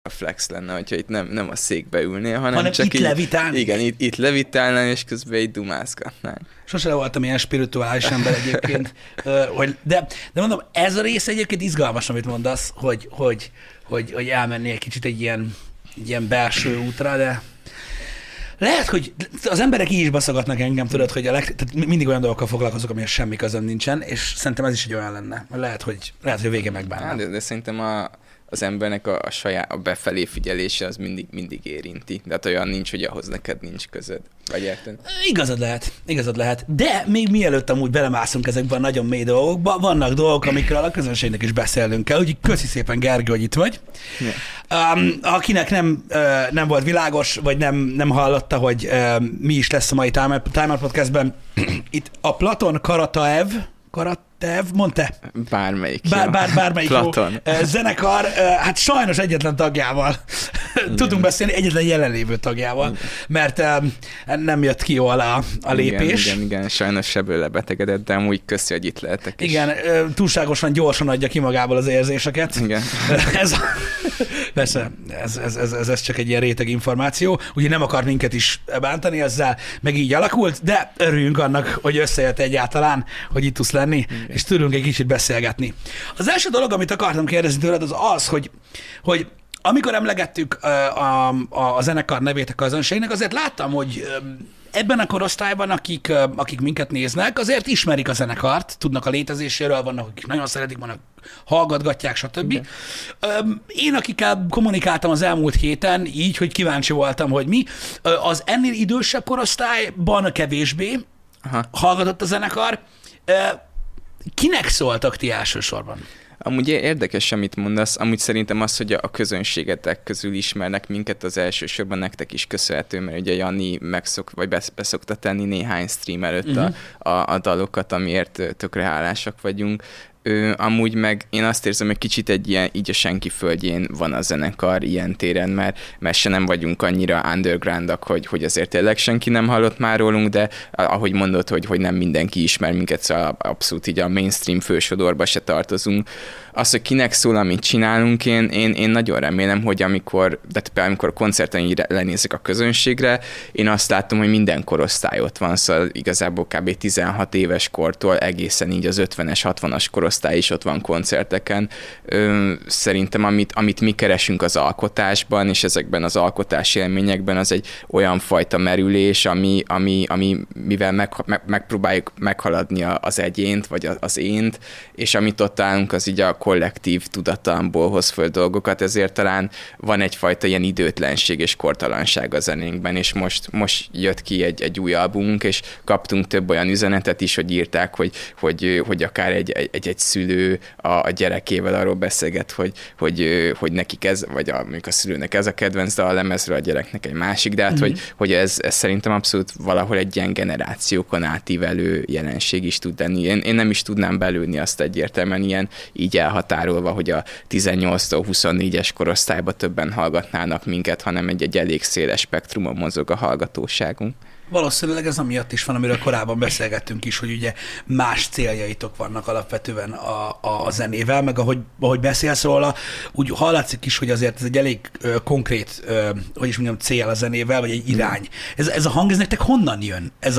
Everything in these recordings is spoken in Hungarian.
flex lenne, hogyha itt nem a székbe ülnél, hanem csak itt levitálni. Igen, itt levitálnál, és közben így dumázgatnál. Sose voltam ilyen spirituális ember egyébként. De mondom, ez a rész egyébként izgalmas, amit mondasz, hogy elmenni egy kicsit egy ilyen belső útra, de lehet, hogy az emberek így is baszogatnak engem, tudod, hogy tehát mindig olyan dolgokkal foglalkozok, amihez semmi közöm nincsen, és szerintem ez is egy olyan lenne. Lehet, hogy a vége megbánnám. De szerintem az embernek a saját befelé figyelése az mindig érinti. De hát olyan nincs, hogy ahhoz neked nincs közöd. Vagy érted? Igazad lehet. De még mielőtt amúgy belemászunk ezekben a nagyon mély dolgokba, vannak dolgok, amikről a közönségnek is beszélnünk kell. Úgyhogy köszi szépen, Gergő, hogy itt vagy. Akinek nem volt világos, vagy nem hallotta, hogy mi is lesz a mai Time Out Podcastben, itt a Platon Karataev, mondta? Bármelyik. Bármelyik Platon. Jó zenekar, hát sajnos egyetlen tagjával tudunk beszélni, egyetlen jelenlévő tagjával, mert nem jött ki jól a lépés. Igen, sajnos sebből lebetegedett, de amúgy köszi, hogy itt lehetek. Igen, túlságosan gyorsan adja ki magából az érzéseket. Igen. Persze, ez csak egy ilyen réteg információ, ugye nem akar minket is bántani ezzel, meg így alakult, de örüljünk annak, hogy összejött egyáltalán, hogy itt tudsz lenni, és tudunk egy kicsit beszélgetni. Az első dolog, amit akartam kérdezni tőled, az, hogy amikor emlegettük a zenekar nevét a közönségnek, azért láttam, hogy ebben a korosztályban, akik minket néznek, azért ismerik a zenekart, tudnak a létezéséről, vannak, akik nagyon szeretik, vannak, hallgatgatják, stb. Okay. Én, akikkel kommunikáltam az elmúlt héten, így, hogy kíváncsi voltam, hogy mi, az ennél idősebb korosztályban kevésbé hallgatott a zenekar. Kinek szóltak ti elsősorban? Amúgy érdekes, amit mondasz, amúgy szerintem az, hogy a közönségetek közül ismernek minket, az elsősorban nektek is köszönhető, mert ugye Jani beszokta tenni néhány stream előtt a dalokat, amiért tökre hálásak vagyunk. Amúgy meg én azt érzem, hogy kicsit egy ilyen, így a senki földjén van a zenekar ilyen téren, mert se nem vagyunk annyira undergroundak, hogy azért tényleg senki nem hallott már rólunk, de ahogy mondod, hogy nem mindenki ismer minket, szóval abszolút így a mainstream fősodorba se tartozunk. Az, hogy kinek szól, amit csinálunk, én nagyon remélem, hogy amikor a koncerten így lenézek a közönségre, én azt látom, hogy minden korosztály ott van, szóval igazából kb. 16 éves kortól egészen így az 50-es, 60-as korosztály is ott van koncerteken. Szerintem, amit mi keresünk az alkotásban, és ezekben az alkotási élményekben, az egy olyan fajta merülés, mivel megpróbáljuk meghaladni az egyént, vagy az ént, és amit ott állunk, az így a kollektív tudatalomból hoz föl dolgokat, ezért talán van egyfajta ilyen időtlenség és kortalanság a zenénkben, és most jött ki egy új albumunk, és kaptunk több olyan üzenetet is, hogy írták, hogy akár egy szülő a gyerekével arról beszélget, hogy nekik ez, vagy mondjuk a szülőnek ez a kedvenc dal a lemezről, a gyereknek egy másik, de hát, hogy ez szerintem abszolút valahol egy ilyen generációkon átívelő jelenség is tud lenni. Én nem is tudnám belőni azt egyértelműen ilyen így elhatárolva, hogy a 18-tól 24-es korosztályban többen hallgatnának minket, hanem egy elég széles spektrumon mozog a hallgatóságunk. Valószínűleg ez amiatt is van, amiről korábban beszélgettünk is, hogy ugye más céljaitok vannak alapvetően a zenével, meg ahogy beszélsz róla, úgy hallatszik is, hogy azért ez egy elég konkrét, hogy is mondjam, cél a zenével, vagy egy irány. Ez a hang, ez nektek honnan jön? Ez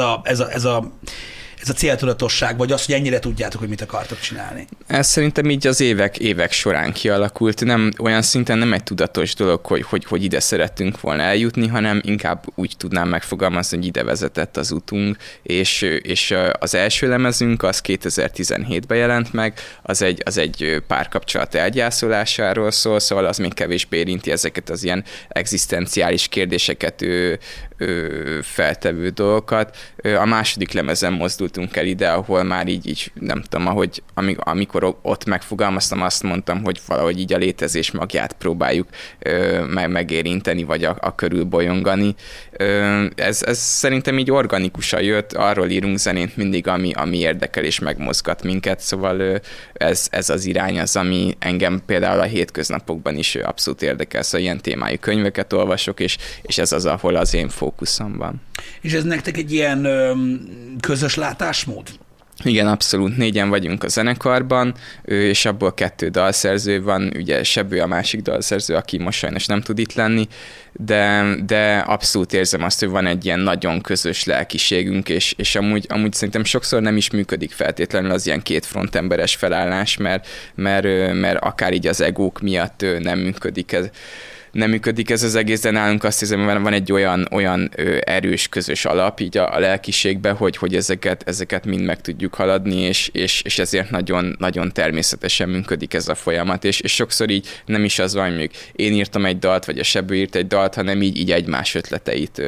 a céltudatosság, vagy az, hogy ennyire tudjátok, hogy mit akartok csinálni? Ez szerintem így az évek során kialakult. Nem, olyan szinten nem egy tudatos dolog, hogy ide szerettünk volna eljutni, hanem inkább úgy tudnám megfogalmazni, hogy ide vezetett az utunk, és az első lemezünk az 2017-ben jelent meg, az egy párkapcsolat elgyászolásáról szól, szóval az még kevésbé érinti ezeket az ilyen egzisztenciális kérdéseket feltevő dolgokat. A második lemezen mozdultunk el ide, ahol már így nem tudom, amikor ott megfogalmaztam, azt mondtam, hogy valahogy így a létezés magját próbáljuk megérinteni, vagy a körül bolyongani. Ez szerintem így organikusan jött, arról írunk zenét mindig, ami érdekel és megmozgat minket, szóval ez az irány az, ami engem például a hétköznapokban is abszolút érdekel, szóval ilyen témájú könyveket olvasok, és ez az, ahol az én fókuszom van. És ez nektek egy ilyen közös látásmód? Igen, abszolút. 4-en vagyunk a zenekarban, és abból 2 dalszerző van, ugye Sebő a másik dalszerző, aki most sajnos nem tud itt lenni, de abszolút érzem azt, hogy van egy ilyen nagyon közös lelkiségünk, és amúgy szerintem sokszor nem is működik feltétlenül az ilyen 2 frontemberes felállás, mert akár így az egók miatt nem működik ez az egész, de nálunk azt hiszem, hogy van egy olyan erős közös alap így a lelkiségben, hogy ezeket mind meg tudjuk haladni, és ezért nagyon, nagyon természetesen működik ez a folyamat, és sokszor így nem is az van, hogy mondjuk én írtam egy dalt, vagy a Sebő írt egy dalt, hanem így egymás ötleteit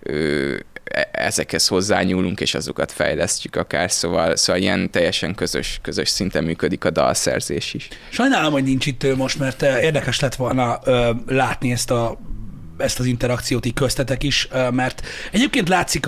ezekhez hozzányúlunk, és azokat fejlesztjük akár, szóval ilyen teljesen közös szinten működik a dalszerzés is. Sajnálom, hogy nincs itt ő most, mert érdekes lett volna látni ezt az interakciót így köztetek is, mert egyébként látszik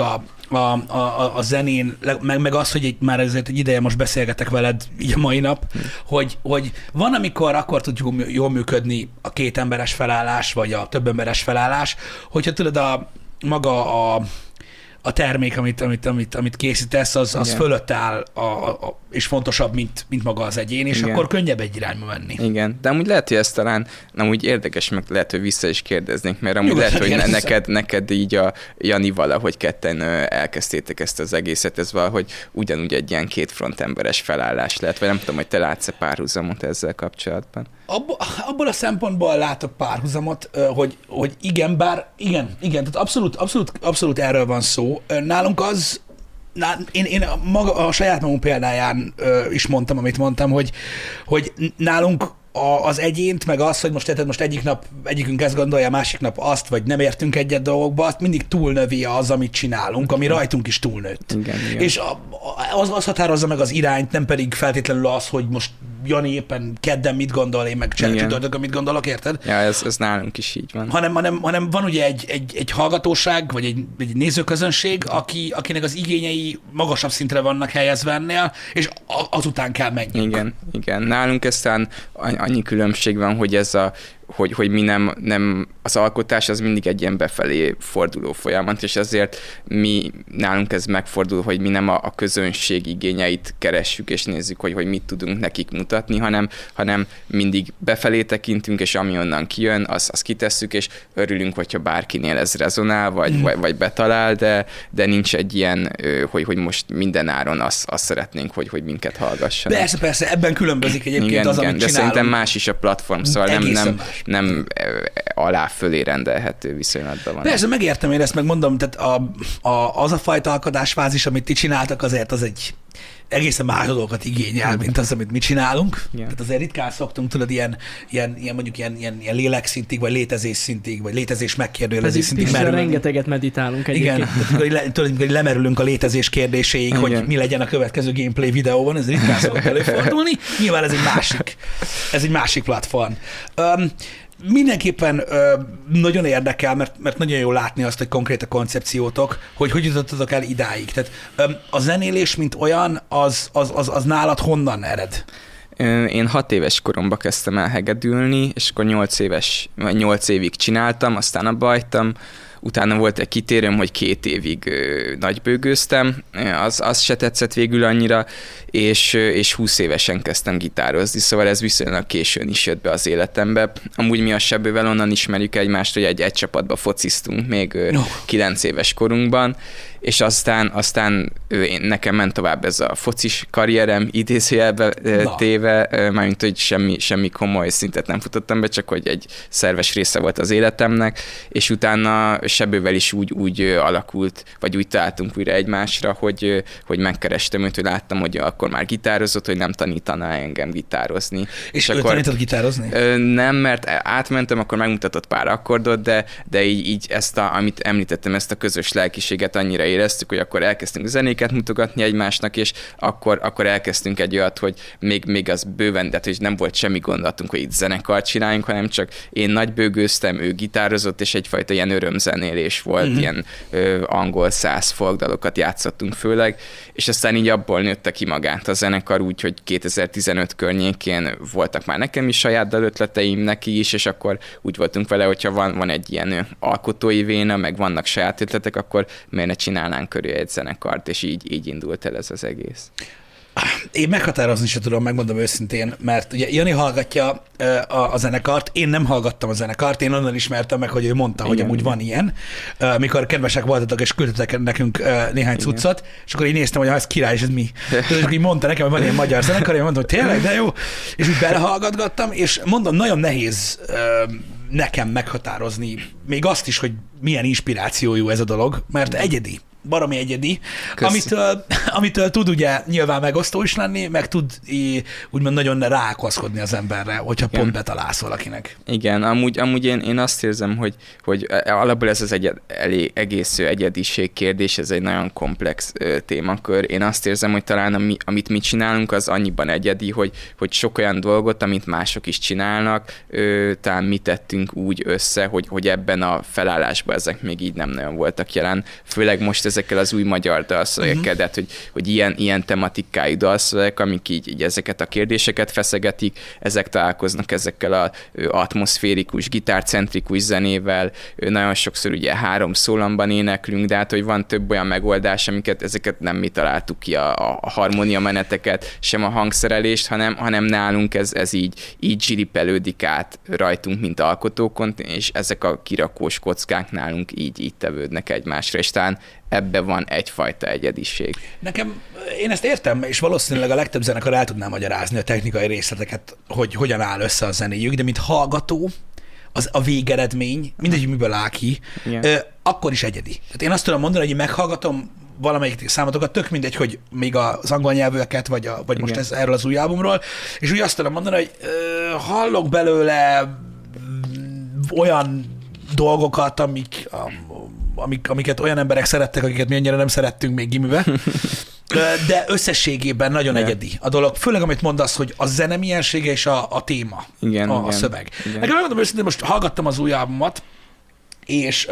a zenén, meg az, hogy már ezért egy ideje most beszélgetek veled így a mai nap, hogy van, amikor akkor tudjuk jól működni a 2 emberes felállás, vagy a több emberes felállás, hogyha tudod, maga a termék, amit készítesz, az fölött áll, és fontosabb, mint maga az egyén, és akkor könnyebb egy irányba menni. Igen, de amúgy lehet, hogy ez talán amúgy érdekes, meg lehet, hogy vissza is kérdeznék, mert amúgy lehet, hogy neked így a Jani valahogy ketten elkezdtétek ezt az egészet, ez valahogy ugyanúgy egy ilyen 2 frontemberes felállás lehet, vagy nem tudom, hogy te látsz-e párhuzamot ezzel kapcsolatban? Abból a szempontból látok párhuzamot, hogy igen, tehát abszolút erről van szó. Nálunk én a saját magunk példáján is mondtam, amit mondtam, hogy nálunk az egyént, meg az, hogy most egyik nap egyikünk ezt gondolja, másik nap azt, vagy nem értünk egyet dolgokba, azt mindig túlnövi az, amit csinálunk, ami rajtunk is túlnőtt. Igen. És az határozza meg az irányt, nem pedig feltétlenül az, hogy most Jani éppen kedden mit gondol, én meg csütörtökön mit gondolok, érted? Ja, ez nálunk is így van. Hanem van ugye egy hallgatóság, vagy egy nézőközönség, akinek az igényei magasabb szintre vannak helyezve ennél, és azután kell menjünk. Igen. Nálunk aztán annyi különbség van, hogy ez hogy mi nem, az alkotás az mindig egy ilyen befelé forduló folyamat, és ezért nálunk ez megfordul, hogy mi nem a közönség igényeit keressük, és nézzük, hogy mit tudunk nekik mutatni, hanem mindig befelé tekintünk, és ami onnan kijön, azt kitesszük, és örülünk, hogyha bárkinél ez rezonál, vagy betalál, de nincs egy ilyen, hogy most minden áron azt szeretnénk, hogy minket hallgassanak. Persze, ebben különbözik egyébként az, amit csinálunk. De szerintem más is a platform, szóval nem alá-fölé rendelhető viszonylatban van. Persze, megértem én ezt, meg mondom, tehát az a fajta alkotásfázis, amit ti csináltak, azért az egy egészen más dolgokat igényel, mint az, amit mi csinálunk. Igen. Tehát azért ritkán szoktunk, tudod, ilyen lélekszintig, vagy létezés szintig, vagy létezés megkérdőjelezés szintig merülni. Rengeteget meditálunk egyébként. Igen, tudod, hogy lemerülünk a létezés kérdéséig, igen, hogy mi legyen a következő gameplay videóban, ez ritkán szokott előfordulni. Nyilván ez egy másik platform. Mindenképpen nagyon érdekel, mert nagyon jó látni azt, hogy konkrét a koncepciótok, hogy jutottatok el idáig. Tehát a zenélés, mint olyan, az nálad honnan ered? Én 6 éves koromban kezdtem el hegedülni, és akkor 8 évig csináltam, aztán abba hagytam. Utána volt egy kitérőm, hogy 2 évig nagybőgőztem, az se tetszett végül annyira, és 20 évesen kezdtem gitározni, szóval ez viszonylag későn is jött be az életembe. Amúgy mi a Sebővel onnan ismerjük egymást, hogy egy csapatba fociztunk még 9 éves korunkban, és aztán nekem ment tovább ez a focis karrierem, idézőjelbe téve, mármint, hogy semmi komoly szintet nem futottam be, csak hogy egy szerves része volt az életemnek, és utána Sebővel is úgy alakult, vagy úgy találtunk újra egymásra, hogy megkerestem őt, hogy láttam, hogy akkor már gitározott, hogy nem tanítaná engem gitározni. És ő tanított gitározni? Nem, mert átmentem, akkor megmutatott pár akkordot, de így amit említettem, ezt a közös lelkiséget annyira éreztük, hogy akkor elkezdtünk zenéket mutogatni egymásnak, és akkor elkezdtünk egy olyat, hogy még az bőven, de hogy nem volt semmi gondolatunk, hogy itt zenekart csináljunk, hanem csak én nagybőgőztem, ő gitározott, és egyfajta ilyen örömzenélés volt, ilyen angol száz folkdalokat játszottunk főleg, és aztán így abból nőtte ki magát a zenekar úgy, hogy 2015 környékén voltak már nekem is saját dalötleteim, neki is, és akkor úgy voltunk vele, hogyha van egy ilyen alkotói véna, meg vannak saját ötletek, akkor miért ne csinálnánk körül egy zenekart, és így indult el ez az egész. Én meghatározni sem tudom, megmondom őszintén, mert ugye Jani hallgatja a zenekart, én nem hallgattam a zenekart, én onnan ismertem meg, hogy ő mondta, hogy amúgy van ilyen, mikor kedvesek voltatok, és küldtetek nekünk néhány cuccot, és akkor én néztem, hogy ez király, és ez mi. És így mondta nekem, hogy van ilyen magyar zenekar, én mondtam, hogy tényleg, de jó, és úgy belehallgatgattam, és mondom, nagyon nehéz nekem meghatározni még azt is, hogy milyen inspirációjú ez a dolog, mert egyedi. Baromi egyedi, amitől tud ugye nyilván megosztó is lenni, meg tud úgymond nagyon rákaszkodni az emberre, hogyha pont betalálsz valakinek. Igen, amúgy én azt érzem, hogy alapból ez az egész egyediség kérdés, ez egy nagyon komplex témakör. Én azt érzem, hogy talán amit mi csinálunk, az annyiban egyedi, hogy sok olyan dolgot, amit mások is csinálnak, talán mi tettünk úgy össze, hogy ebben a felállásban ezek még így nem nagyon voltak jelen. Főleg most ezekkel az új magyar dalszövegekkel, tehát hogy ilyen tematikájú dalszövegek, amik így ezeket a kérdéseket feszegetik, ezek találkoznak ezekkel az atmoszférikus, gitárcentrikus zenével, nagyon sokszor ugye 3 szólamban éneklünk, de hát, hogy van több olyan megoldás, ezeket nem mi találtuk ki, a harmóniameneteket, sem a hangszerelést, hanem nálunk ez így zsiripelődik át rajtunk, mint alkotókon, és ezek a kirakós kockák nálunk így tevődnek egymásra, és talán ebbe van egyfajta egyediség. Én ezt értem, és valószínűleg a legtöbb zenekar el tudná magyarázni a technikai részleteket, hogy hogyan áll össze a zenéjük, de mint hallgató, a végeredmény, mindegy, miből áll ki, akkor is egyedi. Tehát én azt tudom mondani, hogy meghallgatom valamelyik számotokat, tök mindegy, hogy még az angol nyelvűeket, vagy most ez erről az új albumról, és úgy azt tudom mondani, hogy hallok belőle olyan dolgokat, amiket olyan emberek szerettek, akiket mi annyira nem szerettünk még gimibe, de összességében nagyon egyedi a dolog. Főleg, amit mondasz, hogy a zene miensége és a téma, a szöveg. Igen. Nekem megmondom őszintén, most hallgattam az új albumot, és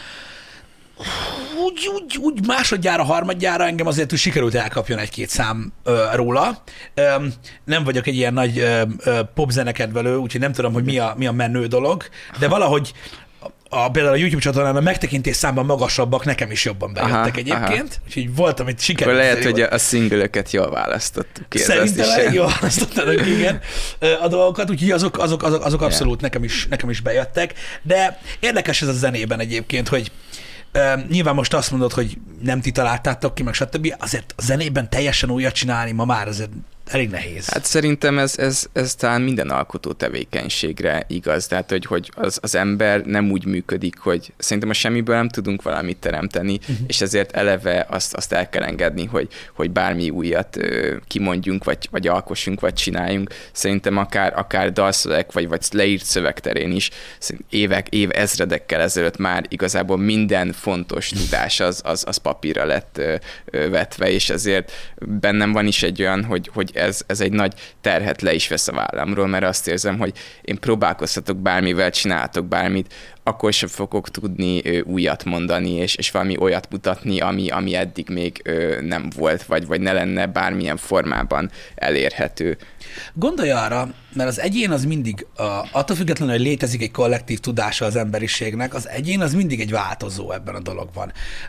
úgy másodjára, harmadjára engem azért úgy sikerült elkapjon 1-2 szám róla. Nem vagyok egy ilyen nagy popzenekedvelő, úgyhogy nem tudom, hogy mi a menő dolog, de valahogy például a YouTube csatornán a megtekintés számban magasabbak nekem is jobban bejöttek egyébként, úgyhogy voltam itt sikerült. Lehet, hogy a singlöket jól választottuk ki. Szerintem jól választottak, igen, a dolgokat, úgyhogy azok abszolút nekem is bejöttek, de érdekes ez a zenében egyébként, hogy nyilván most azt mondod, hogy nem ti találtátok ki, meg stb. Azért a zenében teljesen újat csinálni ma már azért elég nehéz. Hát szerintem ez talán minden alkotó tevékenységre igaz, tehát hogy az ember nem úgy működik, hogy szerintem a semmiből nem tudunk valamit teremteni, és ezért eleve azt el kell engedni, hogy bármi újat kimondjunk, vagy alkossunk, vagy csináljunk. Szerintem akár dalszöveg, vagy leírt szövegterén is ezredekkel ezelőtt már igazából minden fontos tudás az papírra lett vetve, és ezért bennem van is egy olyan, hogy ez egy nagy terhet le is vesz a vállamról, mert azt érzem, hogy én próbálkoztatok bármivel, csináltok bármit, akkor sem fogok tudni újat mondani, és valami olyat mutatni, ami eddig még nem volt, vagy ne lenne bármilyen formában elérhető. Gondolj arra, mert az egyén az mindig, attól függetlenül, hogy létezik egy kollektív tudása az emberiségnek, az egyén az mindig egy változó ebben a dologban.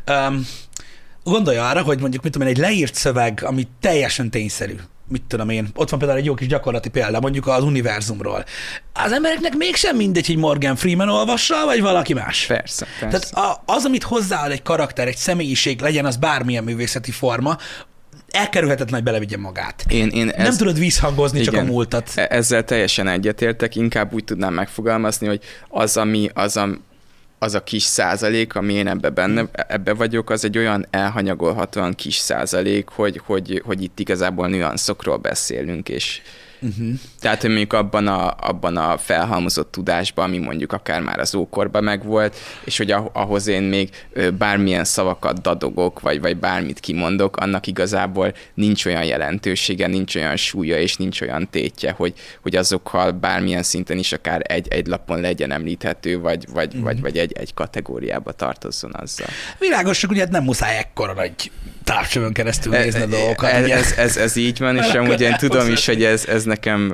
Gondolj arra, hogy mondjuk egy leírt szöveg, ami teljesen tényszerű, mit tudom én, ott van például egy jó kis gyakorlati példa, mondjuk az univerzumról. Az embereknek mégsem mindegy, hogy Morgan Freeman olvassa, vagy valaki más. Persze. Tehát az, amit hozzáad egy karakter, egy személyiség, legyen az bármilyen művészeti forma, elkerülhetetlen, hogy belevigye magát. Nem tudod visszhangozni, igen, csak a múltat. Ezzel teljesen egyetértek, inkább úgy tudnám megfogalmazni, hogy az a kis százalék, ami én ebbe vagyok, az egy olyan elhanyagolhatóan kis százalék, hogy itt igazából nüanszokról beszélünk, és tehát, hogy mondjuk abban a felhalmozott tudásban, ami mondjuk akár már az ókorban megvolt, és hogy ahhoz én még bármilyen szavakat dadogok, vagy bármit kimondok, annak igazából nincs olyan jelentősége, nincs olyan súlya, és nincs olyan tétje, hogy azokkal bármilyen szinten is akár egy lapon legyen említhető, vagy egy kategóriába tartozzon azzal. Világos, hogy ugye nem muszáj ekkora nagy távcsövön keresztül nézni a dolgokat. Ez így van, és amúgy én tudom is, hogy ez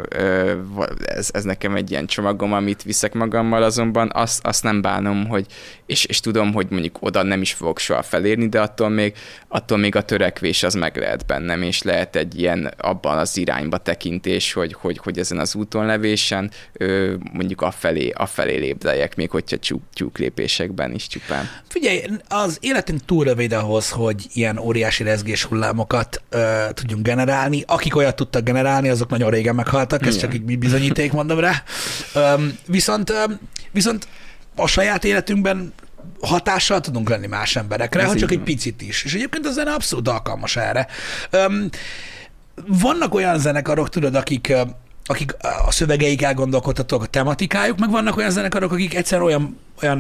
nekem egy ilyen csomagom, amit viszek magammal, azonban azt nem bánom, hogy és tudom, hogy mondjuk oda nem is fogok soha felérni, de attól még a törekvés az meg lehet bennem, és lehet egy ilyen abban az irányba tekintés, hogy ezen az úton levésen mondjuk afelé lépdeljek, még hogyha tyúklépésekben is csupán. Figyelj, az életünk túl rövid ahhoz, hogy ilyen óriási rezgés hullámokat tudjunk generálni. Akik olyat tudtak generálni, azok nagyon régen meghaltak, ez csak így bizonyíték, mondom rá. Viszont a saját életünkben hatással tudunk lenni más emberekre, ha csak egy picit is. És egyébként a zene abszolút alkalmas erre. Vannak olyan zenekarok, tudod, akik a szövegeik elgondolkodhatók, a tematikájuk, meg vannak olyan zenekarok, akik egyszerűen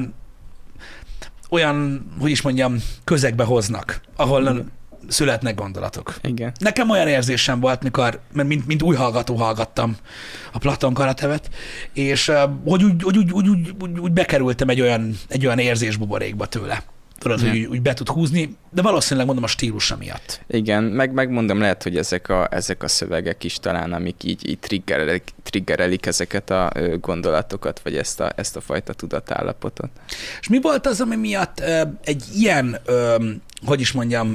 olyan, hogy is mondjam, közegbe hoznak, ahol születnek gondolatok. Igen. Nekem olyan érzésem volt, mikor, mint új hallgató hallgattam a Platon Karatevet, és hogy úgy bekerültem egy olyan érzésbuborékba tőle. Tudod, hogy úgy be tud húzni, de valószínűleg mondom a stílusa miatt. Igen, megmondom, lehet, hogy ezek a szövegek is talán, amik így triggerelik ezeket a gondolatokat, vagy ezt a fajta tudatállapotot. És mi volt az, ami miatt egy ilyen, hogy is mondjam,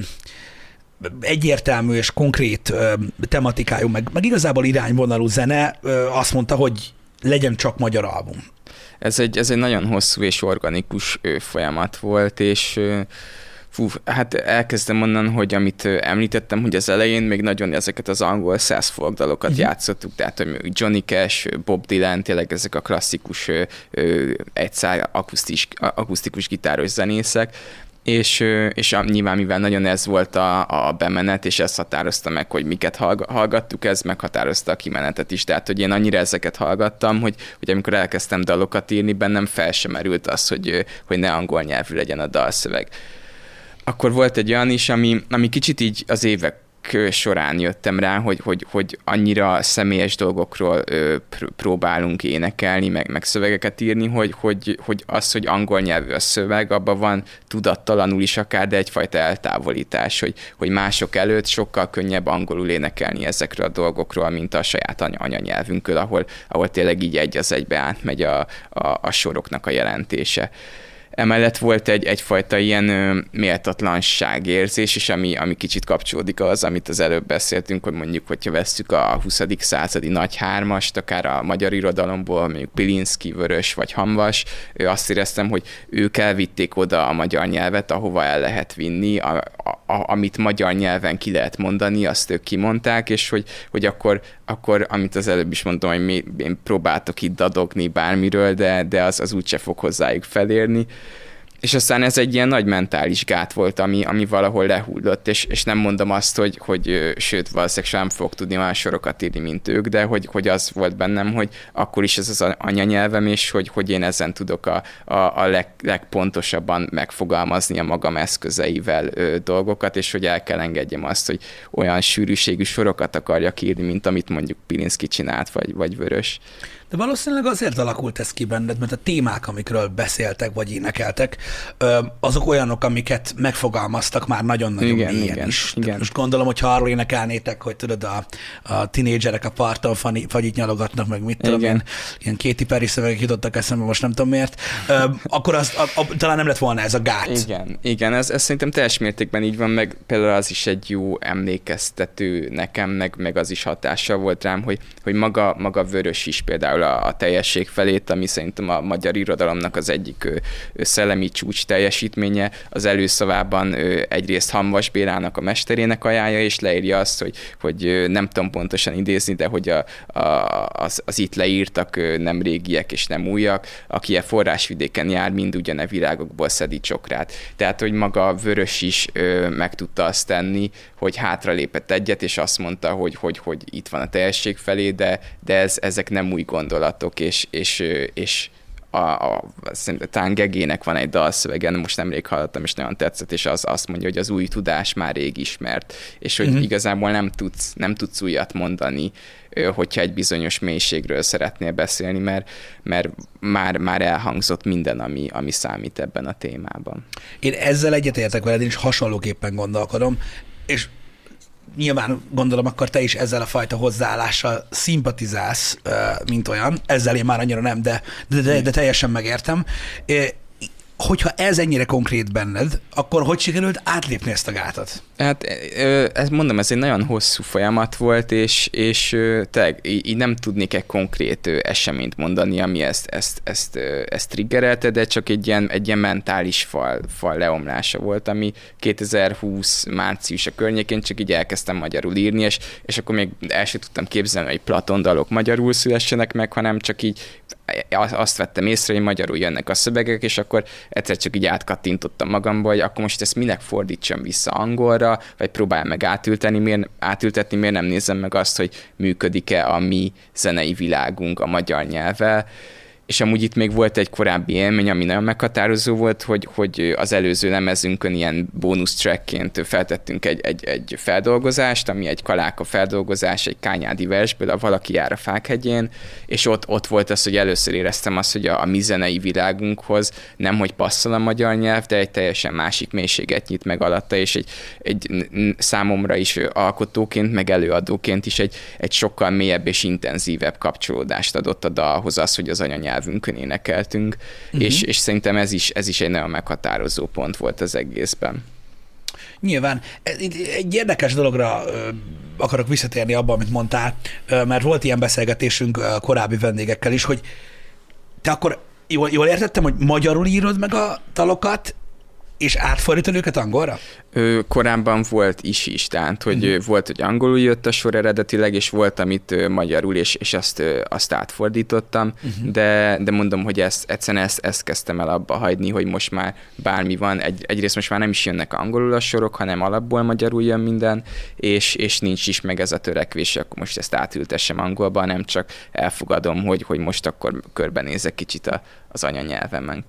egyértelmű és konkrét tematikájú, meg igazából irányvonalú zene azt mondta, hogy legyen csak magyar album? Ez egy nagyon hosszú és organikus folyamat volt, és hát elkezdem onnan, hogy amit említettem, hogy az elején még nagyon ezeket az angol száz folk dalokat játszottuk, tehát hogy Johnny Cash, Bob Dylan, tényleg ezek a klasszikus egyszár akusztikus gitáros zenészek, és nyilván mivel nagyon ez volt a bemenet, és ez határozta meg, hogy miket hallgattuk, ez meghatározta a kimenetet is. Tehát, hogy én annyira ezeket hallgattam, hogy amikor elkezdtem dalokat írni, bennem fel sem merült az, hogy ne angol nyelvű legyen a dalszöveg. Akkor volt egy olyan is, ami kicsit így az évek során jöttem rá, hogy annyira személyes dolgokról próbálunk énekelni, meg szövegeket írni, hogy az, hogy angol nyelvű a szöveg, abban van tudattalanul is akár, de egyfajta eltávolítás, hogy mások előtt sokkal könnyebb angolul énekelni ezekről a dolgokról, mint a saját anyanyelvünkről, ahol tényleg így egy az egybe átmegy a soroknak a jelentése. Emellett volt egyfajta ilyen méltatlanságérzés is, ami kicsit kapcsolódik az, amit az előbb beszéltünk, hogy mondjuk, hogyha vesszük a 20. századi nagy hármast, akár a magyar irodalomból, mondjuk Pilinszky, Vörös vagy Hamvas, azt éreztem, hogy ők elvitték oda a magyar nyelvet, ahova el lehet vinni, amit magyar nyelven ki lehet mondani, azt ők kimondták, és hogy akkor, amit az előbb is mondtam, hogy én próbáltok itt dadogni bármiről, de az úgyse fog hozzájuk felérni. És aztán ez egy ilyen nagy mentális gát volt, ami valahol lehullott, és nem mondom azt, hogy sőt, valószínűleg sem fogok tudni olyan sorokat írni, mint ők, de hogy az volt bennem, hogy akkor is ez az anyanyelvem, és hogy én ezen tudok a legpontosabban megfogalmazni a magam eszközeivel dolgokat, és hogy el kell engedjem azt, hogy olyan sűrűségű sorokat akarjak írni, mint amit mondjuk Pilinszky csinált, vagy Vörös. De valószínűleg azért alakult ez ki benned, mert a témák, amikről beszéltek, vagy énekeltek, azok olyanok, amiket megfogalmaztak már nagyon-nagyon mélyen is. Igen. Most gondolom, hogy ha arról énekelnétek, hogy tudod, a tinédzserek a parton fagyit nyalogatnak, meg mit tudom én, ilyen Katy Perry szövegek jutottak eszembe, most nem tudom miért, akkor talán nem lett volna ez a gát. Igen, ez szerintem teljes mértékben így van, meg például az is egy jó emlékeztető nekem, meg az is hatással volt rám, hogy maga Vörös is például a teljesség felét, ami szerintem a magyar irodalomnak az egyik szellemi csúcs teljesítménye. Az előszavában egyrészt Hamvas Bélának a mesterének ajánlja, és leírja azt, hogy nem tudom pontosan idézni, de hogy az itt leírtak nem régiek és nem újak, aki a forrásvidéken jár, mind ugyane virágokból szedi csokrát. Tehát, hogy maga Vörös is meg tudta azt tenni, hogy hátralépett egyet, és azt mondta, hogy itt van a teljesség felé, de ezek nem új gondolatok, és talán Gegének van egy dalszövegen, most nemrég hallottam, és nagyon tetszett, és az azt mondja, hogy az új tudás már rég ismert, és hogy igazából nem tudsz újat mondani, hogyha egy bizonyos mélységről szeretnél beszélni, mert már elhangzott minden, ami számít ebben a témában. Én ezzel egyetértek veled, én is hasonlóképpen gondolkodom, és nyilván gondolom, akkor te is ezzel a fajta hozzáállással szimpatizálsz, mint olyan. Ezzel én már annyira nem, de teljesen megértem. Hogyha ez ennyire konkrét benned, akkor hogy sikerült átlépni ezt a gátat? Hát mondom, ez egy nagyon hosszú folyamat volt, és így nem tudnék egy konkrét eseményt mondani, ami ezt triggerelte, de csak egy ilyen mentális fal leomlása volt, ami 2020 március a környékén csak így elkezdtem magyarul írni, és akkor még el sem tudtam képzelni, hogy Platon dalok magyarul szülessenek meg, hanem csak így azt vettem észre, hogy magyarul jönnek a szövegek, és akkor egyszer csak így átkattintottam magamba, hogy akkor most ezt minek fordítsam vissza angolra, vagy próbálj meg átültetni, miért nem nézem meg azt, hogy működik-e a mi zenei világunk a magyar nyelvvel. És amúgy itt még volt egy korábbi élmény, ami nagyon meghatározó volt, hogy az előző lemezünkön ilyen bónusz trackként feltettünk egy feldolgozást, ami egy Kaláka feldolgozás, egy kányádi versből, a Valaki jár a Fákhegyén, és ott volt az, hogy először éreztem azt, hogy a mi zenei világunkhoz nem, hogy passzol a magyar nyelv, de egy teljesen másik mélységet nyit meg alatta, és egy számomra is alkotóként, meg előadóként is egy sokkal mélyebb és intenzívebb kapcsolódást adott a dalhoz az, hogy az anyanyelv énekeltünk, és szerintem ez is egy nagyon meghatározó pont volt az egészben. Nyilván. Egy érdekes dologra akarok visszatérni abban, amit mondtál, mert volt ilyen beszélgetésünk korábbi vendégekkel is, hogy te akkor jól értettem, hogy magyarul írod meg a dalokat, és átfordítod őket angolra? Korábban volt is, tehát hogy volt, hogy angolul jött a sor eredetileg, és volt, amit magyarul, és azt átfordítottam, de mondom, hogy egyszerűen ezt kezdtem el abba hagyni, hogy most már bármi van, egyrészt most már nem is jönnek angolul a sorok, hanem alapból magyarul jön minden, és nincs is meg ez a törekvés, akkor most ezt átültessem angolba, nem csak elfogadom, hogy most akkor körbenézek kicsit az anyanyelvemen.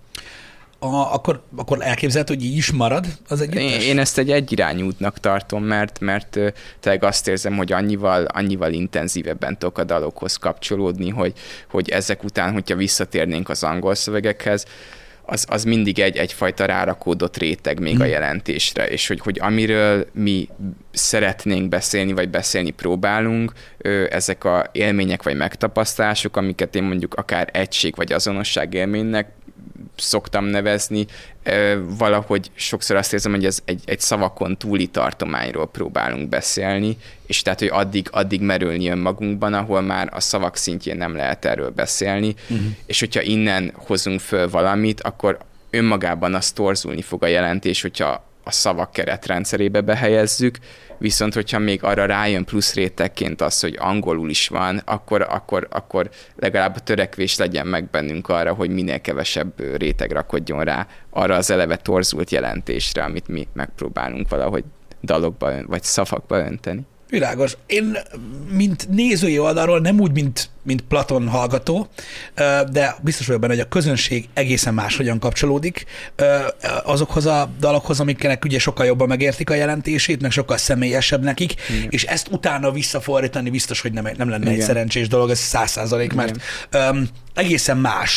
Akkor elképzelhető, hogy így is marad az együttes? Én ezt egy egyirányú útnak tartom, mert tényleg azt érzem, hogy annyival intenzívebben tudok a dalokhoz kapcsolódni, hogy ezek után, hogyha visszatérnénk az angol szövegekhez, az mindig egyfajta rárakódott réteg még a jelentésre, és hogy amiről mi szeretnénk beszélni, vagy beszélni próbálunk, ezek a élmények vagy megtapasztalások, amiket én mondjuk akár egység vagy azonosság élménynek szoktam nevezni, valahogy sokszor azt érzem, hogy ez egy szavakon túli tartományról próbálunk beszélni, és tehát, hogy addig merülni önmagunkban, ahol már a szavak szintjén nem lehet erről beszélni, és hogyha innen hozunk föl valamit, akkor önmagában az torzulni fog a jelentés, hogyha a szavak keretrendszerébe behelyezzük, viszont hogyha még arra rájön plusz rétegként az, hogy angolul is van, akkor legalább a törekvés legyen meg bennünk arra, hogy minél kevesebb réteg rakodjon rá arra az eleve torzult jelentésre, amit mi megpróbálunk valahogy dalokba vagy szavakba önteni. Világos. Én, mint nézői oldalról, nem úgy, mint Platon hallgató, de biztos vagyok benne, hogy a közönség egészen máshogyan kapcsolódik azokhoz a dalokhoz, amiknek ugye sokkal jobban megértik a jelentését, meg sokkal személyesebb nekik, és ezt utána visszafordítani biztos, hogy nem lenne egy szerencsés dolog, ez 100%, mert egészen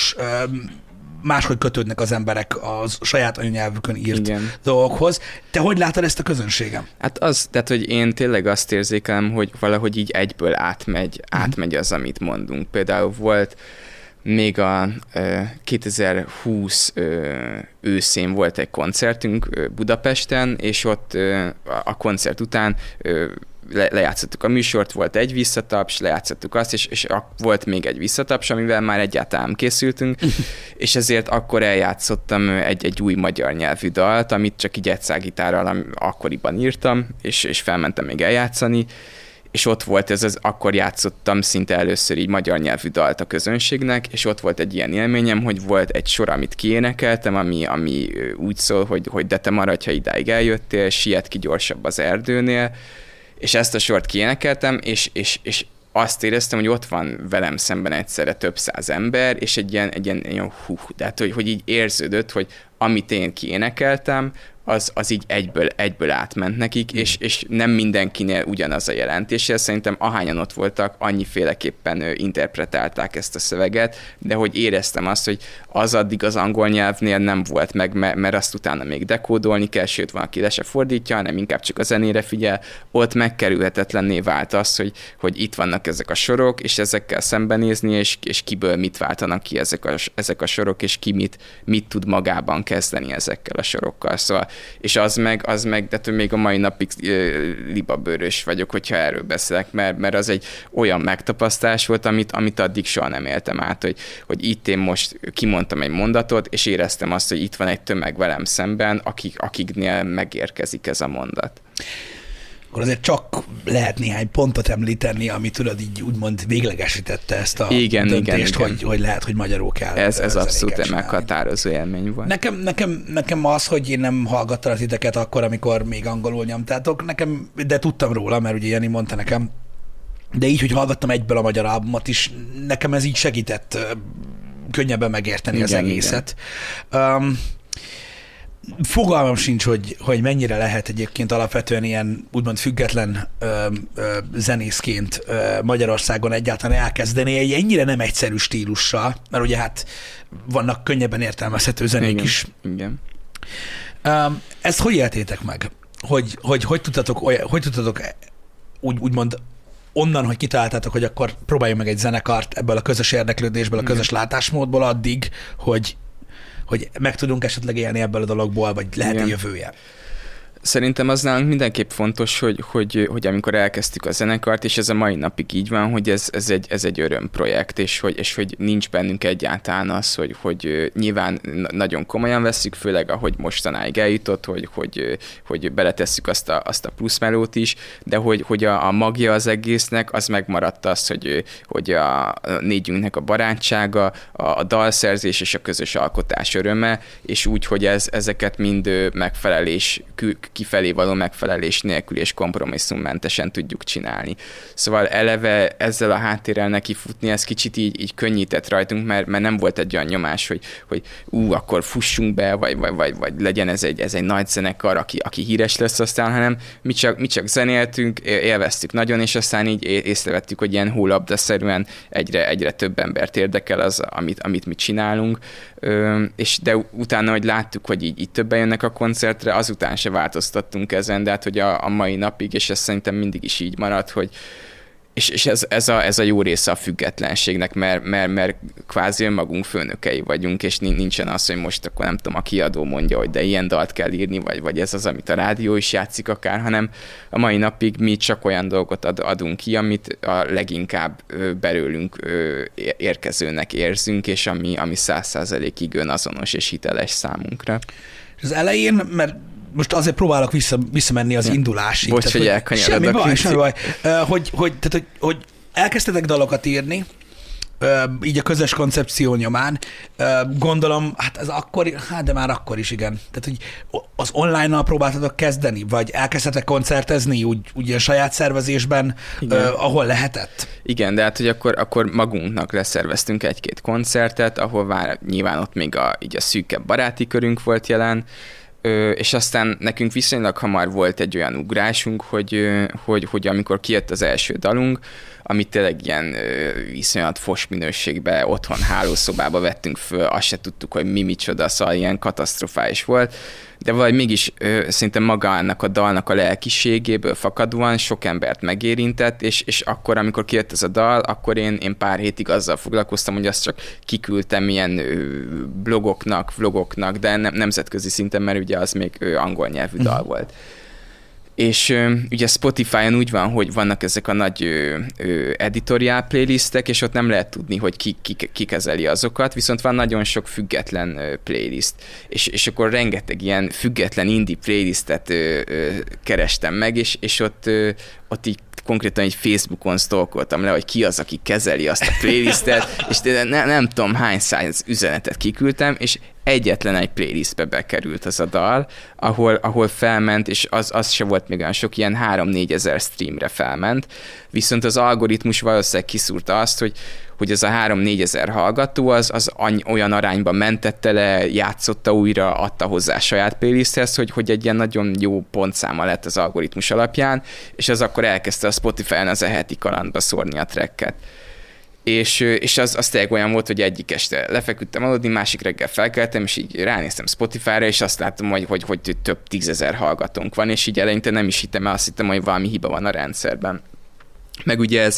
máshogy kötődnek az emberek az saját anyanyelvükön írt dolgokhoz. Te hogy látod ezt a közönségem? Hát tehát, hogy én tényleg azt érzékelem, hogy valahogy így egyből átmegy az, amit mondunk. Például volt még a 2020 őszén volt egy koncertünk Budapesten, és ott a koncert után lejátszottuk a műsort, volt egy visszataps, lejátszottuk azt, és volt még egy visszataps, amivel már egyáltalán készültünk, és ezért akkor eljátszottam egy új magyar nyelvű dalt, amit csak így egyszágitárral akkoriban írtam, és felmentem még eljátszani, és ott volt akkor játszottam szinte először így magyar nyelvű dalt a közönségnek, és ott volt egy ilyen élményem, hogy volt egy sor, amit kiénekeltem, ami úgy szól, hogy de te maradj, ha idáig eljöttél, siet ki gyorsabb az erdőnél, és ezt a sort kiénekeltem, és azt éreztem, hogy ott van velem szemben egyszerre több száz ember, és egy ilyen tehát hogy így érződött, hogy amit én kiénekeltem, az így egyből átment nekik, és nem mindenkinél ugyanaz a jelentése. Szerintem ahányan ott voltak, annyiféleképpen interpretálták ezt a szöveget, de hogy éreztem azt, hogy az addig az angol nyelvnél nem volt meg, mert azt utána még dekódolni kell, sőt van, aki le se fordítja, hanem inkább csak a zenére figyel. Ott megkerülhetetlenné vált az, hogy itt vannak ezek a sorok, és ezekkel szembenézni, és kiből mit váltanak ki ezek a sorok, és ki mit tud magában kezdeni ezekkel a sorokkal. Szóval és az meg, de még a mai napig libabőrös vagyok, hogyha erről beszélek, mert az egy olyan megtapasztalás volt, amit addig soha nem éltem át, hogy itt én most kimondtam egy mondatot, és éreztem azt, hogy itt van egy tömeg velem szemben, akiknél megérkezik ez a mondat. Akkor azért csak lehet néhány pontot említeni, ami tudod így úgymond véglegesítette ezt a döntést, igen. Hogy lehet, hogy magyarul kell. Ez abszolút egy meghatározó élmény volt. Nekem az, hogy én nem hallgattalak titeket akkor, amikor még angolul nyomtátok, de tudtam róla, mert ugye Jani mondta nekem, de így, hogy hallgattam egyből a magyar albumot is, nekem ez így segített könnyebben megérteni az egészet. Fogalmam sincs, hogy mennyire lehet egyébként alapvetően ilyen úgymond független zenészként Magyarországon egyáltalán elkezdeni egy ennyire nem egyszerű stílussal, mert ugye hát vannak könnyebben értelmezhető zenék is. Igen. Ezt hogy éltétek meg? Hogy tudtatok úgymond onnan, hogy kitaláltátok, hogy akkor próbáljunk meg egy zenekart ebből a közös érdeklődésből, a közös látásmódból addig, hogy meg tudunk esetleg élni ebből a dologból, vagy lehet-e jövője? Szerintem az nálunk mindenképp fontos, hogy amikor elkezdtük a zenekart, és ez a mai napig így van, hogy ez egy örömprojekt, és hogy nincs bennünk egyáltalán az, hogy nyilván nagyon komolyan vesszük, főleg ahogy mostanáig eljutott, hogy beletesszük azt a pluszmelót is, de hogy a magja az egésznek, az megmaradt az, hogy a négyünknek a barátsága, a dalszerzés és a közös alkotás öröme, és úgy, hogy ezeket mind megfelelés, kifelé való megfelelés nélkül és kompromisszummentesen tudjuk csinálni. Szóval eleve ezzel a háttérrel nekifutni, ez kicsit így könnyített rajtunk, mert nem volt egy olyan nyomás, hogy akkor fussunk be, vagy legyen ez egy nagy zenekar, aki híres lesz aztán, hanem mi csak zenéltünk, élveztük nagyon, és aztán így észrevettük, hogy ilyen hólabdaszerűen egyre több embert érdekel az, amit mi csinálunk, de utána, hogy láttuk, hogy így többen jönnek a koncertre, azután se változtattunk ezen, de hát, hogy a mai napig, és ez szerintem mindig is így marad, hogy és ez a jó része a függetlenségnek, mert kvázi önmagunk főnökei vagyunk, és nincsen az, hogy most akkor nem tudom, a kiadó mondja, hogy de ilyen dalt kell írni, vagy ez az, amit a rádió is játszik akár, hanem a mai napig mi csak olyan dolgot adunk ki, amit a leginkább belőlünk érkezőnek érzünk, és ami 100%-ig önazonos és hiteles számunkra. És az elején, mert most azért próbálok visszamenni az indulásig. Bocs, hogy elkanyarodok. Semmi baj. Hogy elkezdtetek dalokat írni, így a közös koncepció nyomán, gondolom, hát ez akkor, de már akkor is igen. Tehát, hogy az online-nal próbáltatok kezdeni, vagy elkezdtetek koncertezni úgy a saját szervezésben, ahol lehetett? Igen, de hát, hogy akkor magunknak leszerveztünk egy-két koncertet, ahol nyilván ott még így a szűkebb baráti körünk volt jelen, és aztán nekünk viszonylag hamar volt egy olyan ugrásunk, hogy amikor kijött az első dalunk, amit tényleg ilyen viszonylag fos minőségben otthon hálószobába vettünk föl, azt se tudtuk, hogy micsoda, szóval ilyen katasztrofális volt, de valahogy mégis szerintem magának a dalnak a lelkiségéből fakadóan sok embert megérintett, és akkor, amikor kijött ez a dal, akkor én pár hétig azzal foglalkoztam, hogy azt csak kiküldtem ilyen blogoknak, vlogoknak, de nemzetközi szinten, mert ugye az még angol nyelvű dal volt. És ugye Spotify-on úgy van, hogy vannak ezek a nagy editorial playlistek, és ott nem lehet tudni, hogy ki kezeli azokat, viszont van nagyon sok független playlist. És akkor rengeteg ilyen független indie playlistet kerestem meg, és ott így konkrétan egy Facebookon stalkoltam le, hogy ki az, aki kezeli azt a playlistet, és nem tudom hány száz üzenetet kiküldtem, és egyetlen egy playlistbe bekerült az a dal, ahol felment, és az se volt még olyan sok, ilyen 3-4 ezer streamre felment, viszont az algoritmus valószínűleg kiszúrta azt, hogy ez a 3-4 ezer hallgató az olyan arányban mentette le, játszotta újra, adta hozzá saját playlisthez, hogy egy ilyen nagyon jó pontszáma lett az algoritmus alapján, és az akkor elkezdte a Spotify-on az heti kalandba szórni a tracket. És az tényleg olyan volt, hogy egyik este lefeküdtem aludni, másik reggel felkeltem, és így ránéztem Spotify-ra, és azt láttam, hogy több 10 000 hallgatónk van, és így eleinte nem is hittem, mert azt hittem, hogy valami hiba van a rendszerben. Meg ugye ez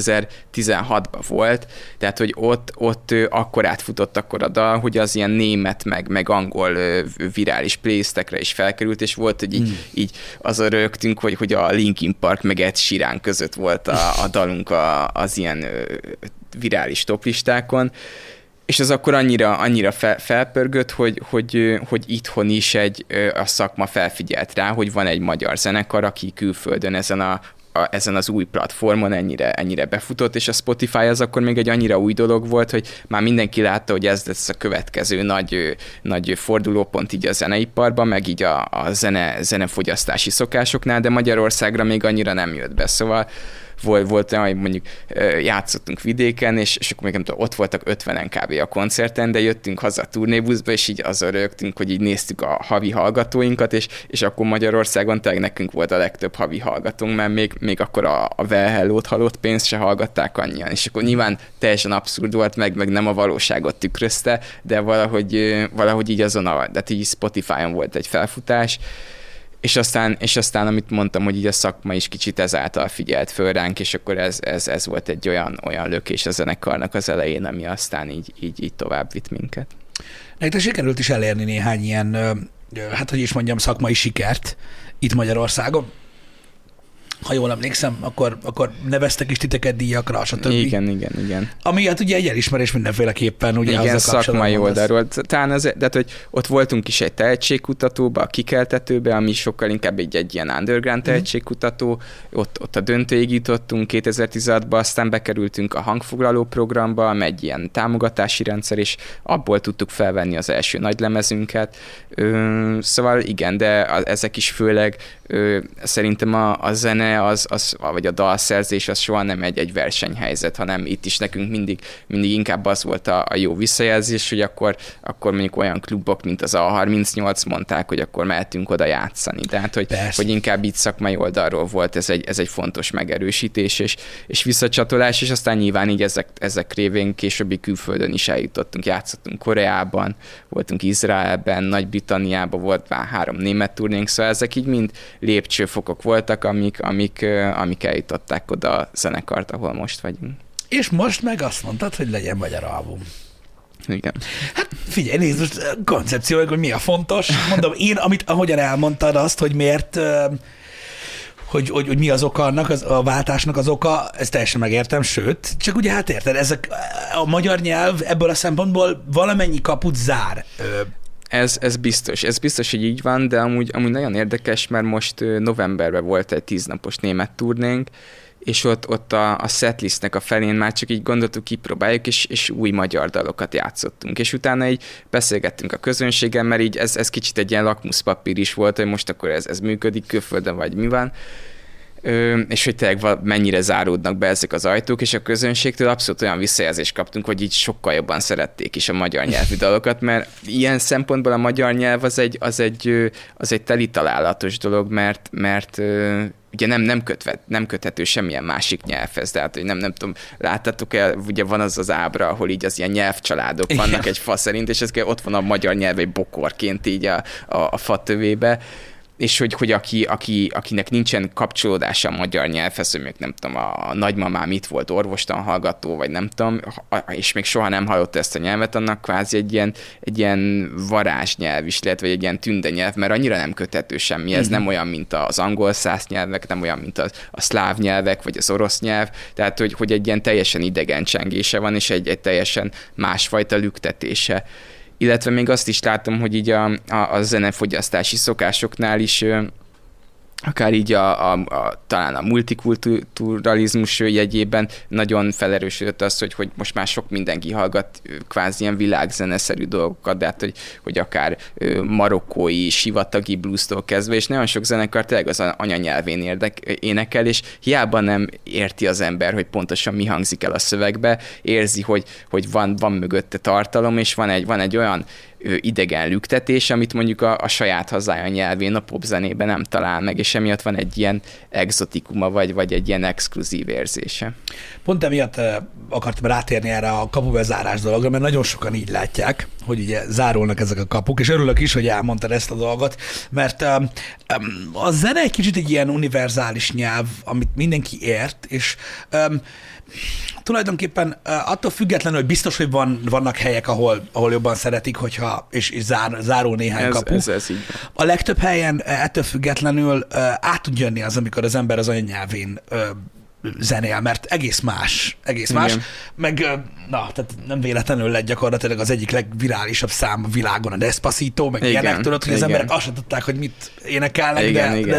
2016-ban volt, tehát hogy ott akkor átfutott akkor a dal, hogy az ilyen német meg angol virális playlistekre is felkerült, és volt, hogy így azon rögtünk, hogy a Linkin Park meg Ed Sheeran között volt a dalunk az ilyen virális toplistákon, és az akkor annyira felpörgött, hogy itthon is a szakma felfigyelt rá, hogy van egy magyar zenekar, aki külföldön ezen az új platformon ennyire befutott, és a Spotify az akkor még egy annyira új dolog volt, hogy már mindenki látta, hogy ez lesz a következő nagy fordulópont így a zeneiparban, meg így a zenefogyasztási szokásoknál, de Magyarországra még annyira nem jött be, szóval volt olyan, hogy mondjuk játszottunk vidéken, és akkor még nem tudom, ott voltak 50-en kb. A koncerten, de jöttünk haza a turnébuszba, és így azzal rögtünk, hogy így néztük a havi hallgatóinkat, és akkor Magyarországon tényleg nekünk volt a legtöbb havi hallgatónk, mert még akkor a Well Hello-t halott pénzt se hallgatták annyian, és akkor nyilván teljesen abszurd volt, meg nem a valóságot tükrözte, de valahogy így de így Spotify-on volt egy felfutás, és aztán, amit mondtam, hogy így a szakma is kicsit ezáltal figyelt föl ránk, és akkor ez volt egy olyan lökés a zenekarnak az elején, ami aztán így tovább vitt minket. Nektek sikerült is elérni néhány ilyen, hát hogy is mondjam, szakmai sikert itt Magyarországon. Ha jól emlékszem, akkor neveztek is titeket díjakra, stb. Igen. Ami hát ugye egy elismerés mindenféleképpen. Ugye igen, szakmai oldalról. Talán de hogy ott voltunk is egy tehetségkutatóba, a Kikeltetőbe, ami sokkal inkább egy ilyen underground tehetségkutató. Ott a döntőig jutottunk 2016-ban, aztán bekerültünk a hangfoglaló programba, ami egy ilyen támogatási rendszer, és abból tudtuk felvenni az első nagylemezünket. Szóval igen, de ezek is főleg szerintem a zene, vagy a dalszerzés az soha nem egy versenyhelyzet, hanem itt is nekünk mindig inkább az volt a jó visszajelzés, hogy akkor mondjuk olyan klubok, mint az A38 mondták, hogy akkor mehetünk oda játszani. Tehát, hogy inkább itt szakmai oldalról volt ez egy fontos megerősítés és visszacsatolás, és aztán nyilván így ezek révén későbbi külföldön is eljutottunk. Játszottunk Koreában, voltunk Izraelben, Nagy-Britanniában, volt már 3 német turnénk, szóval ezek így mind lépcsőfokok voltak, amik eljutották oda a zenekart, ahol most vagyunk. És most meg azt mondtad, hogy legyen magyar album. Igen. Hát figyelj, nézd, most koncepció, hogy mi a fontos. Mondom, ahogyan elmondtad azt, hogy miért, hogy mi az oka annak, a váltásnak az oka, ezt teljesen megértem, sőt, csak ugye hát érted, a magyar nyelv ebből a szempontból valamennyi kaput zár. Ez biztos, hogy így van, de amúgy nagyon érdekes, mert most novemberben volt egy 10 napos német turnénk, és ott a setlistnek a felén már csak így gondoltuk, kipróbáljuk, és új magyar dalokat játszottunk. És utána így beszélgettünk a közönséggel, mert így ez kicsit egy ilyen lakmuszpapír is volt, hogy most akkor ez működik külföldön, vagy mi van. És hogy tényleg mennyire záródnak be ezek az ajtók, és a közönségtől abszolút olyan visszajelzést kaptunk, hogy így sokkal jobban szerették is a magyar nyelvű dalokat, mert ilyen szempontból a magyar nyelv az egy teli találatos dolog, mert ugye nem köthető semmilyen másik nyelvhez, tehát hogy nem tudom, láttátok-e, ugye van az ábra, ahol így az ilyen nyelvcsaládok vannak egy fa szerint, és ott van a magyar nyelv egy bokorként így a fa tövébe, és hogy akinek nincsen kapcsolódása a magyar nyelvhez, hogy még nem tudom, a nagymamám itt volt orvostan hallgató, vagy nem tudom, és még soha nem hallotta ezt a nyelvet, annak kvázi egy ilyen varázsnyelv is lehet, vagy egy ilyen tündenyelv, mert annyira nem köthető semmi, ez nem olyan, mint az angol szász nyelvek, nem olyan, mint a szláv nyelvek, vagy az orosz nyelv, tehát hogy egy ilyen teljesen idegen csengése van, és egy teljesen másfajta lüktetése. Illetve még azt is látom, hogy így a zenefogyasztási szokásoknál is akár így talán a multikulturalizmus jegyében nagyon felerősödött az, hogy most már sok mindenki hallgat kvázi ilyen világzeneszerű dolgokat, de hát, hogy akár marokkói, sivatagi blues-tól kezdve, és nagyon sok zenekar tényleg az anyanyelvén énekel, és hiába nem érti az ember, hogy pontosan mi hangzik el a szövegbe, érzi, hogy van mögötte tartalom, és van egy olyan idegen lüktetés, amit mondjuk a saját hazája nyelvén, a popzenében nem talál meg, és emiatt van egy ilyen exotikuma, vagy egy ilyen exkluzív érzése. Pont emiatt akartam rátérni erre a kapubezárás dologra, mert nagyon sokan így látják, hogy ugye zárulnak ezek a kapuk, és örülök is, hogy elmondtad ezt a dolgot, mert a zene egy kicsit egy ilyen univerzális nyelv, amit mindenki ért, és tulajdonképpen attól függetlenül, hogy biztos, hogy vannak helyek, ahol jobban szeretik, és zárul néhány kapu. Ez így. A legtöbb helyen ettől függetlenül át tud jönni az, amikor az ember az anyanyelvén zenél, mert egész más. Meg, tehát nem véletlenül lett gyakorlatilag az egyik legvirálisabb szám a világon a Despacito, meg ilyenek, tudod, hogy az emberek azt sem tudták, hogy mit énekelnek,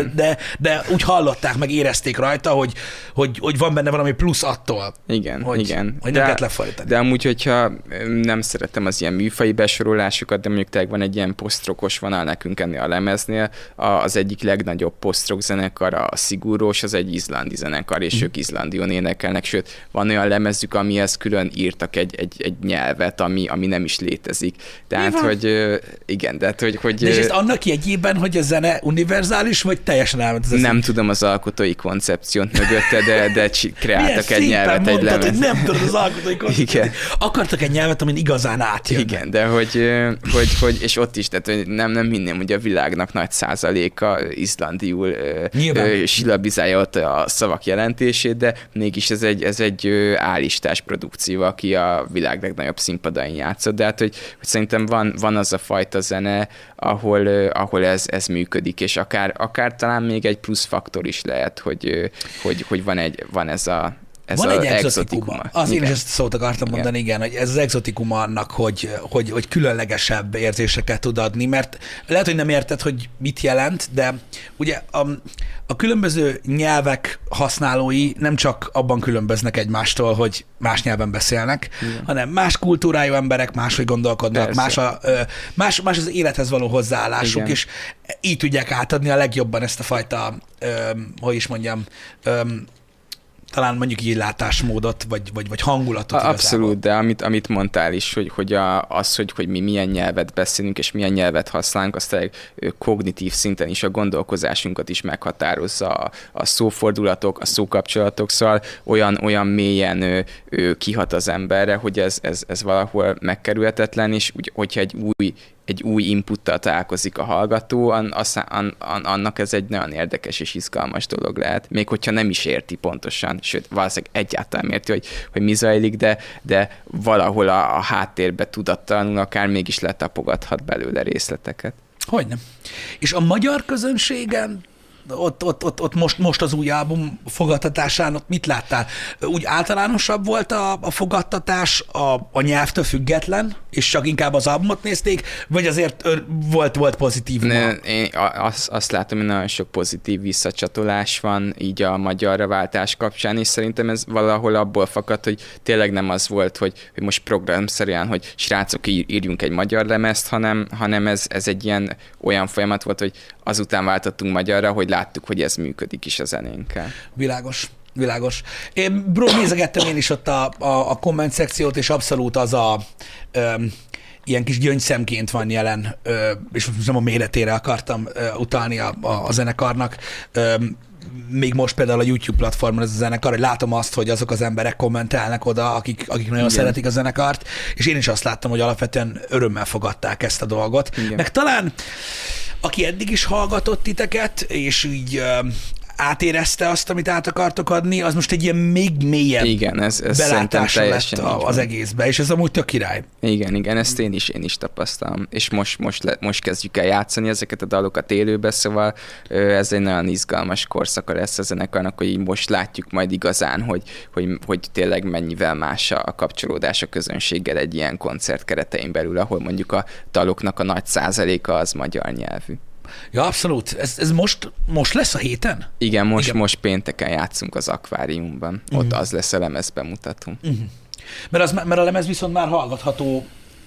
de úgy hallották, meg érezték rajta, hogy van benne valami plusz attól, hogy nem kellett lefordítani. De amúgy, hogyha nem szeretem az ilyen műfaji besorolásokat, de mondjuk tényleg van egy ilyen post-rockos vonal nekünk ennél a lemeznél, az egyik legnagyobb post-rock zenekar, a Sigurós, az egy izlandi zenekar, és ők izlandion énekelnek, sőt, van olyan lemezük, amihez külön írtak egy nyelvet, ami nem is létezik. Tehát, hogy igen, de hogy... De és ezt annak jegyében, hogy a zene univerzális, vagy teljesen elment az nem tudom az alkotói koncepciót mögötte, de kreáltak egy nyelvet, egy lemez. Hogy nem tudod az alkotói koncepciót. Igen. Akartak egy nyelvet, amin igazán átjön. Igen, de hogy és ott is, tehát hogy nem hinném, hogy a világnak nagy százaléka izlandiul silabizálja ott a szavak jelentését, de mégis ez egy állistás produkció, aki a világ legnagyobb színpadain játszott, de hát, hogy szerintem van az a fajta zene, ahol ez működik, és akár talán még egy plusz faktor is lehet, hogy van ez a van egy exotikuma. Én is ezt szót akartam mondani, igen, hogy ez az exotikuma annak, hogy különlegesebb érzéseket tud adni, mert lehet, hogy nem érted, hogy mit jelent, de ugye a különböző nyelvek használói nem csak abban különböznek egymástól, hogy más nyelven beszélnek, hanem más kultúrájú emberek máshogy gondolkodnak, más az élethez való hozzáállásuk, igen. És így tudják átadni a legjobban ezt a fajta, hogy is mondjam, talán mondjuk így látásmódot, vagy hangulatot. Abszolút, igazából. De amit mondtál is, hogy mi milyen nyelvet beszélünk, és milyen nyelvet használunk, azt kognitív szinten is a gondolkozásunkat is meghatározza a szófordulatok, a szókapcsolatok, szóval olyan mélyen kihat az emberre, hogy ez valahol megkerülhetetlen, és hogyha egy új inputtal találkozik a hallgató, annak ez egy nagyon érdekes és izgalmas dolog lehet. Még hogyha nem is érti pontosan, sőt, valószínűleg egyáltalán nem érti, hogy mi zajlik, de valahol a háttérbe tudattalanul akár mégis letapogathat belőle részleteket. Hogyne. És a magyar közönségen ott most az új album fogadtatásán, ott mit láttál? Úgy általánosabb volt a fogadtatás a nyelvtől független, és csak inkább az albumot nézték, vagy azért volt pozitív? Én azt látom, hogy nagyon sok pozitív visszacsatolás van így a magyarra váltás kapcsán, és szerintem ez valahol abból fakad, hogy tényleg nem az volt, hogy most programszerűen, hogy srácok, írjunk egy magyar lemezt, hanem ez egy ilyen olyan folyamat volt, hogy azután váltottunk magyarra, hogy láttuk, hogy ez működik is a zenénkkel. Világos. Én nézegettem én is ott a komment szekciót, és abszolút az ilyen kis gyöngyszemként van jelen, és nem a méretére akartam utalni a zenekarnak. Még most például a YouTube platformon ez a zenekar, hogy látom azt, hogy azok az emberek kommentelnek oda, akik nagyon szeretik a zenekart, és én is azt láttam, hogy alapvetően örömmel fogadták ezt a dolgot. Igen. Meg talán aki eddig is hallgatott titeket, és így átérezte azt, amit át akartok adni, az most egy ilyen még mélyebb belátása lett az egészbe, és ez amúgy tök király. Igen, ezt én is tapasztalom, és most kezdjük el játszani ezeket a dalokat élőbe, szóval ez egy nagyon izgalmas korszaka lesz a zenekarnak, hogy most látjuk majd igazán, hogy tényleg mennyivel más a kapcsolódás a közönséggel egy ilyen koncert keretein belül, ahol mondjuk a daloknak a nagy százaléka az magyar nyelvű. Ja, abszolút. Ez most lesz a héten? Igen, most pénteken játszunk az akváriumban. Ott az lesz a lemezbemutató. Mert a lemez viszont már hallgatható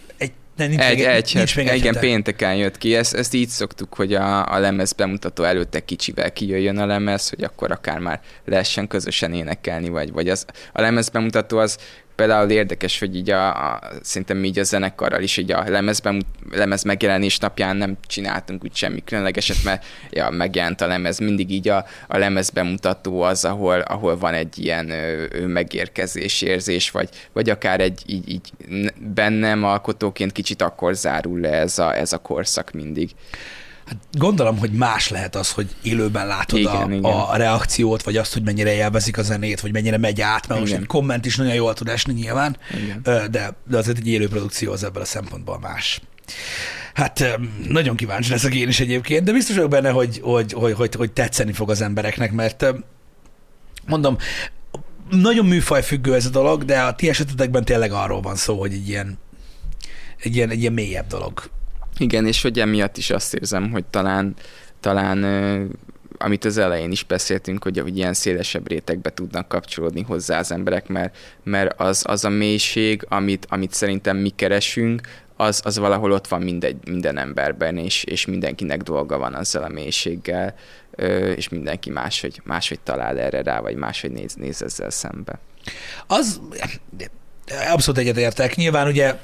nincs még igen, pénteken jött ki. Ezt így szoktuk, hogy a lemez bemutató előtte kicsivel kijöjjön a lemez, hogy akkor akár már lehessen közösen énekelni, vagy a lemez bemutató az például érdekes, hogy így szerintem így a zenekarral is így a lemez megjelenés napján nem csináltunk úgy semmi különlegeset, mert megjelent a lemez, mindig így a lemez bemutató az, ahol van egy ilyen megérkezés érzés, vagy akár így bennem alkotóként kicsit akkor zárul le ez a korszak mindig. Hát gondolom, hogy más lehet az, hogy élőben látod a reakciót, vagy azt, hogy mennyire élvezik a zenét, vagy mennyire megy át, mert most egy komment is nagyon jól tud esni nyilván, de azért egy élő produkció az ebből a szempontból más. Hát nagyon kíváncsi leszek én is egyébként, de biztos vagyok benne, hogy tetszeni fog az embereknek, mert mondom, nagyon műfajfüggő ez a dolog, de a ti esetetekben tényleg arról van szó, hogy egy ilyen mélyebb dolog. Igen, és hogy emiatt is azt érzem, hogy talán amit az elején is beszéltünk, hogy ilyen szélesebb rétegbe tudnak kapcsolódni hozzá az emberek, mert az a mélység, amit szerintem mi keresünk, az valahol ott van minden emberben, és mindenkinek dolga van azzal a mélységgel, és mindenki máshogy talál erre rá, vagy máshogy néz ezzel szembe. Az abszolút egyetértek. Nyilván ugye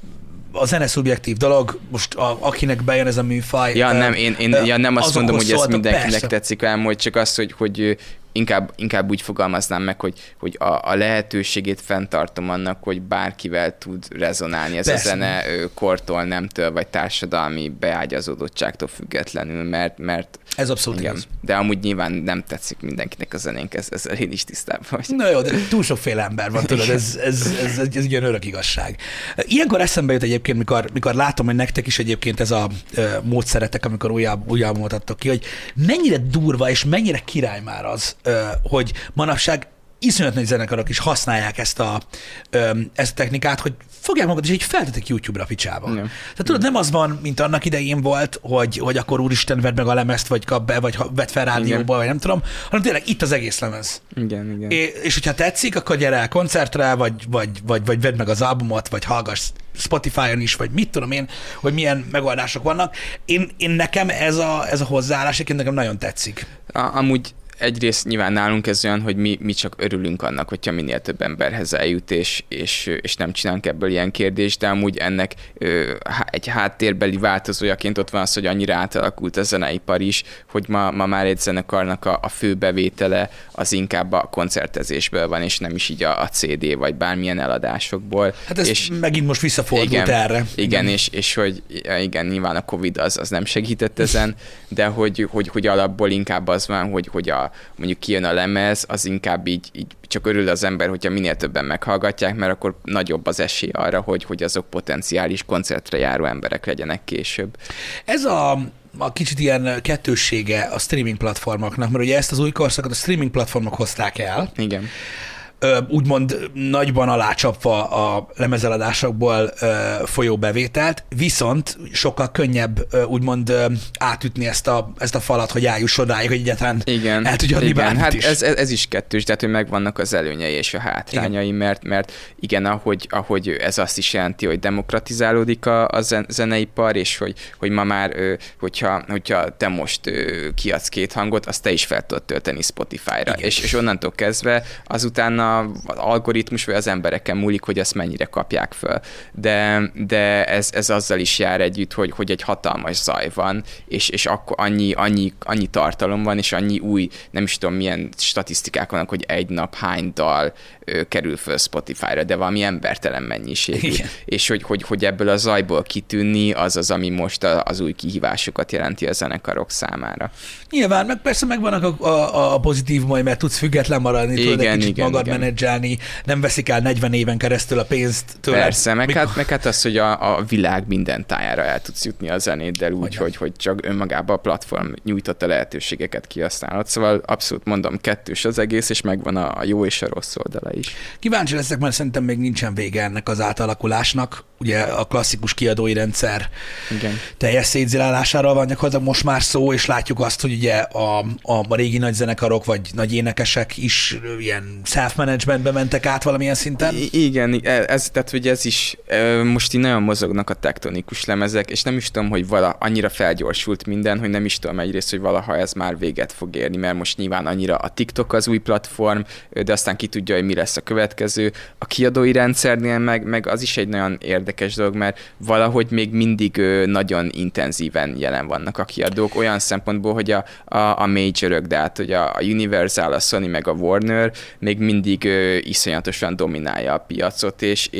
a zene szubjektív dolog, most akinek bejön ez a műfaj... Én nem azt mondom, hogy ez mindenkinek persze. tetszik, hanem hogy csak az, hogy inkább úgy fogalmaznám meg, hogy a lehetőségét fenntartom annak, hogy bárkivel tud rezonálni ez persze. A zene kortól, nemtől, vagy társadalmi beágyazódottságtól függetlenül, mert ez abszolút igaz. De amúgy nyilván nem tetszik mindenkinek a zenénk, ezzel én is tisztában vagy. Na jó, de túl sokféle ember van, tudod, ez egy olyan örök igazság. Ilyenkor eszembe jut egyébként, mikor látom, hogy nektek is egyébként ez a módszeretek, amikor újjából mutattok ki, hogy mennyire durva és mennyire király már az, hogy manapság iszonyat nagy zenekarok is használják ezt a technikát, hogy fogják magukat, és így feltetek YouTube-ra a picsába. Tehát tudod, nem az van, mint annak idején volt, hogy akkor úristen vedd meg a lemezt, vagy kap be, vagy vedd fel rádióba, vagy nem tudom, hanem tényleg itt az egész lemez. Igen. És hogyha tetszik, akkor gyere el koncertre, vagy vedd meg az albumot, vagy hallgass Spotify-on is, vagy mit tudom én, hogy milyen megoldások vannak. Én nekem ez a hozzáállás, nekem nagyon tetszik. Amúgy egyrészt nyilván nálunk ez olyan, hogy mi csak örülünk annak, hogyha minél több emberhez eljut, és nem csinálunk ebből ilyen kérdést, de amúgy ennek egy háttérbeli változójaként ott van az, hogy annyira átalakult a zeneipar is, hogy ma már egy zenekarnak a fő bevétele az inkább a koncertezésből van, és nem is így a CD, vagy bármilyen eladásokból. Hát ez megint most visszafordult erre. Igen, és hogy igen, nyilván a Covid az nem segített ezen, de hogy alapból inkább az van, hogy mondjuk kijön a lemez, az inkább így csak örül az ember, hogyha minél többen meghallgatják, mert akkor nagyobb az esély arra, hogy azok potenciális koncertre járó emberek legyenek később. Ez a kicsit ilyen kettőssége a streaming platformoknak, mert ugye ezt az új korszakot a streaming platformok hozták el. Igen. Úgymond nagyban alácsapva a lemezeladásokból folyó bevételt, viszont sokkal könnyebb úgymond átütni ezt a falat, hogy eljusson rájuk, hogy egyáltalán el tudja adni bármit hát is. Ez is kettős, tehát hogy megvannak az előnyei és a hátrányai, mert igen, ahogy ez azt is jelenti, hogy demokratizálódik a zeneipar, és hogy ma már, hogyha te most kiadsz két hangot, azt te is fel tudod tölteni Spotify-ra, és onnantól kezdve azután az algoritmus vagy az embereken múlik, hogy ezt mennyire kapják föl. De ez azzal is jár együtt, hogy egy hatalmas zaj van, és akkor annyi tartalom van, és annyi új, nem is tudom milyen statisztikák vannak, hogy egy nap hány dal kerül föl Spotify-ra, de valami embertelen mennyiség. És hogy ebből a zajból kitűnni, az, ami most az új kihívásokat jelenti a zenekarok számára. Nyilván, meg persze megvannak a pozitívumai, mert tudsz független maradni, tudod egy kicsit magad menedzselni, nem veszik el 40 éven keresztül a pénzt tőle. Persze, meg hát az, hogy a világ minden tájára el tudsz jutni a zenéddel úgy, hogy csak önmagában a platform nyújtotta lehetőségeket kihasználod. Szóval abszolút mondom, kettős az egész, és megvan a jó és a rossz oldala is. Kíváncsi leszek, mert szerintem még nincsen vége ennek az átalakulásnak. Ugye a klasszikus kiadói rendszer teljes szétzilálásáról van gyakorlatilag most már szó, és látjuk azt, hogy ugye a régi nagy zenekarok vagy nagy énekesek is ilyen self-managementbe mentek át valamilyen szinten. Igen, tehát hogy ez is most így nagyon mozognak a tektonikus lemezek, és nem is tudom, hogy annyira felgyorsult minden, hogy nem is tudom egyrészt, hogy valaha ez már véget fog érni, mert most nyilván annyira a TikTok az új platform, de aztán ki tudja, hogy mi lesz a következő. A kiadói rendszernél meg az is egy nagyon érdekes dolog, mert valahogy még mindig nagyon intenzíven jelen vannak a kiadók, olyan szempontból, hogy a majorök, de hát hogy a Universal, a Sony meg a Warner még mindig iszonyatosan dominálja a piacot,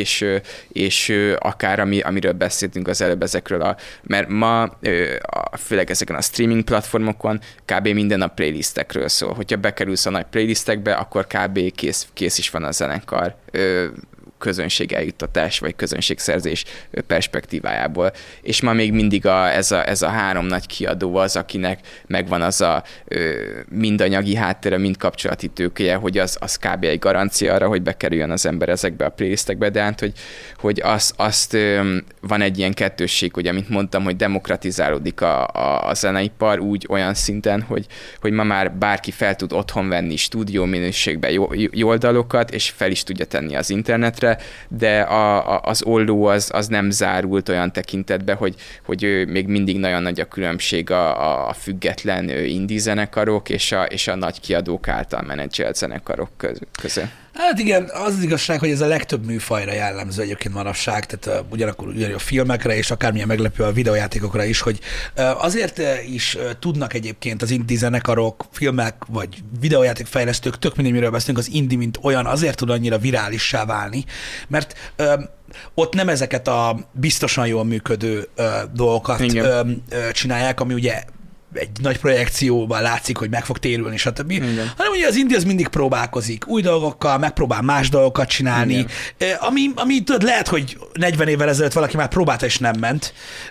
és akár amiről beszéltünk az előbb ezekről, mert ma főleg ezeken a streaming platformokon kb. Minden a playlistekről szól. Hogyha bekerülsz a nagy playlistekbe, akkor kb. kész is van a zenekar közönségeljuttatás vagy közönségszerzés perspektívájából. És ma még mindig ez a három nagy kiadó az, akinek megvan az a mind anyagi háttere, mind kapcsolati tőkéje, hogy az kb. Egy garancia arra, hogy bekerüljön az ember ezekbe a playlistekbe, de hát, hogy azt van egy ilyen kettősség, hogy amint mondtam, hogy demokratizálódik a zeneipar úgy olyan szinten, hogy ma már bárki fel tud otthon venni stúdió minőségben jó dalokat, és fel is tudja tenni az internetre, de az olló az nem zárult olyan tekintetbe, hogy még mindig nagyon nagy a különbség a független indie zenekarok és a nagy kiadók által menedzselt zenekarok között. Hát igen, az igazság, hogy ez a legtöbb műfajra jellemző egyébként manapság, tehát ugyanakkor a filmekre és akármilyen meglepő a videójátékokra is, hogy azért is tudnak egyébként az indie zenekarok, filmek vagy videójátékfejlesztők, tök mindegy, miről beszélünk, az indie, mint olyan, azért tud annyira virálissá válni, mert ott nem ezeket a biztosan jól működő dolgokat csinálják, ami ugye egy nagy projekcióban látszik, hogy meg fog térülni, stb. Hanem ugye az indie az mindig próbálkozik új dolgokkal, megpróbál más dolgokat csinálni, ami tudod, lehet, hogy 40 évvel ezelőtt valaki már próbálta és nem ment,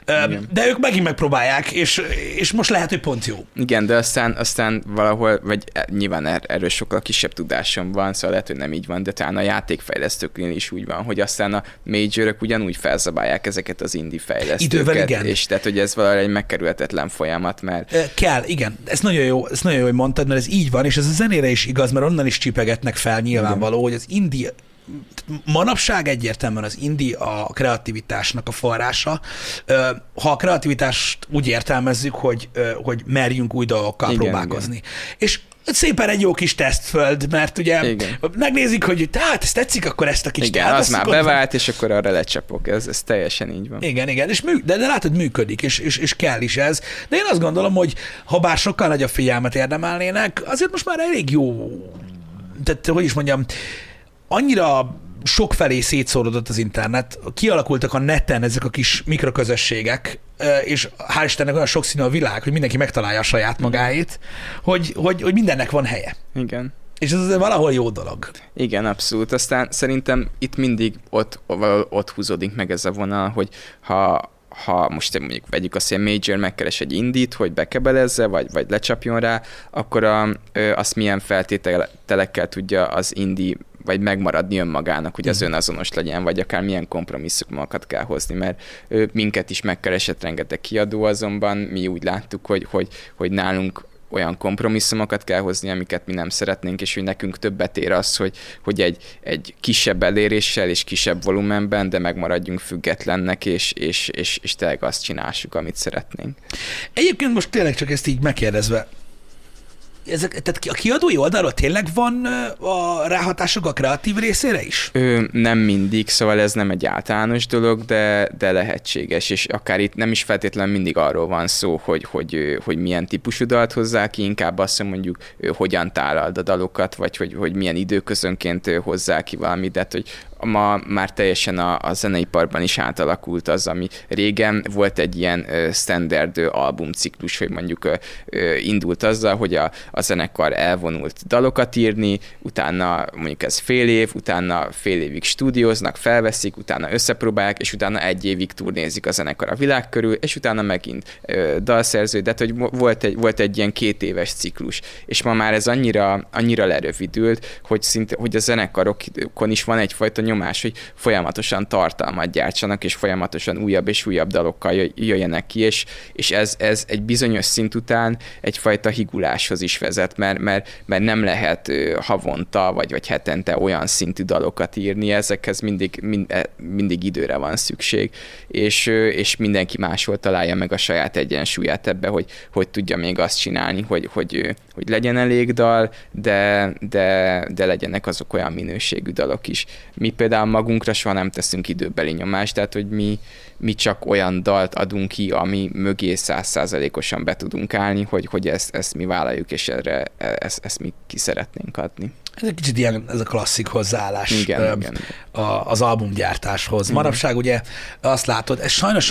de ők megint megpróbálják, és most lehet, hogy pont jó. Igen, de aztán valahol, vagy nyilván erről sokkal kisebb tudásom van, szóval lehet, hogy nem így van, de talán a játékfejlesztőknél is úgy van, hogy aztán a majorok ugyanúgy felzabálják ezeket az indie fejlesztőket. Idővel igen. És tehát, hogy ez valahogy egy megkerülhetetlen folyamat, mert kell, igen. Ez nagyon jó, hogy mondtad, mert ez így van, és ez a zenére is igaz, mert onnan is csipegetnek fel nyilvánvaló, hogy az indie, manapság egyértelműen az indie a kreativitásnak a forrása. Ha a kreativitást úgy értelmezzük, hogy merjünk új dolgokkal próbálkozni. Igen. És szépen egy jó kis tesztföld, mert ugye megnézik, hogy hát ez tetszik, akkor ezt a kis az már bevált, és akkor arra lecsapok. Ez teljesen így van. Igen, és de látod, működik, és kell is ez. De én azt gondolom, hogy ha bár sokkal nagyobb figyelmet érdemelnének, azért most már elég jó, tehát hogy is mondjam, annyira sokfelé szétszórodott az internet, kialakultak a neten ezek a kis mikroközösségek, és hál' Istennek olyan sokszínű a világ, hogy mindenki megtalálja a saját magáét, hogy mindennek van helye. Igen. És ez azért valahol jó dolog. Igen, abszolút. Aztán szerintem itt mindig ott húzódik meg ez a vonal, hogy ha most mondjuk vegyük azt, hogy a major megkeres egy indit, hogy bekebelezze, vagy lecsapjon rá, akkor azt milyen feltételekkel tudja az indie vagy megmaradni önmagának, hogy az önazonos legyen, vagy akár milyen kompromisszumokat kell hozni, mert minket is megkeresett rengeteg kiadó, azonban mi úgy láttuk, hogy nálunk olyan kompromisszumokat kell hozni, amiket mi nem szeretnénk, és hogy nekünk többet ér az, hogy egy kisebb eléréssel és kisebb volumenben, de megmaradjunk függetlennek, és tényleg azt csináljuk, amit szeretnénk. Egyébként most tényleg csak ezt így megkérdezve, tehát a kiadói oldalról tényleg van a ráhatások a kreatív részére is? Nem mindig, szóval ez nem egy általános dolog, de lehetséges, és akár itt nem is feltétlenül mindig arról van szó, hogy milyen típusú dalt hozzá ki, inkább azt, hogy mondjuk hogyan tálald a dalokat, vagy hogy milyen időközönként hozzá ki valamit, de hogy ma már teljesen a zeneiparban is átalakult az, ami régen volt egy ilyen standard albumciklus, hogy mondjuk indult azzal, hogy a zenekar elvonult dalokat írni, utána mondjuk ez fél év, utána fél évig stúdióznak, felveszik, utána összepróbálják, és utána egy évig turnézik a zenekar a világ körül, és utána megint dalszerző, de hogy volt egy ilyen 2 éves ciklus. És ma már ez annyira lerövidült, hogy a zenekarokon is van egyfajta nyomás, hogy folyamatosan tartalmat gyártsanak, és folyamatosan újabb és újabb dalokkal jöjjenek ki, és ez egy bizonyos szint után egyfajta higuláshoz is vezet, mert nem lehet havonta vagy hetente olyan szintű dalokat írni, ezekhez mindig időre van szükség, és mindenki máshol találja meg a saját egyensúlyát ebbe, hogy tudja még azt csinálni, hogy legyen elég dal, de legyenek azok olyan minőségű dalok is. Mi például magunkra soha nem teszünk időbeli nyomást, tehát hogy mi csak olyan dalt adunk ki, ami mögé 100%-osan be tudunk állni, hogy ezt mi vállaljuk, és ezt mi ki szeretnénk adni. Ez egy kicsit ilyen, ez a klasszik hozzáállás igen. Az albumgyártáshoz. Manapság ugye azt látod, ez sajnos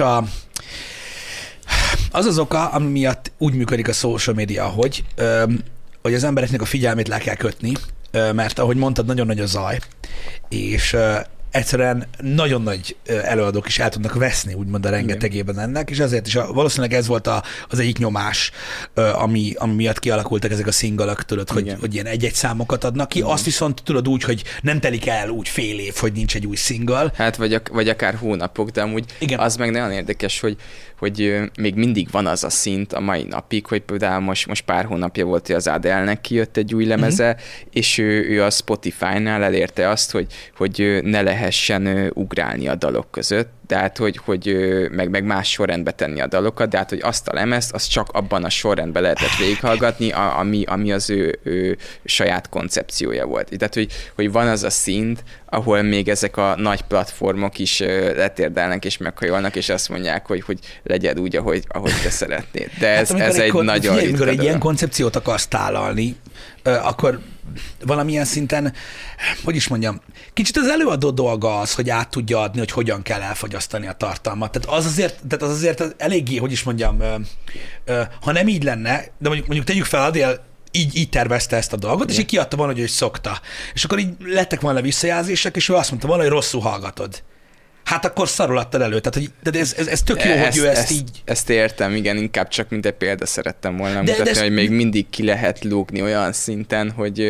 az oka, ami miatt úgy működik a social media, hogy az embereknek a figyelmét le kell kötni, mert ahogy mondtad, nagyon nagy a zaj, és egyszerűen nagyon nagy előadók is el tudnak veszni, úgymond a rengetegében ennek, és ezért is valószínűleg ez volt az egyik nyomás, ami miatt kialakultak ezek a szingolok, tudod, hogy ilyen egy-egy számokat adnak ki. Azt viszont tudod úgy, hogy nem telik el úgy fél év, hogy nincs egy új single. Hát vagy akár hónapok, de amúgy az meg nagyon érdekes, hogy még mindig van az a szint a mai napig, hogy például most pár hónapja volt, hogy az Adele-nek kijött egy új lemeze, és ő a Spotify-nál elérte azt, hogy ne lehessen ugrálni a dalok között, tehát hogy meg más sorrendbe tenni a dalokat, de hát, hogy azt a lemezt, azt csak abban a sorrendben lehetett végighallgatni, ami az ő saját koncepciója volt. Tehát, hogy van az a szint, ahol még ezek a nagy platformok is letérdelnek és meghajolnak, és azt mondják, hogy legyen úgy, ahogy te szeretnéd. De ez egy nagyon ritka dolog. Egy ilyen koncepciót akarsz tálalni, akkor valamilyen szinten, hogy is mondjam, kicsit az előadó dolga az, hogy át tudja adni, hogy hogyan kell elfogyasztani a tartalmat. Tehát az azért eléggé, hogy is mondjam, ha nem így lenne, de mondjuk tegyük fel, Adél így tervezte ezt a dolgot, és így kiadta volna, hogy ő szokta. És akkor így lettek volna visszajelzések, és ő azt mondta volna, hogy rosszul hallgatod. Hát akkor szarul adtad elő. Tehát ez tök jó, hogy ő ezt így... Ezt értem, igen, inkább csak mint egy példa szerettem volna mutatni, hogy még mindig ki lehet lógni olyan szinten,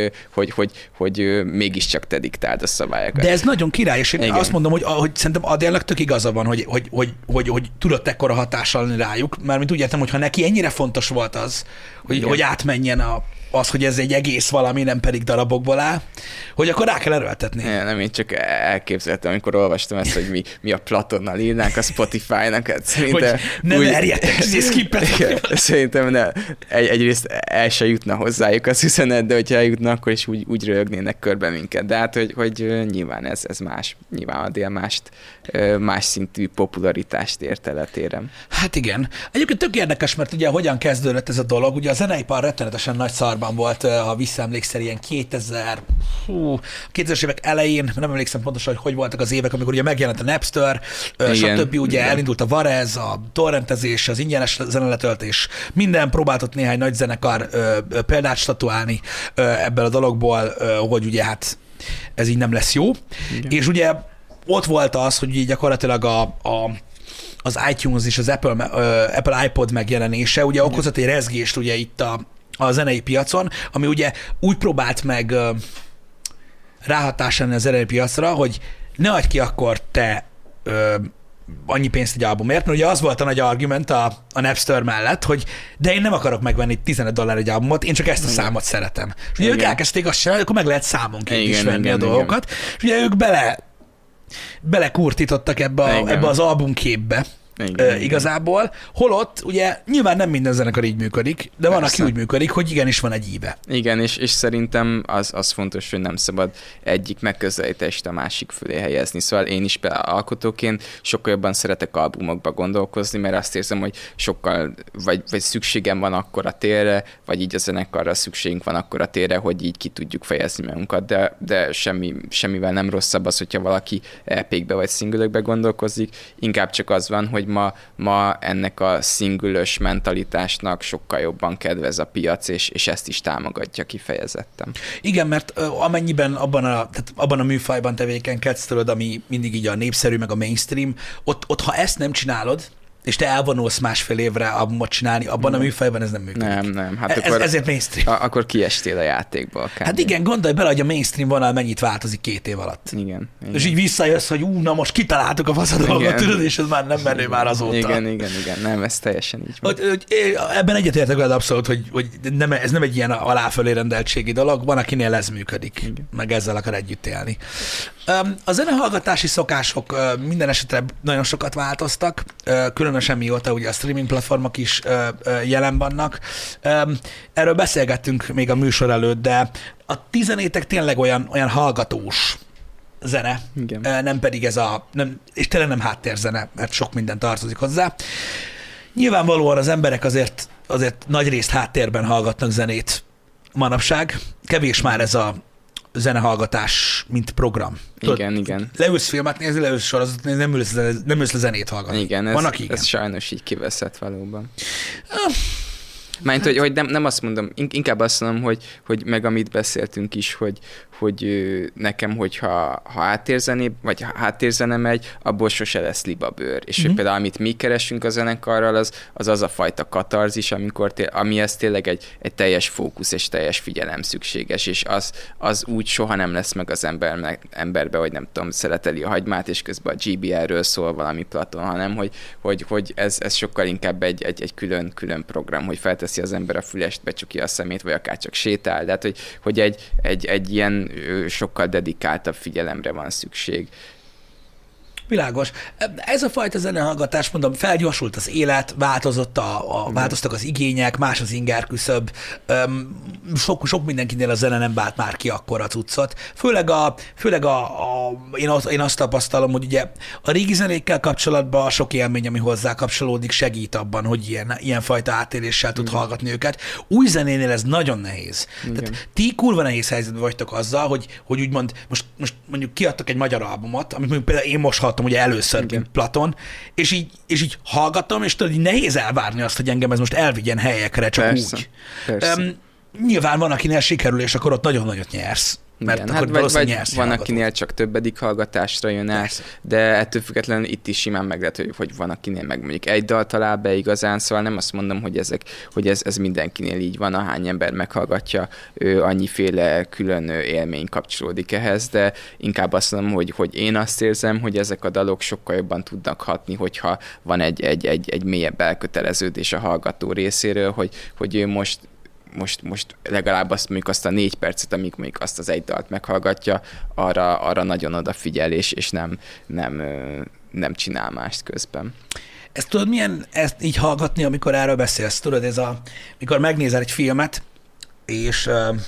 hogy mégiscsak te diktáld a szabályokat. De ez nagyon király, és én azt mondom, hogy szerintem Adélnek tök igaza van, hogy tudott ekkora hatással lenni rájuk, mert mint úgy értem, hogy ha neki ennyire fontos volt az, hogy átmenjen az, hogy ez egy egész valami, nem pedig darabokból áll, hogy akkor rá kell erőltetni. Nem, én csak elképzeltem, amikor olvastam ezt, hogy mi a Platonnal írnánk a Spotify-nak. Hát hogy ne merjetek, szerintem egyrészt el se jutna hozzájuk az üzenet, de hogyha eljutna, akkor is úgy röhögnének körbe minket. De hát, hogy nyilván ez más. Nyilván Adél más szintű popularitást ért el etérem. Hát igen. Egyébként tök érdekes, mert ugye hogyan kezdődött ez a dolog. Ugye a zeneipar rettenetesen nagy szarban volt, ha visszaemlékszel, ilyen 2000-es évek elején, nem emlékszem pontosan, hogy voltak az évek, amikor ugye megjelent a Napster, stb. Ugye elindult a Varez, a torrentezés, az ingyenes zeneletöltés, minden próbáltott néhány nagy zenekar példát statuálni ebből a dologból, hogy ugye hát ez így nem lesz jó. Igen. És ugye ott volt az, hogy így gyakorlatilag az iTunes és az Apple iPod megjelenése ugye okozott egy rezgést ugye itt a zenei piacon, ami ugye úgy próbált meg ráhatás lenni a zenei piacra, hogy ne adj ki akkor te annyi pénzt egy albumért, mert ugye az volt a nagy argument a Napster mellett, hogy de én nem akarok megvenni $15 egy albumot, én csak ezt a számot szeretem. És ugye ők elkezdték azt csinálni, akkor meg lehet számonként is venni a dolgokat, és ugye ők belekurtítottak ebbe az albumképbe, igazából. Holott ugye nyilván nem minden zenekar így működik, de van, Persze. aki úgy működik, hogy igenis van egy íve. Igen, és szerintem az fontos, hogy nem szabad egyik megközelítést a másik fölé helyezni. Szóval én is például alkotóként sokkal jobban szeretek albumokba gondolkozni, mert azt érzem, hogy sokkal, vagy szükségem van akkor a térre, vagy így a zenekarra szükségünk van akkor a térre, hogy így ki tudjuk fejezni magunkat, de semmivel nem rosszabb az, hogyha valaki EP-kbe vagy single-ökbe gondolkozik, inkább csak az van, hogy ma ennek a single-ös mentalitásnak sokkal jobban kedvez a piac, és ezt is támogatja kifejezetten. Igen, mert amennyiben abban a műfajban tevékenykedsz, tudod, ami mindig így a népszerű, meg a mainstream, ott ha ezt nem csinálod, és te elvonulsz másfél évre albumot csinálni, abban a műfajban ez nem működik. Nem. Hát akkor, ezért mainstream. Akkor kiestél a játékból. Hát igen, gondolj bele, hogy a mainstream vonal mennyit változik 2 év alatt. Igen. És így visszajössz, hogy na most kitaláltuk a faszadolgot, tudod, és ez már nem menő már azóta. Igen. Nem, ez teljesen így van. Ebben egyetértek veled abszolút, hogy ez nem egy ilyen aláfölé rendeltségi dolog, van, akinél ez működik, igen. Meg ezzel akar együtt élni. A zenehallgatási szokások minden esetre nagyon sokat változtak, különösen mióta ugye a streaming platformok is jelen vannak. Erről beszélgettünk még a műsor előtt, de a tizenétek tényleg olyan hallgatós zene, igen. Nem pedig és tényleg nem háttérzene, mert sok minden tartozik hozzá. Nyilvánvalóan az emberek azért nagy részt háttérben hallgatnak zenét manapság. Kevés már ez a zenehallgatás, mint program. Igen. Leülsz filmet nézni, leülsz sorozatot nézni, nem ülsz a zenét hallgatni. Igen, ez sajnos így kiveszett valóban. Mert hogy nem azt mondom, inkább azt mondom, hogy meg amit beszéltünk is, hogy nekem, hogyha háttérzene, vagy háttérzene megy, abból sose lesz libabőr. És hogy például amit mi keresünk a zenekarral, az a fajta katarzis, amihez tényleg egy teljes fókusz és teljes figyelem szükséges, és az úgy soha nem lesz meg az emberbe, hogy nem tudom, szeleteli a hagymát, és közben a GBR-ről szól valami Platon, hanem hogy ez sokkal inkább egy külön program, hogy felteszi az ember a fülest, becsukja a szemét, vagy akár csak sétál, de hogy egy ilyen sokkal dedikáltabb figyelemre van szükség. Világos. Ez a fajta zenehallgatás, mondom, felgyorsult az élet, változtak az igények, más az ingerküszöb, sok mindenkinél a zene nem vált már ki akkora cuccot. Főleg én azt tapasztalom, hogy ugye a régi zenékkel kapcsolatban sok élmény, ami hozzá kapcsolódik, segít abban, hogy ilyenfajta átéléssel tud hallgatni őket. Új zenénél ez nagyon nehéz. Tehát ti kurva nehéz helyzetben vagytok azzal, hogy úgymond most mondjuk kiadtak egy magyar albumot, amit mondjuk például én most hallottam ugye először, mint Platon, és így hallgatom, és tudod, így nehéz elvárni azt, hogy engem ez most elvigyen helyekre, csak persze, úgy. Persze. Nyilván van, akinél sikerül, és akkor ott nagyon nagyot nyersz. Mert igen, akkor vagy nyersz van, akinél csak többedik hallgatásra jön el, de ettől függetlenül itt is simán meg lehet, hogy van, akinél meg mondjuk egy dal talál be igazán, szóval nem azt mondom, hogy ez mindenkinél így van, ahány ember meghallgatja, annyiféle külön élmény kapcsolódik ehhez, de inkább azt mondom, hogy én azt érzem, hogy ezek a dalok sokkal jobban tudnak hatni, hogyha van egy mélyebb elköteleződés a hallgató részéről, hogy ő most legalább azt a 4 percet, amíg mondjuk azt az egy dalt meghallgatja, arra nagyon odafigyel, és nem csinál mást közben. Ezt tudod, milyen ezt így hallgatni, amikor erről beszélsz? Tudod, mikor megnézel egy filmet, és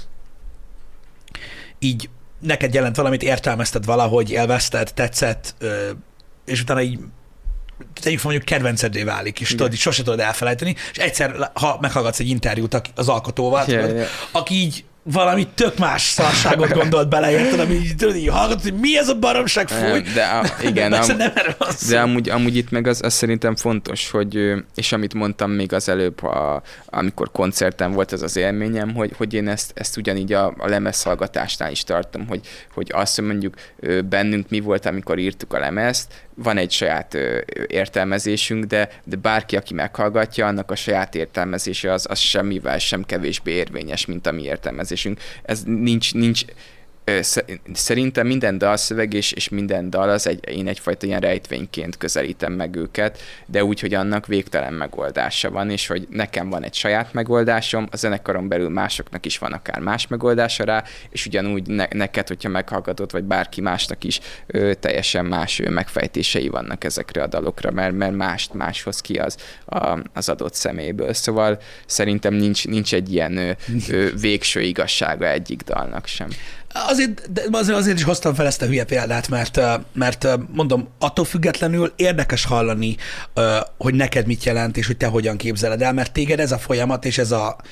így neked jelent valamit, értelmezted valahogy, élvezted, tetszett, és utána így tegyük fel, mondjuk kedvencedé válik, és tudod, így sose tudod elfelejteni, és egyszer, ha meghallgatsz egy interjút az alkotóval, tudod, aki így valami tök más szarságot gondolt bele, érted, ami így hallgatod, hogy mi ez a baromság, fúj. De amúgy itt meg az szerintem fontos, hogy, és amit mondtam még az előbb, amikor koncerten volt az élményem, hogy én ezt ugyanígy a lemezhallgatásnál is tartom, hogy azt mondjuk bennünk mi volt, amikor írtuk a lemezt, van egy saját értelmezésünk, de bárki, aki meghallgatja, annak a saját értelmezése az semmivel sem kevésbé érvényes, mint a mi értelmezésünk. Ez nincs Szerintem minden dalszöveg és minden dal, én egyfajta ilyen rejtvényként közelítem meg őket, de úgy, hogy annak végtelen megoldása van, és hogy nekem van egy saját megoldásom, a zenekaron belül másoknak is van akár más megoldása rá, és ugyanúgy neked, hogyha meghallgatod, vagy bárki másnak is teljesen más megfejtései vannak ezekre a dalokra, mert máshoz ki az adott személyből. Szóval szerintem nincs egy ilyen végső igazsága egyik dalnak sem. Azért is hoztam fel ezt a hülye példát, mert mondom, attól függetlenül érdekes hallani, hogy neked mit jelent, és hogy te hogyan képzeled el, mert téged ez a folyamat, és ez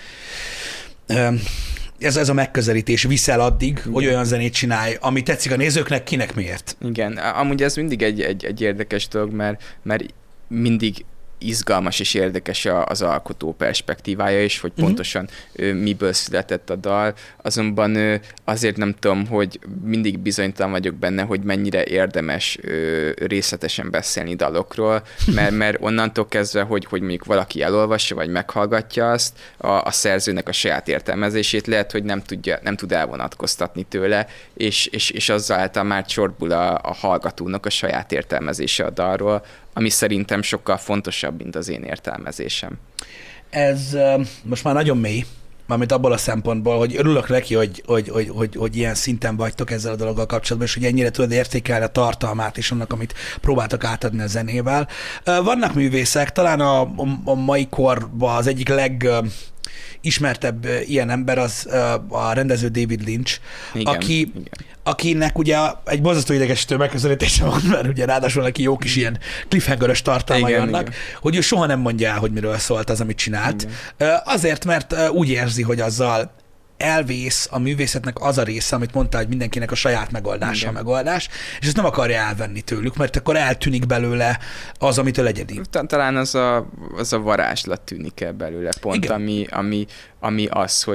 a megközelítés visz el addig, hogy olyan zenét csinálj, ami tetszik a nézőknek, kinek miért. Igen, amúgy ez mindig egy érdekes dolog, mert mindig izgalmas és érdekes az alkotó perspektívája is, hogy pontosan miből született a dal, azonban azért nem tudom, hogy mindig bizonytalan vagyok benne, hogy mennyire érdemes részletesen beszélni dalokról, mert onnantól kezdve, hogy mondjuk valaki elolvassa, vagy meghallgatja azt, a szerzőnek a saját értelmezését lehet, hogy nem tud elvonatkoztatni tőle, és azáltal már csorbul a hallgatónak a saját értelmezése a dalról, ami szerintem sokkal fontosabb, mint az én értelmezésem. Ez most már nagyon mély, mármint abból a szempontból, hogy örülök neki, hogy ilyen szinten vagytok ezzel a dologgal kapcsolatban, és hogy ennyire tudod értékelni a tartalmát és annak, amit próbáltak átadni a zenével. Vannak művészek, talán a mai korban az egyik ismertebb ilyen ember az a rendező David Lynch, igen. Akinek ugye egy borzasztó idegesítő megközelítése van, mert ugye ráadásul neki jó kis ilyen cliffhangeres tartalmai vannak, hogy ő soha nem mondja el, hogy miről szólt az, amit csinált. Igen. Azért, mert úgy érzi, hogy azzal elvész a művészetnek az a része, amit mondta, hogy mindenkinek a saját megoldása a megoldás, és ezt nem akarja elvenni tőlük, mert akkor eltűnik belőle az, amitől egyedi. Talán az a varázslat tűnik el belőle, pont ami az,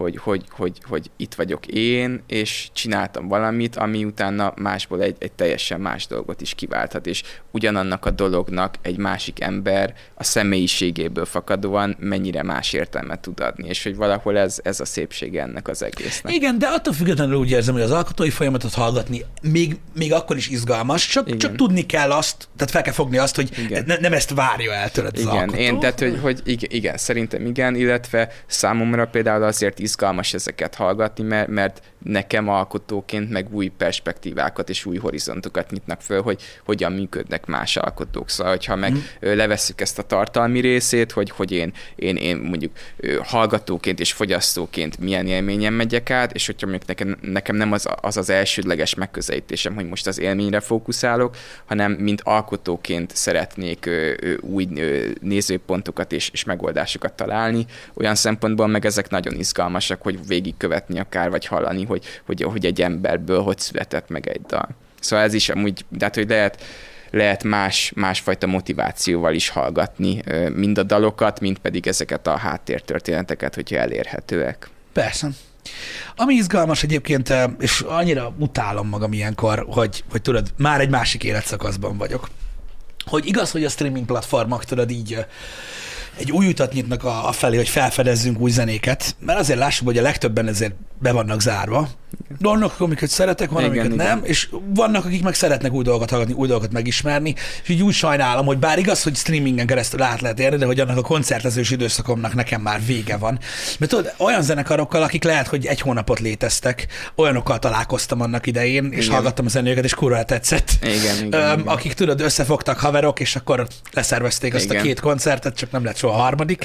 hogy itt vagyok én, és csináltam valamit, ami utána másból egy teljesen más dolgot is kiválthat, és ugyanannak a dolognak egy másik ember a személyiségéből fakadóan mennyire más értelmet tud adni, és hogy valahol ez a szépsége ennek az egésznek. Igen, de attól függetlenül úgy érzem, hogy az alkotói folyamatot hallgatni még akkor is izgalmas, csak tudni kell azt, tehát fel kell fogni azt, hogy nem ezt várja el tőled az alkotó. Igen, szerintem igen, illetve számomra például azért izgalmas ezeket hallgatni, mert nekem alkotóként meg új perspektívákat és új horizontokat nyitnak föl, hogy hogyan működnek más alkotók. Szóval, hogyha meg levesszük ezt a tartalmi részét, hogy én mondjuk hallgatóként és fogyasztóként milyen élményen megyek át, és hogyha mondjuk nekem nem az elsődleges megközelítésem, hogy most az élményre fókuszálok, hanem mint alkotóként szeretnék új nézőpontokat és megoldásokat találni. Olyan szempontból meg ezek nagyon izgalmasak, hogy végigkövetni akár, vagy hallani, hogy egy emberből hogy született meg egy dal. Szóval ez is amúgy, tehát hogy lehet másfajta motivációval is hallgatni, mind a dalokat, mind pedig ezeket a háttértörténeteket, hogyha elérhetőek. Persze. Ami izgalmas egyébként, és annyira utálom magam ilyenkor, hogy tudod, már egy másik életszakaszban vagyok. Hogy igaz, hogy a streaming platformok tudod így egy új utat nyitnak afelé, hogy felfedezzünk új zenéket, mert azért lássuk, hogy a legtöbben ezért be vannak zárva. Vannak, amiket szeretek, van, amiket nem, és vannak, akik meg szeretnek új dolgokat hallgatni, új dolgokat megismerni, és így úgy sajnálom, hogy bár igaz, hogy streamingen keresztül át lehet érni, de hogy annak a koncertezős időszakomnak nekem már vége van. Mert tudod, olyan zenekarokkal, akik lehet, hogy egy hónapot léteztek, olyanokkal találkoztam annak idején, és hallgattam a zenéjüket, és kurva tetszett. Igen. Akik tudod, összefogtak haverok, és akkor leszervezték azt a 2 koncertet, csak nem lett soha a harmadik.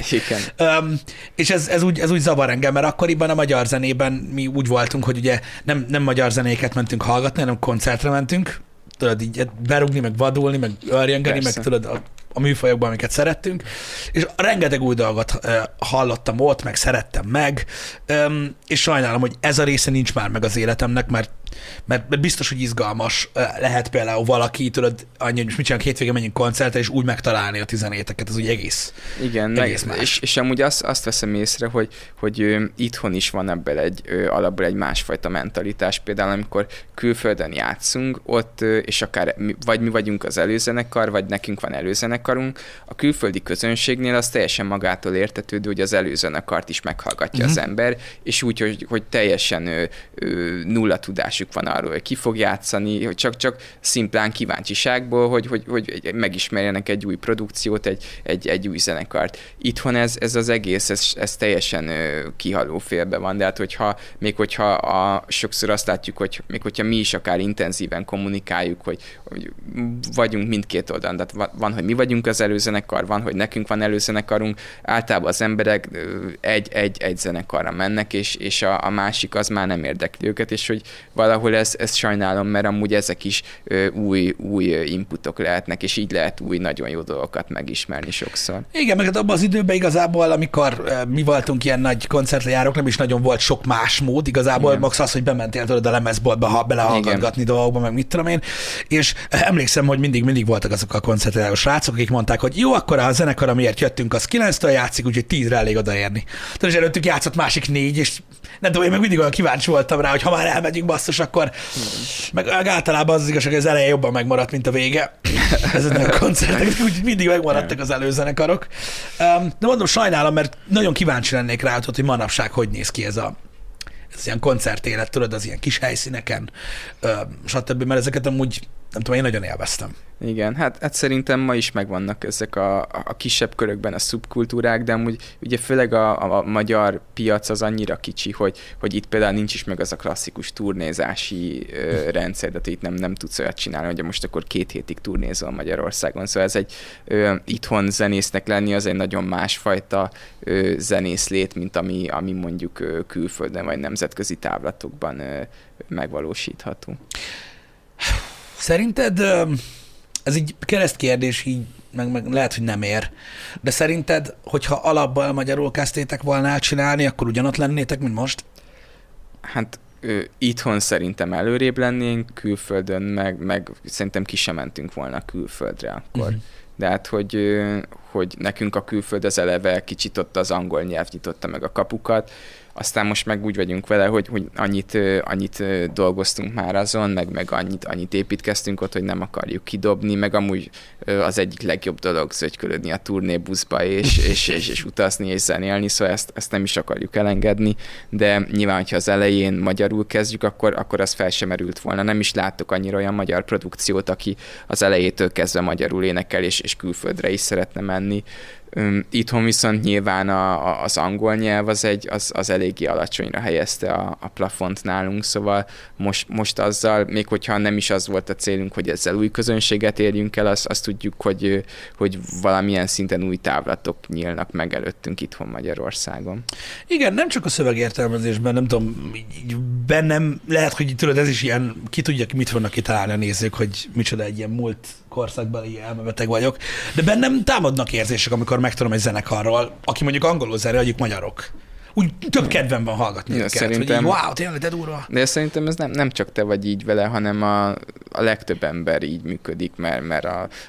És ez úgy zavar engem, mert akkoriban a magyar zenében mi úgy voltunk, hogy ugye nem magyar zenéket mentünk hallgatni, hanem koncertre mentünk, tudod így berúgni, meg vadulni, meg örjengeni, meg tudod a műfajokban, amiket szerettünk, és rengeteg új dolgot hallottam ott, meg szerettem meg, és sajnálom, hogy ez a része nincs már meg az életemnek, mert mert biztos, hogy izgalmas lehet például valaki, tudod, annyi, hogy most mit csinálunk, hétvégén menjünk koncertre, és úgy megtalálni a 17-eket, az úgy egész. Igen, egész más. És amúgy azt veszem észre, hogy itthon is van ebből alapból egy másfajta mentalitás. Például amikor külföldön játszunk, ott, és akár vagy mi vagyunk az előzenekar, vagy nekünk van előzenekarunk, a külföldi közönségnél az teljesen magától értetődő, hogy az előzenekart is meghallgatja az ember, és úgy, hogy teljesen nulla tudásuk van arról, hogy ki fog játszani, hogy csak szimplán kíváncsiságból, hogy megismerjenek egy új produkciót, egy új zenekart. Itthon ez az egész, ez teljesen kihaló félbe van, de hát még hogyha sokszor azt látjuk, hogy még hogyha mi is akár intenzíven kommunikáljuk, hogy vagyunk mindkét oldalon, tehát van, hogy mi vagyunk az előzenekar, van, hogy nekünk van előzenekarunk, általában az emberek egy zenekarra mennek, és a másik az már nem érdekli őket, és hogy valahol ezt sajnálom, mert amúgy ezek is új inputok lehetnek, és így lehet új, nagyon jó dolgokat megismerni sokszor. Igen, meg abban az időben igazából, amikor mi voltunk ilyen nagy koncertre járók, nem is nagyon volt sok más mód, igazából max az, hogy bementél tudod a lemezboltba, belehallgatgatni dolgokba, meg mit tudom én, és emlékszem, hogy mindig voltak azok a koncertre járó srácok, akik mondták, hogy jó, akkor a zenekar, amiért jöttünk, az 9-től játszik, úgyhogy 10-re elég odaérni. Tehát és előttük játszott másik 4, és nem tudom, én meg mindig olyan kíváncsi voltam rá, hogy ha már elmegyünk basszus, akkor meg általában az igazság, hogy az eleje jobban megmaradt, mint a vége. Ezeknek a koncertek, úgyhogy mindig megmaradtak az előzenekar. De mondom, sajnálom, mert nagyon kíváncsi lennék rá, hogy manapság hogy néz ki ez ilyen koncertélet, tudod, az ilyen kis helyszíneken, stb. Mert ezeket amúgy, nem tudom, én nagyon élveztem. Igen, hát szerintem ma is megvannak ezek a kisebb körökben a szubkultúrák, de amúgy ugye főleg a magyar piac az annyira kicsi, hogy itt például nincs is meg az a klasszikus turnézási rendszer, de itt nem tudsz olyat csinálni, hogy most akkor 2 hétig turnézol Magyarországon. Szóval ez egy itthon zenésznek lenni, az egy nagyon másfajta zenészlét, mint ami mondjuk külföldön vagy nemzetközi távlatokban megvalósítható. Szerinted ez így keresztkérdés, így meg lehet, hogy nem ér, de szerinted, hogyha alapból magyarul kezdtétek volna elcsinálni, akkor ugyanott lennétek, mint most? Hát itthon szerintem előrébb lennénk, külföldön meg szerintem ki sem mentünk volna külföldre akkor. De hát, hogy nekünk a külföld az eleve kicsit ott az angol nyelv nyitotta meg a kapukat, aztán most meg úgy vagyunk vele, hogy annyit dolgoztunk már azon, meg annyit építkeztünk ott, hogy nem akarjuk kidobni, meg amúgy az egyik legjobb dolog zögykölödni a turnébuszba, és utazni, és zenélni, szóval ezt nem is akarjuk elengedni, de nyilván, hogyha az elején magyarul kezdjük, akkor az fel sem merült volna. Nem is láttok annyira olyan magyar produkciót, aki az elejétől kezdve magyarul énekel, és külföldre is szeretne menni. Itthon viszont nyilván az angol nyelv az eléggé alacsonyra helyezte a plafont nálunk, szóval most azzal, még hogyha nem is az volt a célunk, hogy ezzel új közönséget érjünk el, azt tudjuk, hogy valamilyen szinten új távlatok nyílnak meg előttünk itthon Magyarországon. Igen, nem csak a szövegértelmezésben, nem tudom, bennem lehet, hogy tudod, ez is ilyen, ki tudja, mit fognak kitalálni a nézők, hogy micsoda egy ilyen múlt korszakbeli elmebeteg vagyok, de bennem támadnak érzések, amikor megtudom egy zenekarról, aki mondjuk angolul zenére, vagyunk magyarok. Úgy több kedvem van hallgatni őket, szerintem, hogy így, wow, tényleg, de durva. De szerintem ez nem csak te vagy így vele, hanem a legtöbb ember így működik, mert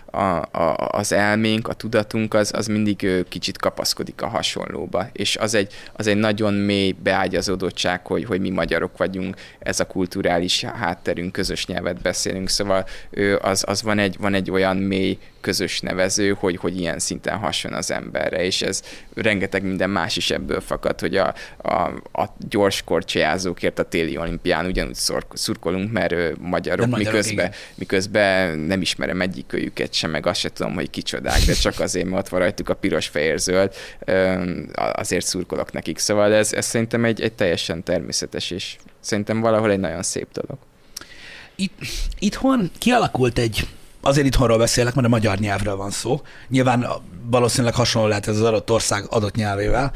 az elménk, a tudatunk az mindig kicsit kapaszkodik a hasonlóba, és az egy nagyon mély beágyazódottság, hogy mi magyarok vagyunk, ez a kulturális hátterünk, közös nyelvet beszélünk, szóval az van egy olyan mély közös nevező, hogy ilyen szinten hason az emberre, és ez rengeteg minden más is ebből fakad, hogy a gyors korcsolyázókért a téli olimpián ugyanúgy szurkolunk, mert magyarok, miközben nem ismerem egyikőjüket sem, meg azt se tudom, hogy kicsodák, de csak azért, mert ott van rajtuk a piros-fehér-zöld, azért szurkolok nekik. Szóval ez szerintem egy teljesen természetes, és szerintem valahol egy nagyon szép dolog. Itthon kialakult azért itthonról beszélek, mert a magyar nyelvről van szó. Nyilván valószínűleg hasonló lehet ez az adott ország adott nyelvével.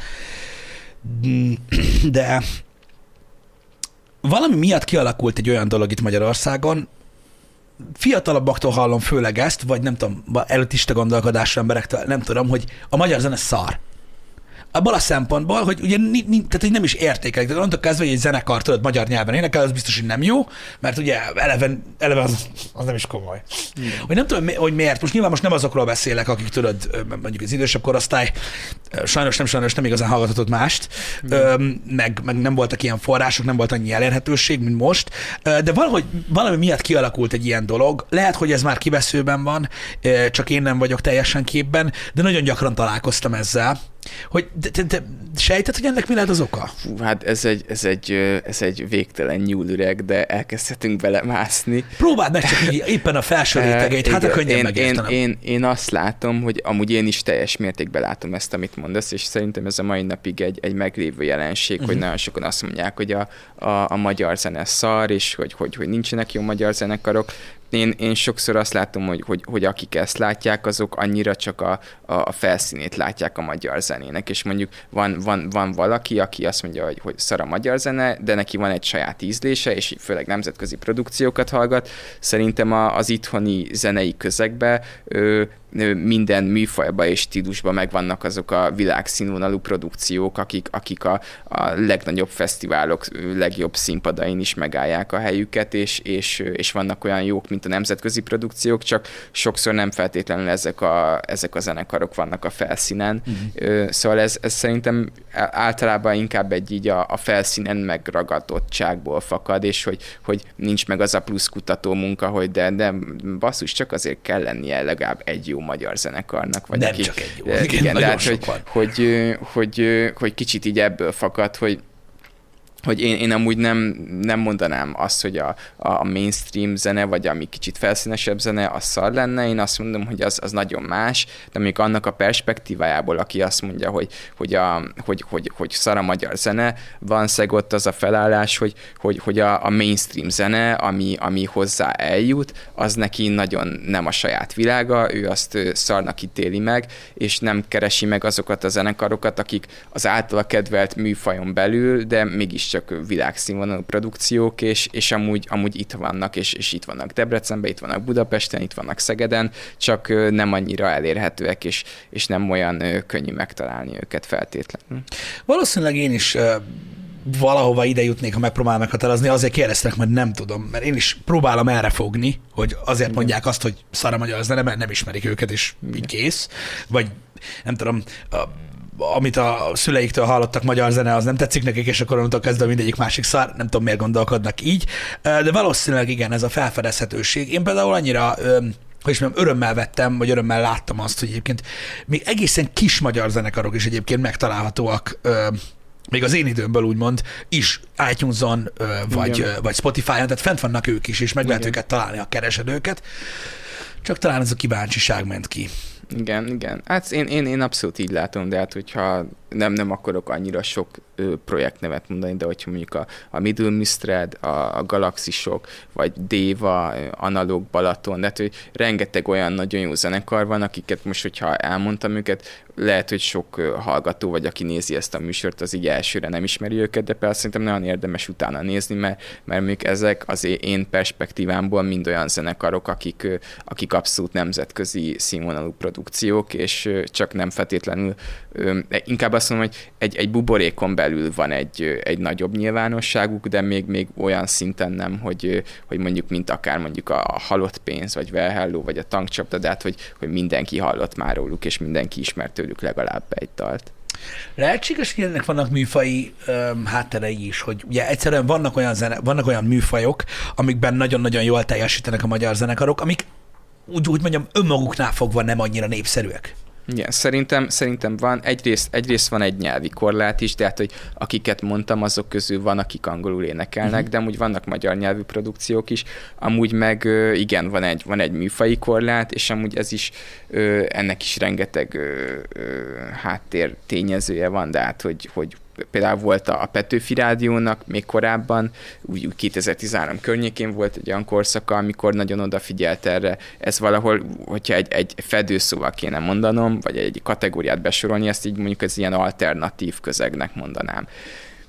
De valami miatt kialakult egy olyan dolog itt Magyarországon, fiatalabbaktól hallom főleg ezt, vagy nem tudom, elitista gondolkodású emberektől, nem tudom, hogy a magyar zene szar. abból a szempontból, hogy ugye tehát, hogy nem is értékelik. Tehát onnantól kezdve, hogy egy zenekar tudod magyar nyelven énekel, az biztos, hogy nem jó, mert ugye eleve az nem is komoly. Hogy nem tudom, hogy miért. Most nem azokról beszélek, akik tudod, mondjuk az idősebb korosztály, sajnos nem igazán hallgathatott mást, meg nem voltak ilyen források, nem volt annyi elérhetőség, mint most, de valami miatt kialakult egy ilyen dolog. Lehet, hogy ez már kiveszőben van, csak én nem vagyok teljesen képben, de nagyon gyakran találkoztam ezzel, hogy te sejted, hogy ennek mi lehet az oka? Fú, hát ez egy végtelen nyúlüreg, de elkezdhetünk belemászni. Próbáld meg csak így éppen a felső rétegeit, hát a könnyen megértenem. Én azt látom, hogy amúgy én is teljes mértékben látom ezt, amit mondasz, és szerintem ez a mai napig egy meglévő jelenség, hogy nagyon sokan azt mondják, hogy a magyar zene szar, és hogy nincsenek jó magyar zenekarok. Én sokszor azt látom, hogy akik ezt látják, azok annyira csak a felszínét látják a magyar zenének, és mondjuk van valaki, aki azt mondja, hogy szar a magyar zene, de neki van egy saját ízlése, és főleg nemzetközi produkciókat hallgat. Szerintem az itthoni zenei közegben minden műfajban és stílusban megvannak azok a világszínvonalú produkciók, akik a legnagyobb fesztiválok legjobb színpadain is megállják a helyüket, és vannak olyan jók, mint a nemzetközi produkciók, csak sokszor nem feltétlenül ezek a zenekarok vannak a felszínen. Szóval ez szerintem általában inkább egy így a felszínen megragadottságból fakad, és hogy nincs meg az a plusz kutató munka, hogy de basszus, csak azért kell lennie legalább egy jó magyar zenekarnak. Vagy nem csak egy jó. Igen, de hát, hogy kicsit így ebből fakad, hogy én amúgy nem mondanám azt, hogy a mainstream zene, vagy ami kicsit felszínesebb zene, az szar lenne. Én azt mondom, hogy az nagyon más, de még annak a perspektívájából, aki azt mondja, hogy szar a magyar zene, van ott az a felállás, hogy a mainstream zene, ami hozzá eljut, az neki nagyon nem a saját világa, ő azt szarnak ítéli meg, és nem keresi meg azokat a zenekarokat, akik az általa kedvelt műfajon belül, de mégis csak világszínvonalú produkciók, és amúgy itt vannak, és itt vannak Debrecenben, itt vannak Budapesten, itt vannak Szegeden, csak nem annyira elérhetőek, és nem olyan könnyű megtalálni őket feltétlenül. Valószínűleg én is valahova ide jutnék, ha megpróbálom meghatározni, azért kérdeztek, mert nem tudom, mert én is próbálom erre fogni, hogy azért mondják azt, hogy szar a magyar zene, mert nem ismerik őket, és így kész. Vagy nem tudom, amit a szüleiktől hallottak magyar zene, az nem tetszik nekik, és akkor onnantól kezdve mindegyik másik szar, nem tudom, miért gondolkodnak így, de valószínűleg igen, ez a felfedezhetőség. Én például annyira örömmel vettem, vagy örömmel láttam azt, hogy egyébként még egészen kis magyar zenekarok is egyébként megtalálhatóak, még az én időmből úgymond is iTunes-on, vagy Spotify-on, tehát fent vannak ők is, és meg lehet őket találni, ha keresed őket. Csak talán ez a kíváncsiság ment ki. Igen. Hát én abszolút így látom, de hát hogyha nem akarok annyira sok projektnevet mondani, de hogyha mondjuk a Middle Mistred, a Galaxisok, vagy Déva, Analóg Balaton, de hát, hogy rengeteg olyan nagyon jó zenekar van, akiket most, hogyha elmondtam őket, lehet, hogy sok hallgató, vagy aki nézi ezt a műsort, az így elsőre nem ismeri őket, de persze szerintem nagyon érdemes utána nézni, mert még ezek az én perspektívámból mind olyan zenekarok, akik abszolút nemzetközi színvonalú produkciók, és csak nem feltétlenül, inkább azt mondom, hogy egy buborékon belül van egy nagyobb nyilvánosságuk, de még olyan szinten nem, hogy mondjuk mint akár mondjuk a Halott pénz, vagy Well Hello, vagy a Tankcsapda, de hát, hogy mindenki hallott már róluk, és mindenki ismert tőlük legalább egy dalt. Lehetséges, hogy ennek vannak műfai hátterei is, hogy ugye egyszerűen vannak olyan műfajok, amikben nagyon-nagyon jól teljesítenek a magyar zenekarok, amik úgy mondjam, önmaguknál fogva nem annyira népszerűek. Igen, szerintem van. Egyrészt van egy nyelvi korlát is, de hát, hogy akiket mondtam, azok közül van, akik angolul énekelnek, de amúgy vannak magyar nyelvű produkciók is. Amúgy meg igen, van egy műfaji korlát, és amúgy ez is, ennek is rengeteg háttér tényezője van, de hát, hogy például volt a Petőfi Rádiónak még korábban, úgy 2013 környékén volt egy olyan korszaka, amikor nagyon odafigyelt erre. Ez valahol, hogyha egy fedőszóval kéne mondanom, vagy egy kategóriát besorolni, ezt így mondjuk ez ilyen alternatív közegnek mondanám.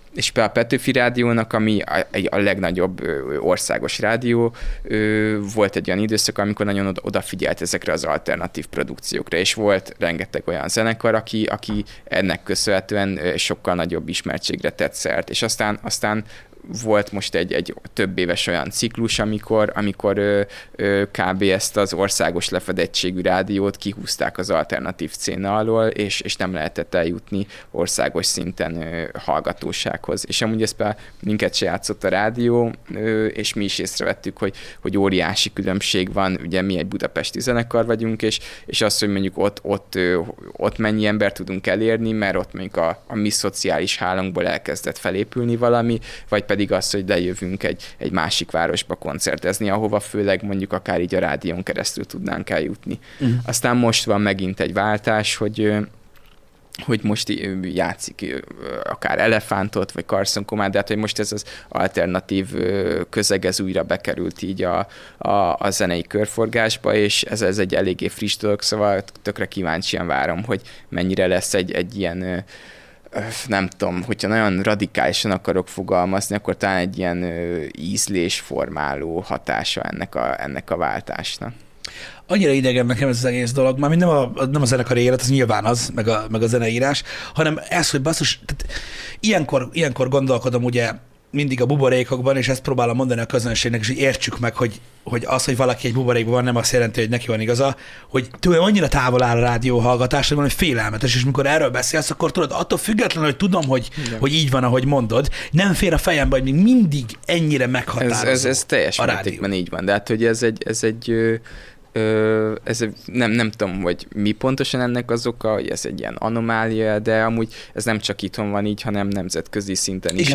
És például a Petőfi Rádiónak, ami a legnagyobb országos rádió, volt egy olyan időszak, amikor nagyon odafigyelt ezekre az alternatív produkciókra, és volt rengeteg olyan zenekar, aki ennek köszönhetően sokkal nagyobb ismertségre tett szert. És aztán volt most egy több éves olyan ciklus, amikor kb. Ezt az országos lefedettségű rádiót kihúzták az alternatív szcéna alól, és nem lehetett eljutni országos szinten hallgatósághoz. És amúgy ez például minket se játszott a rádió, és mi is észrevettük, hogy óriási különbség van, ugye mi egy budapesti zenekar vagyunk, és az, hogy mondjuk ott mennyi embert tudunk elérni, mert ott mondjuk a mi szociális hálónkból elkezdett felépülni valami, vagy pedig az, hogy lejövünk egy másik városba koncertezni, ahova főleg mondjuk akár így a rádión keresztül tudnánk eljutni. Aztán most van megint egy váltás, hogy most játszik akár Elefántot, vagy Carson Commander, hogy most ez az alternatív közeg, ez újra bekerült így a zenei körforgásba, és ez egy eléggé friss dolog, szóval tökre kíváncsian várom, hogy mennyire lesz egy ilyen, nem tudom, hogyha nagyon radikálisan akarok fogalmazni, akkor talán egy ilyen ízlésformáló hatása ennek a váltásnak. Annyira idegen nekem ez az egész dolog, már nem a zenekari élet, az nyilván az, meg a zeneírás, hanem ez, hogy basszus, tehát ilyenkor gondolkodom ugye mindig a buborékokban, és ezt próbálom mondani a közönségnek, és hogy értsük meg, hogy az, hogy valaki egy buborékban van, nem azt jelenti, hogy neki van igaza, hogy tőlem annyira távol áll a rádióhallgatás, hogy valami félelmetes, és mikor erről beszélsz, akkor tudod, attól függetlenül, hogy tudom, hogy így van, ahogy mondod, nem fér a fejembe, hogy még mindig ennyire meghatározó ez teljes mértékben így van, de hát, hogy ez nem tudom, hogy mi pontosan ennek az oka, hogy ez egy ilyen anomália, de amúgy ez nem csak itthon van így, hanem nemzetközi szinten is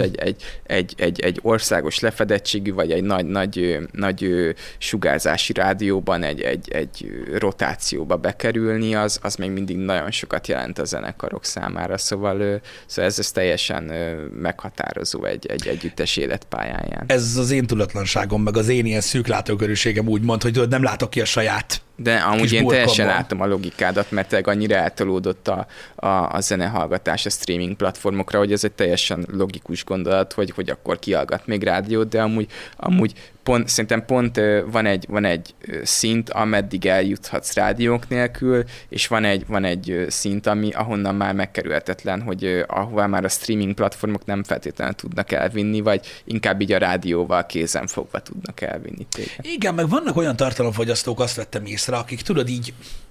egy országos lefedettségű, vagy egy nagy sugárzási rádióban egy rotációba bekerülni, az még mindig nagyon sokat jelent a zenekarok számára, szóval ez teljesen meghatározó egy együttes életpályáján. Ez az én tudatlanságom, meg az én ilyen szűklátókörűségem úgymond, hogy tudod, nem látok ki a saját. De amúgy én teljesen látom a logikádat, mert annyira eltolódott a zenehallgatás a streaming platformokra, hogy ez egy teljesen logikus gondolat, hogy akkor kihallgat még rádiót, de amúgy szerintem pont van egy szint, ameddig eljuthatsz rádiók nélkül, és van egy szint, ahonnan már megkerülhetetlen, hogy ahová már a streaming platformok nem feltétlenül tudnak elvinni, vagy inkább így a rádióval kézen fogva tudnak elvinni téged. Igen, meg vannak olyan tartalomfogyasztók, azt vettem észre, akik tudod így,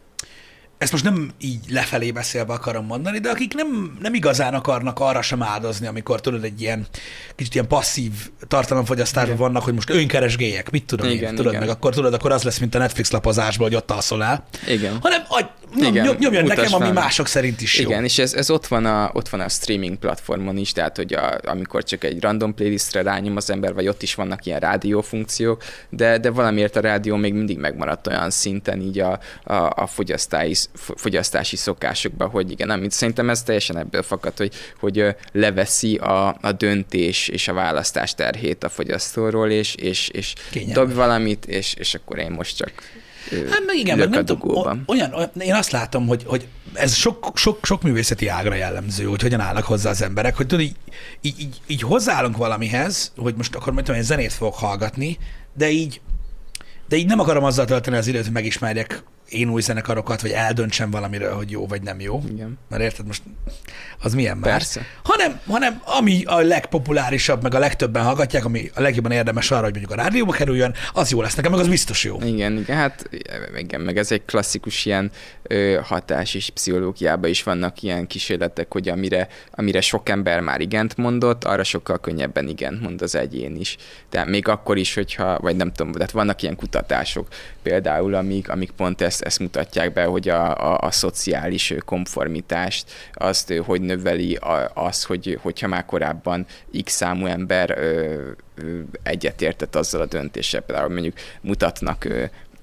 ezt most nem így lefelé beszélve akarom mondani, de akik nem igazán akarnak arra sem áldozni, amikor tudod, egy ilyen kicsit ilyen passzív tartalomfogyasztásban vannak, hogy most önkeresgélyek, mit tudom én, tudod, meg akkor az lesz, mint a Netflix lapozásból, hogy ott alszol el. Igen. Hanem nyomjon nekem, ami mások szerint is jó. Igen, és ez ott van a streaming platformon is, tehát hogy amikor csak egy random playlistre rányom az ember, vagy ott is vannak ilyen rádiófunkciók, de valamiért a rádió még mindig megmaradt olyan szinten így a fogyasztási szokásokban, hogy igen, amit szerintem ez teljesen ebből fakad, hogy leveszi a döntés és a választás terhét a fogyasztóról, és dob valamit, és akkor én most csak igen, meg nem tudom, én azt látom, hogy ez sok művészeti ágra jellemző, hogy hogyan állnak hozzá az emberek, hogy tudod, így hozzáállunk valamihez, hogy most akkor majd egy zenét fogok hallgatni, de így nem akarom azzal tölteni az időt, hogy megismerjek én új zenekarokat, vagy eldöntsem valamiről, hogy jó vagy nem jó. Igen. Mert érted, most az milyen más? Persze. Hanem ami a legpopulárisabb, meg a legtöbben hallgatják, ami a legjobban érdemes arra, hogy mondjuk a rádióba kerüljön, az jó lesz nekem, meg az biztos jó. Igen, hát igen, meg ez egy klasszikus ilyen hatás és pszichológiában is vannak ilyen kísérletek, hogy amire sok ember már igent mondott, arra sokkal könnyebben igent mond az egyén is. Tehát még akkor is, hogyha, vagy nem tudom, tehát vannak ilyen kutatások például, amik pont ezt mutatják be, hogy a szociális konformitást, azt, hogy növeli az, hogyha már korábban X számú ember egyetértett azzal a döntéssel, például mondjuk mutatnak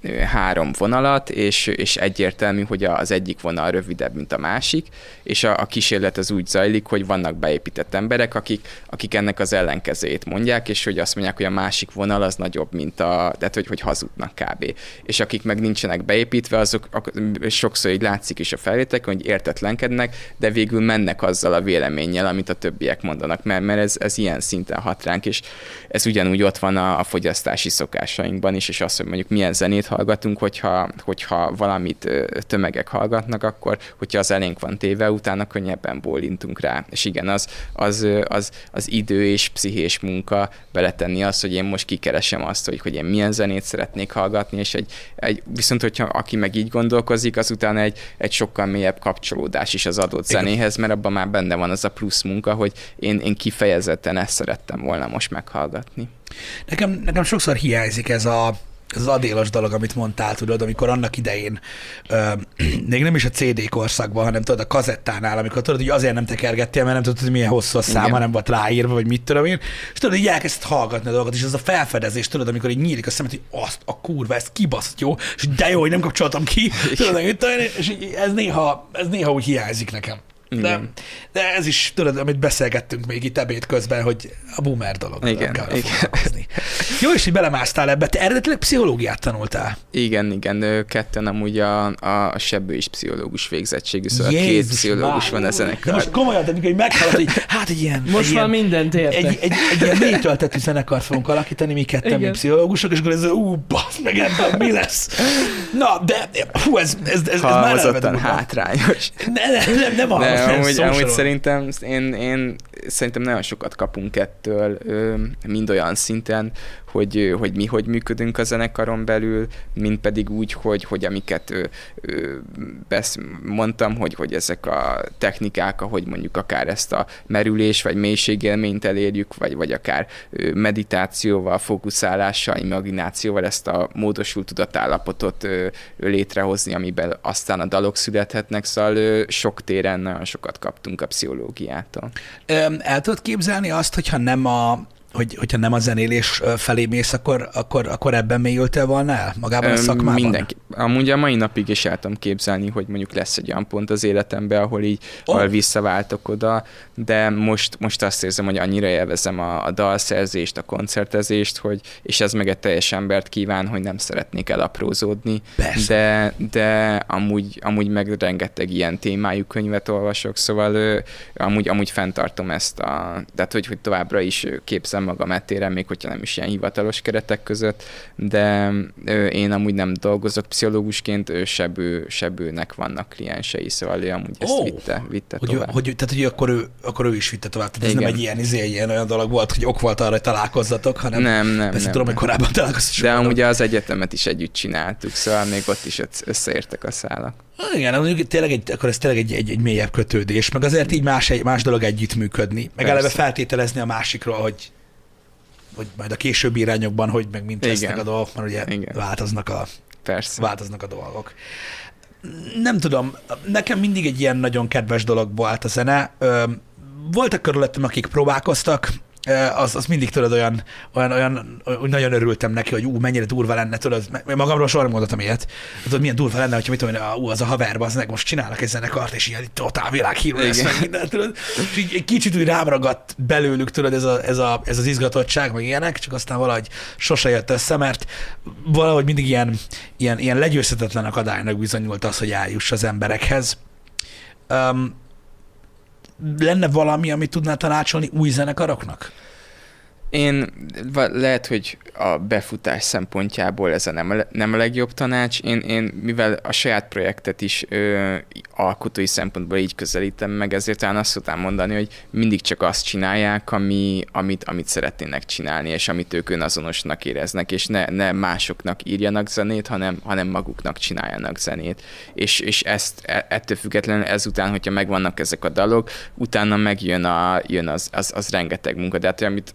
három vonalat, és egyértelmű, hogy az egyik vonal rövidebb, mint a másik, és a kísérlet az úgy zajlik, hogy vannak beépített emberek, akik ennek az ellenkezőjét mondják, és hogy azt mondják, hogy a másik vonal az nagyobb, mint tehát hogy hazudnak kb. És akik meg nincsenek beépítve, azok sokszor így látszik is a felvételeken, hogy értetlenkednek, de végül mennek azzal a véleménnyel, amit a többiek mondanak, mert ez ilyen szinten hat ránk, és ez ugyanúgy ott van a fogyasztási szokásainkban is, és azt, hogy mondjuk milyen zenét hallgatunk, hogyha valamit tömegek hallgatnak, akkor, hogyha az elénk van téve, utána könnyebben bólintunk rá. És igen, az idő és pszichés munka beletenni azt, hogy én most kikeresem azt, hogy én milyen zenét szeretnék hallgatni, és viszont hogyha aki meg így gondolkozik, az utána egy sokkal mélyebb kapcsolódás is az adott zenéhez, mert abban már benne van az a plusz munka, hogy én kifejezetten ezt szerettem volna most meghallgatni. Nekem sokszor hiányzik ez az adélos dolog, amit mondtál, tudod, amikor annak idején, még nem is a CD korszakban, hanem tudod, a kazettánál, amikor tudod, hogy azért nem tekergettél, mert nem tudod, hogy milyen hosszú a száma, nem volt ráírva, vagy mit tudom én, és tudod, hogy elkezdett hallgatni a dolgokat, és ez a felfedezés, tudod, amikor így nyílik a szemed, hogy azt a kurva, ez kibaszott jó, és de jó, hogy nem kapcsoltam ki, tudod, és ez néha úgy hiányzik nekem. De ez is, tudod, amit beszélgettünk még itt ebéd közben, hogy a boomer dolog. Igen. Jó, és így belemásztál ebbe. Te eredetileg pszichológiát tanultál? Igen. Ketten amúgy a Sebbő is pszichológus végzettségű, szóval Jézus, 2 pszichológus van a zenekar. De most komolyan, de amikor meghallod, hogy hát egy ilyen... Most már mindent értek. Egy ilyen mélytöltetű zenekart fogunk alakítani, mi ketten, mi pszichológusok, és akkor ez, bassz meg ebben, mi lesz? Na, de ez már halmozottan hátrányos. Nem amúgy szerintem nagyon sokat kapunk ettől, mind olyan szinten, hogy mi hogy működünk a zenekaron belül, mind pedig úgy, hogy amiket mondtam, hogy ezek a technikák, ahogy mondjuk akár ezt a merülés vagy mélységélményt elérjük, vagy akár meditációval, fókuszálással, imaginációval ezt a módosult tudatállapotot létrehozni, amiben aztán a dalok születhetnek, szóval sok téren nagyon sokat kaptunk a pszichológiától. El tudod képzelni azt, hogyha nem a zenélés felé mész, akkor ebben mélyültél volna el magában a szakmában? Mindenki. Amúgy a mai napig is el tudom képzelni, hogy mondjuk lesz egy olyan pont az életemben, ahol visszaváltok oda, de most azt érzem, hogy annyira élvezem a dalszerzést, a koncertezést, és ez meg egy teljes embert kíván, hogy nem szeretnék elaprózódni. De amúgy meg rengeteg ilyen témájú könyvet olvasok, szóval amúgy fenntartom ezt tehát hogy továbbra is képzem magam ettéren, még hogyha nem is ilyen hivatalos keretek között, de én amúgy nem dolgozok pszichológusként, Sebőnek vannak kliensei, szóval ő amúgy ezt vitte tovább. Tehát, hogy akkor ő is vitte tovább. Tehát ez nem egy ilyen olyan dolog volt, hogy ok volt arra, hogy találkozzatok, hanem nem. Tudom, hogy korábban találkoztatok. De amúgy az egyetemet is együtt csináltuk, szóval még ott is összeértek a szálak. Igen, akkor ez tényleg egy mélyebb kötődés, meg azért így más dolog együttműködni, meg eleve feltételezni a másikról, hogy majd a későbbi irányokban, hogy meg mint lesznek a dolgok, mert ugye változnak a dolgok. Nem tudom, nekem mindig egy ilyen nagyon kedves dolog volt a zene. Voltak körülöttem, akik próbálkoztak, az mindig tudod olyan nagyon örültem neki, hogy mennyire durva lenne, tudod, magamról soha nem gondoltam ilyet. Tudod, milyen durva lenne, hogyha mit tudom, az a haverba, az most csinálnak egy zenekart, és ilyen totál világhírű lesz, meg minden, tudod. És így egy kicsit úgy rám ragadt belőlük, tudod, ez az izgatottság, meg ilyenek, csak aztán valahogy sose jött össze, mert valahogy mindig ilyen legyőzhetetlen akadálynak bizonyult az, hogy eljuss az emberekhez. Lenne valami, amit tudnál tanácsolni új zenekaroknak? Lehet, hogy a befutás szempontjából ez nem a legjobb tanács. Én mivel a saját projektet is alkotói szempontból így közelítem meg, ezért talán azt szoktam mondani, hogy mindig csak azt csinálják, amit szeretnének csinálni, és amit ők önazonosnak éreznek, és ne másoknak írjanak zenét, hanem maguknak csináljanak zenét. És ettől függetlenül ezután, hogyha megvannak ezek a dalok, utána megjön az rengeteg munka. De hát, amit mondtam,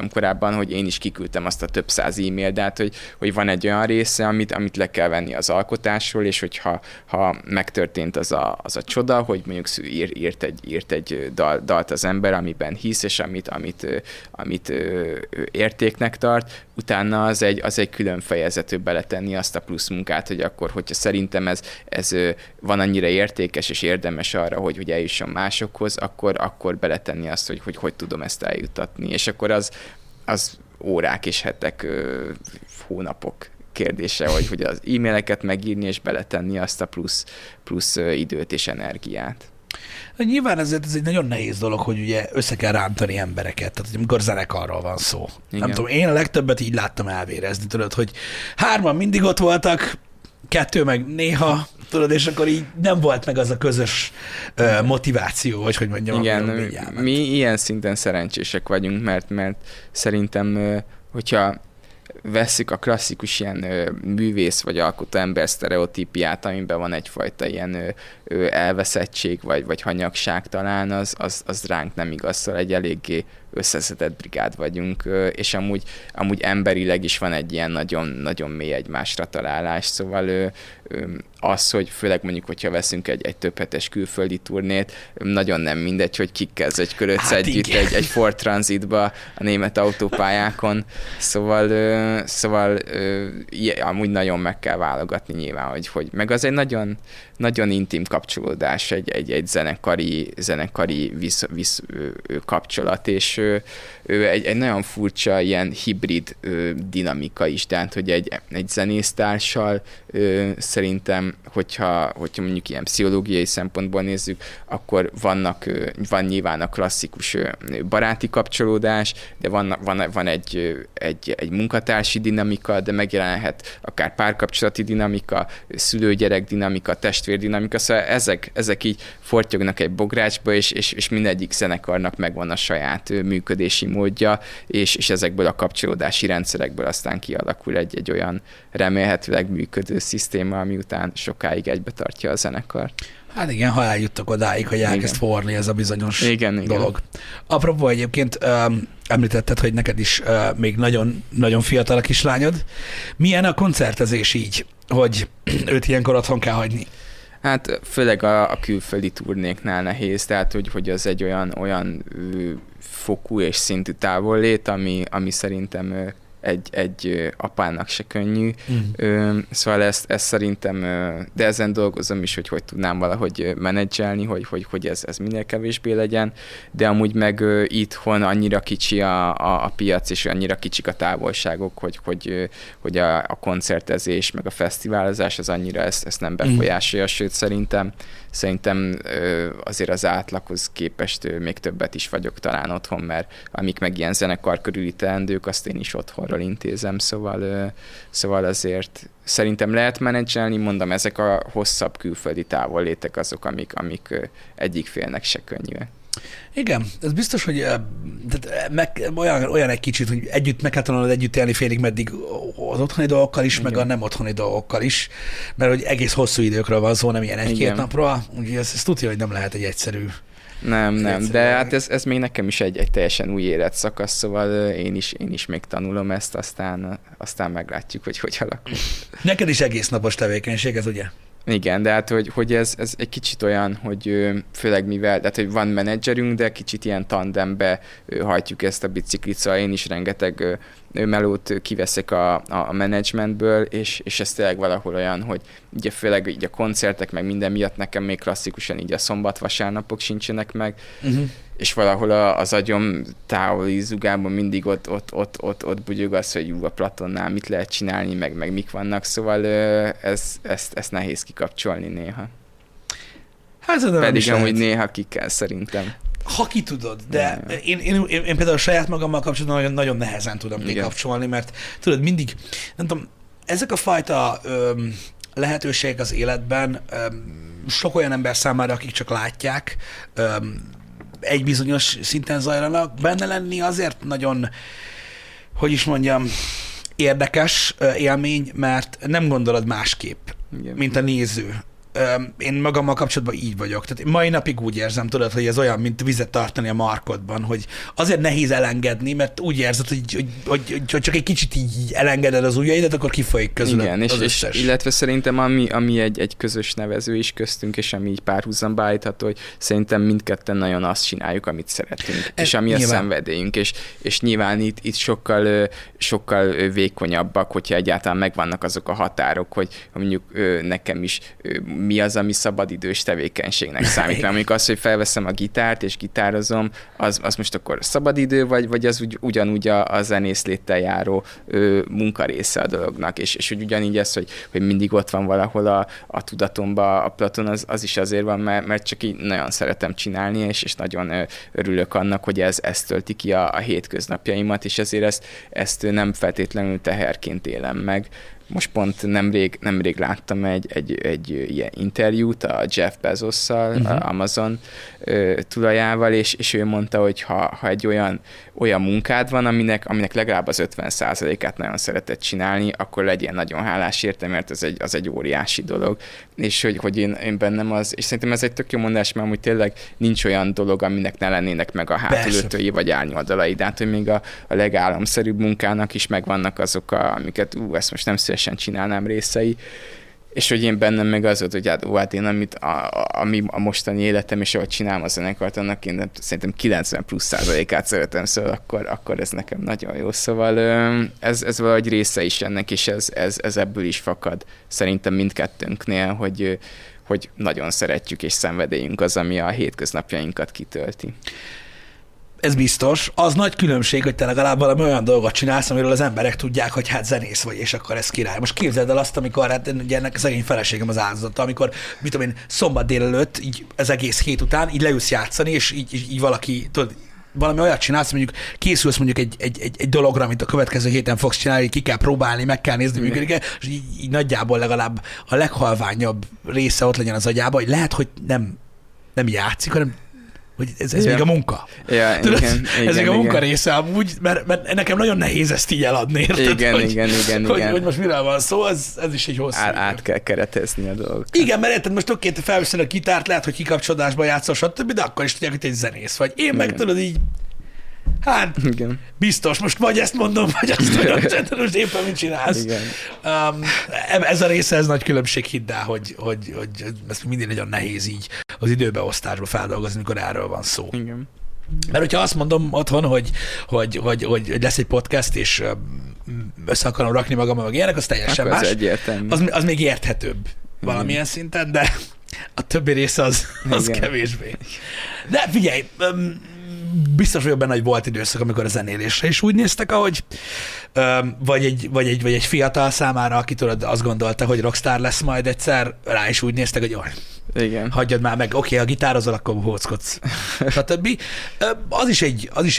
mondtam korábban, hogy én is kiküldtem azt a több száz e-mailt, de hát, hogy van egy olyan része, amit le kell venni az alkotásról, és hogyha megtörtént az a csoda, hogy mondjuk írt egy dalt az ember, amiben hisz, és amit értéknek tart, utána az egy külön fejezetű beletenni azt a plusz munkát, hogy akkor, hogyha szerintem ez van annyira értékes és érdemes arra, hogy eljusson másokhoz, akkor beletenni azt, hogy tudom ezt eljuttatni. És akkor az órák és hetek, hónapok kérdése, hogy az e-maileket megírni és beletenni azt a plusz időt és energiát. Nyilván ez egy nagyon nehéz dolog, hogy ugye össze kell rántani embereket, tehát amikor zenekarról van szó. Igen. Nem tudom, én a legtöbbet így láttam elvérezni, tudod, hogy 3 mindig ott voltak, 2 meg néha, tudod, és akkor így nem volt meg az a közös motiváció, vagy hogy mondjam. Igen, mi ilyen szinten szerencsések vagyunk, mert szerintem, hogyha vesszük a klasszikus ilyen művész vagy alkotó ember sztereotípiát, amiben van egyfajta ilyen elveszettség vagy hanyagság talán, az ránk nem igaz, szóval egy eléggé összeszedett brigád vagyunk, és amúgy emberileg is van egy ilyen nagyon, nagyon mély egymásra találás, szóval az, hogy főleg mondjuk, hogyha veszünk egy több hetes külföldi turnét, nagyon nem mindegy, hogy kikkel zögykölödsz együtt egy Ford Transitba a német autópályákon, szóval amúgy nagyon meg kell válogatni nyilván, hogy meg az egy nagyon, nagyon intim kapcsolódás, egy zenekari kapcsolat, és egy nagyon furcsa ilyen hibrid dinamika is, tehát hogy egy zenésztársal szerintem, hogyha mondjuk ilyen pszichológiai szempontból nézzük, akkor van nyilván a klasszikus baráti kapcsolódás, de van egy munkatársi dinamika, de megjelenhet akár párkapcsolati dinamika, szülő-gyerek dinamika, testvérdinamika, szóval ezek így fortyognak egy bográcsba, és mindegyik zenekarnak megvan a saját működési módja, és ezekből a kapcsolódási rendszerekből aztán kialakul egy olyan remélhetőleg működő szisztéma, ami után sokáig egybe tartja a zenekart. Hát igen, ha eljuttak odáig, hogy elkezd forni ez a bizonyos dolog. Igen. Apropó egyébként említetted, hogy neked is még nagyon, nagyon fiatal a kislányod. Milyen a koncertezés így, hogy őt ilyenkor otthon kell hagyni? Hát főleg a külföldi turnéknál nehéz, tehát hogy az egy olyan fokú és szintű távollét, ami szerintem egy apának se könnyű. Szóval ezt szerintem, de ezen dolgozom is, hogy tudnám valahogy menedzselni, hogy ez minél kevésbé legyen, de amúgy meg itthon annyira kicsi a piac, és annyira kicsik a távolságok, hogy a koncertezés, meg a fesztiválozás az annyira ezt nem befolyásolja, sőt szerintem azért az átlaghoz képest még többet is vagyok talán otthon, mert amik meg ilyen zenekar körüli teendők, azt én is otthonról intézem, szóval azért szerintem lehet menedzselni, mondom, ezek a hosszabb külföldi távollétek azok, amik egyik félnek se könnyűek. Igen, ez biztos, hogy olyan egy kicsit, hogy meg kell tanulnod együtt élni félig meddig az otthoni dolgokkal is, igen, meg a nem otthoni dolgokkal is, mert hogy egész hosszú időkről van szó, nem ilyen 1-2 napról, úgyhogy ez tudja, hogy nem lehet egy egyszerű. Nem, de hát ez még nekem is egy teljesen új életszakasz, szóval én is még tanulom ezt, aztán meglátjuk, hogy alakul. Neked is egész napos tevékenység ez, ugye? Igen, de hát, hogy ez egy kicsit olyan, hogy főleg mivel, tehát, hogy van menedzserünk, de kicsit ilyen tandembe hajtjuk ezt a biciklit, szóval én is rengeteg melót kiveszek a menedzsmentből, és ez tényleg valahol olyan, hogy ugye főleg így a koncertek, meg minden miatt nekem még klasszikusan így a szombat-vasárnapok sincsenek meg, és valahol az agyom távoli zugában mindig ott bugyog az, hogy a Platonnál mit lehet csinálni, meg mik vannak, szóval ezt nehéz kikapcsolni néha. Hát, pedig amúgy néha ki kell szerintem. Ha ki tudod, de én például saját magammal kapcsolatban nagyon, nagyon nehezen tudom kikapcsolni, mert tudod, mindig, nem tudom, ezek a fajta lehetőségek az életben sok olyan ember számára, akik csak látják, egy bizonyos szinten zajlanak, benne lenni azért nagyon, hogy is mondjam, érdekes élmény, mert nem gondolod másképp, mint a néző én magammal kapcsolatban így vagyok. Tehát mai napig úgy érzem, tudod, hogy ez olyan, mint vizet tartani a markodban, hogy azért nehéz elengedni, mert úgy érzed, hogy csak egy kicsit így elengeded az ujjaidat, akkor kifolyik közül. Igen, és illetve szerintem ami egy közös nevező is köztünk, és ami így párhuzamba állítható, hogy szerintem mindketten nagyon azt csináljuk, amit szeretünk, és ami nyilván a szenvedélyünk, és nyilván itt sokkal vékonyabbak, hogyha egyáltalán megvannak azok a határok, hogy mondjuk nekem is mi az, ami szabadidős tevékenységnek számít. Mert mondjuk az, hogy felveszem a gitárt és gitározom, az most akkor szabadidő, vagy az ugyanúgy a zenészléttel járó munkarésze a dolognak, és hogy ugyanígy ez, hogy mindig ott van valahol a tudatomban a Platon, az is azért van, mert csak így nagyon szeretem csinálni, és nagyon örülök annak, hogy ez tölti ki a hétköznapjaimat, és ezért ezt nem feltétlenül teherként élem meg. Most pont nemrég láttam egy ilyen interjút a Jeff Bezosszal, Amazon tulajával, és ő mondta, hogy ha egy olyan munkád van, aminek legalább az 50%-át nagyon szeretett csinálni, akkor legyél nagyon hálás érte, mert az egy óriási dolog. És hogy én bennem és szerintem ez egy tök jó mondás, mert amúgy tényleg nincs olyan dolog, aminek ne lennének meg a hátulütői vagy árnyoldalai, de hát, hogy még a legállamszerűbb munkának is megvannak azok, amiket ezt most nem szívesen csinálnám részei, és hogy én bennem meg az volt, hogy hát én ami a mostani életem, és ahogy csinálom a zenekart, annak én szerintem 90+%-át szeretem, szóval akkor ez nekem nagyon jó. Szóval ez valahogy része is ennek, és ez ebből is fakad szerintem mindkettőnknél, hogy nagyon szeretjük és szenvedélyünk az, ami a hétköznapjainkat kitölti. Ez biztos. Az nagy különbség, hogy te legalább valami olyan dolgot csinálsz, amiről az emberek tudják, hogy hát zenész vagy, és akkor ez király. Most képzeld el azt, amikor hát ugye ennek szegény feleségem az áldozata, amikor, mit tudom én, szombat délelőtt, így az egész hét után, így leülsz játszani, és így valaki, tudod, valami olyat csinálsz, mondjuk készülsz mondjuk egy dologra, amit a következő héten fogsz csinálni, ki kell próbálni, meg kell nézni, működik, és így nagyjából legalább a leghalványabb része ott legyen az agyában, hogy lehet, hogy nem játszik, hanem hogy ez még a munka. Ja, tudod, igen, ez még a munka igen. része amúgy, mert nekem nagyon nehéz ezt így eladni, érted? Igen. Hogy most miről van szó, ez is egy hosszú. Át kell keretezni a dolgokat. Igen, mert érted, most oké, te felveszed a gitárt, lehet, hogy kikapcsolódásban játszol, stb., de akkor is tudják, hogy te egy zenész vagy. Én meg tudod így, hát igen. biztos, most vagy ezt mondom, vagy azt mondom, hogy most éppen mit csinálsz. Igen. Ez a része, ez nagy különbség, hidd el, hogy ez mindig nagyon nehéz így az időbeosztásba feldolgozni, amikor erről van szó. Igen. Mert hogyha azt mondom otthon, hogy lesz egy podcast, és össze akarom rakni magam, meg ilyenek, az teljesen akkor más. Az még érthetőbb valamilyen szinten, de a többi része az kevésbé. De figyelj, biztos vagyok benne, hogy volt időszak, amikor a zenélésre is úgy néztek, ahogy vagy egy fiatal számára, aki tudod, azt gondolta, hogy rockstar lesz majd egyszer, rá is úgy néztek, hogy igen. hagyjad már meg, oké, ha gitározol, akkor hóckodsz, stb. Az is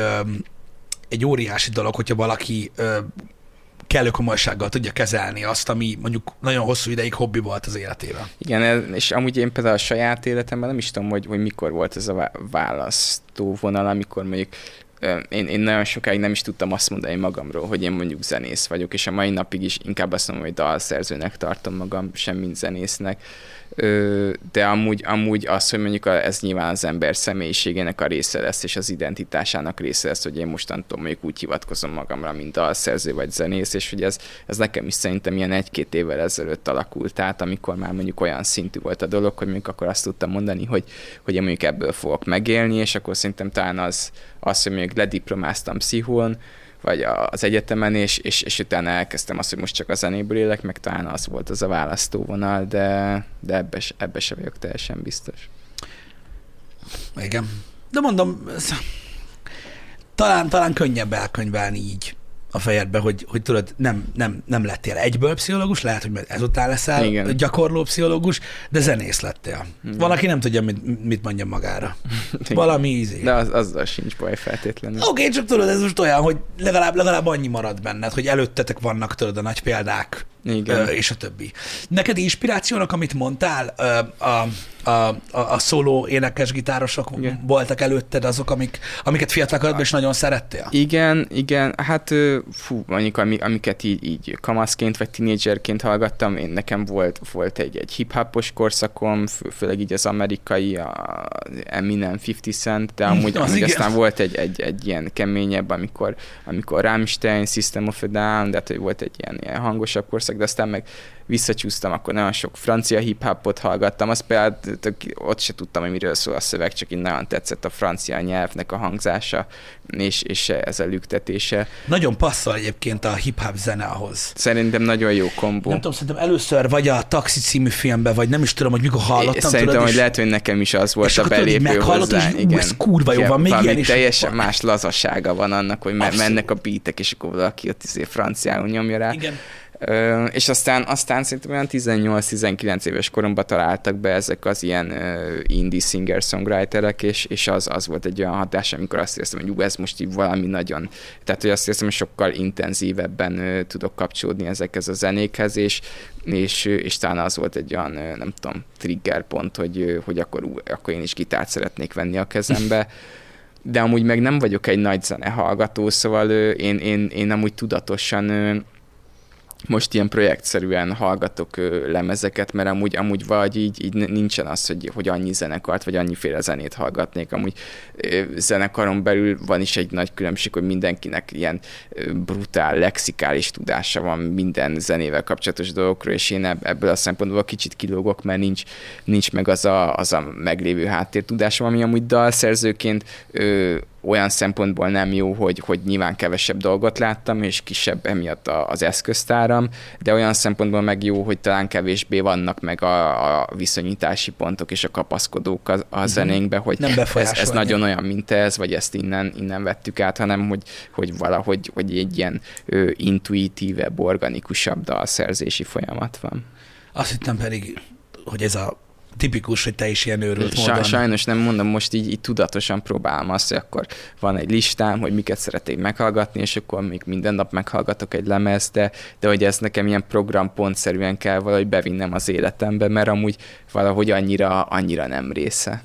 egy óriási dolog, hogyha valaki kellő komolysággal tudja kezelni azt, ami mondjuk nagyon hosszú ideig hobbi volt az életében. Igen, és amúgy én például a saját életemben nem is tudom, hogy mikor volt ez a választó vonal, amikor mondjuk én nagyon sokáig nem is tudtam azt mondani magamról, hogy én mondjuk zenész vagyok, és a mai napig is inkább azt mondom, hogy dalszerzőnek tartom magam, sem mint zenésznek. De amúgy az, hogy mondjuk ez nyilván az ember személyiségének a része lesz, és az identitásának része lesz, hogy én mostantól mondjuk úgy hivatkozom magamra, mint dalszerző vagy zenész, és hogy ez nekem is szerintem ilyen 1-2 évvel ezelőtt alakult át, amikor már mondjuk olyan szintű volt a dolog, hogy mondjuk akkor azt tudtam mondani, hogy én mondjuk ebből fogok megélni, és akkor szerintem talán az hogy mondjuk lediplomáztam pszichón, vagy az egyetemen, és utána elkezdtem azt, hogy most csak a zenéből élek, meg talán az volt az a választóvonal, de ebbe se vagyok teljesen biztos. Igen. De mondom, talán könnyebb elkönyvelni így a fejedbe, hogy tudod, nem lettél egyből pszichológus, lehet, hogy ezután leszel igen. gyakorló pszichológus, de zenész lettél. Igen. Van, aki nem tudja, mit mondja magára. Igen. Valami ízé. De azzal sincs baj feltétlenül. Oké, csak tudod, ez most olyan, hogy legalább annyi marad benned, hogy előttetek vannak, tudod, a nagy példák, és a többi. Neked inspirációnak, amit mondtál, a szóló énekes gitárosok voltak előtted azok, amiket fiatalkorodban is nagyon szerettél? Igen, hát mondjuk amiket így kamaszként vagy tínédzserként hallgattam, nekem volt egy hip-hopos korszakom, főleg így az amerikai, a Eminem, 50 Cent, de amúgy aztán volt egy ilyen keményebb, amikor Rammstein, System of a Down, de hogy volt egy ilyen hangosabb korszak, de aztán meg visszacsúsztam, akkor nagyon sok francia hip-hopot hallgattam, azt például ott se tudtam, hogy miről szól a szöveg, csak így nagyon tetszett a francia nyelvnek a hangzása, és ez a lüktetése. Nagyon passzol egyébként a hip-hop zene ahhoz. Szerintem nagyon jó kombó. Nem tudom, szerintem először vagy a Taxi című filmben, vagy nem is tudom, hogy mikor hallottam. Szerintem, hogy lehet, hogy nekem is az volt a belépő hozzá. Igen, ez kurva jó van, még ilyen is. Teljesen más lazasága van annak, hogy mennek a beatek, és akkor valaki ott franciául nyomja rá. Igen. És aztán szerintem olyan 18-19 éves koromban találtak be ezek az ilyen indie singer-songwriterek, és az volt egy olyan hatás, amikor azt éreztem, hogy ez most így valami nagyon, tehát hogy azt éreztem, hogy sokkal intenzívebben tudok kapcsolódni ezekhez a zenékhez, és talán az volt egy olyan, nem tudom, trigger pont, hogy akkor én is gitárt szeretnék venni a kezembe. De amúgy meg nem vagyok egy nagy zenehallgató, szóval én amúgy tudatosan most ilyen projektszerűen hallgatok lemezeket, mert amúgy vagy így nincsen az, hogy annyi zenekart, vagy annyiféle zenét hallgatnék. Amúgy zenekaron belül van is egy nagy különbség, hogy mindenkinek ilyen brutál, lexikális tudása van minden zenével kapcsolatos dolgokról, és én ebből a szempontból kicsit kilógok, mert nincs meg az a meglévő háttértudásom, ami amúgy dalszerzőként olyan szempontból nem jó, hogy nyilván kevesebb dolgot láttam, és kisebb emiatt az eszköztáram, de olyan szempontból meg jó, hogy talán kevésbé vannak meg a viszonyítási pontok és a kapaszkodók a zenénkbe, hogy ez nagyon olyan, mint ez, vagy ezt innen vettük át, hanem hogy valahogy egy ilyen intuitívebb, organikusabb dalszerzési folyamat van. Azt hittem pedig, hogy ez a tipikus, hogy te is ilyen őrült módon. Sajnos nem mondom, most így tudatosan próbálom azt, hogy akkor van egy listám, hogy miket szeretnék meghallgatni, és akkor még minden nap meghallgatok egy lemezt, de hogy ez nekem ilyen programpontszerűen kell valahogy bevinnem az életembe, mert amúgy valahogy annyira nem része.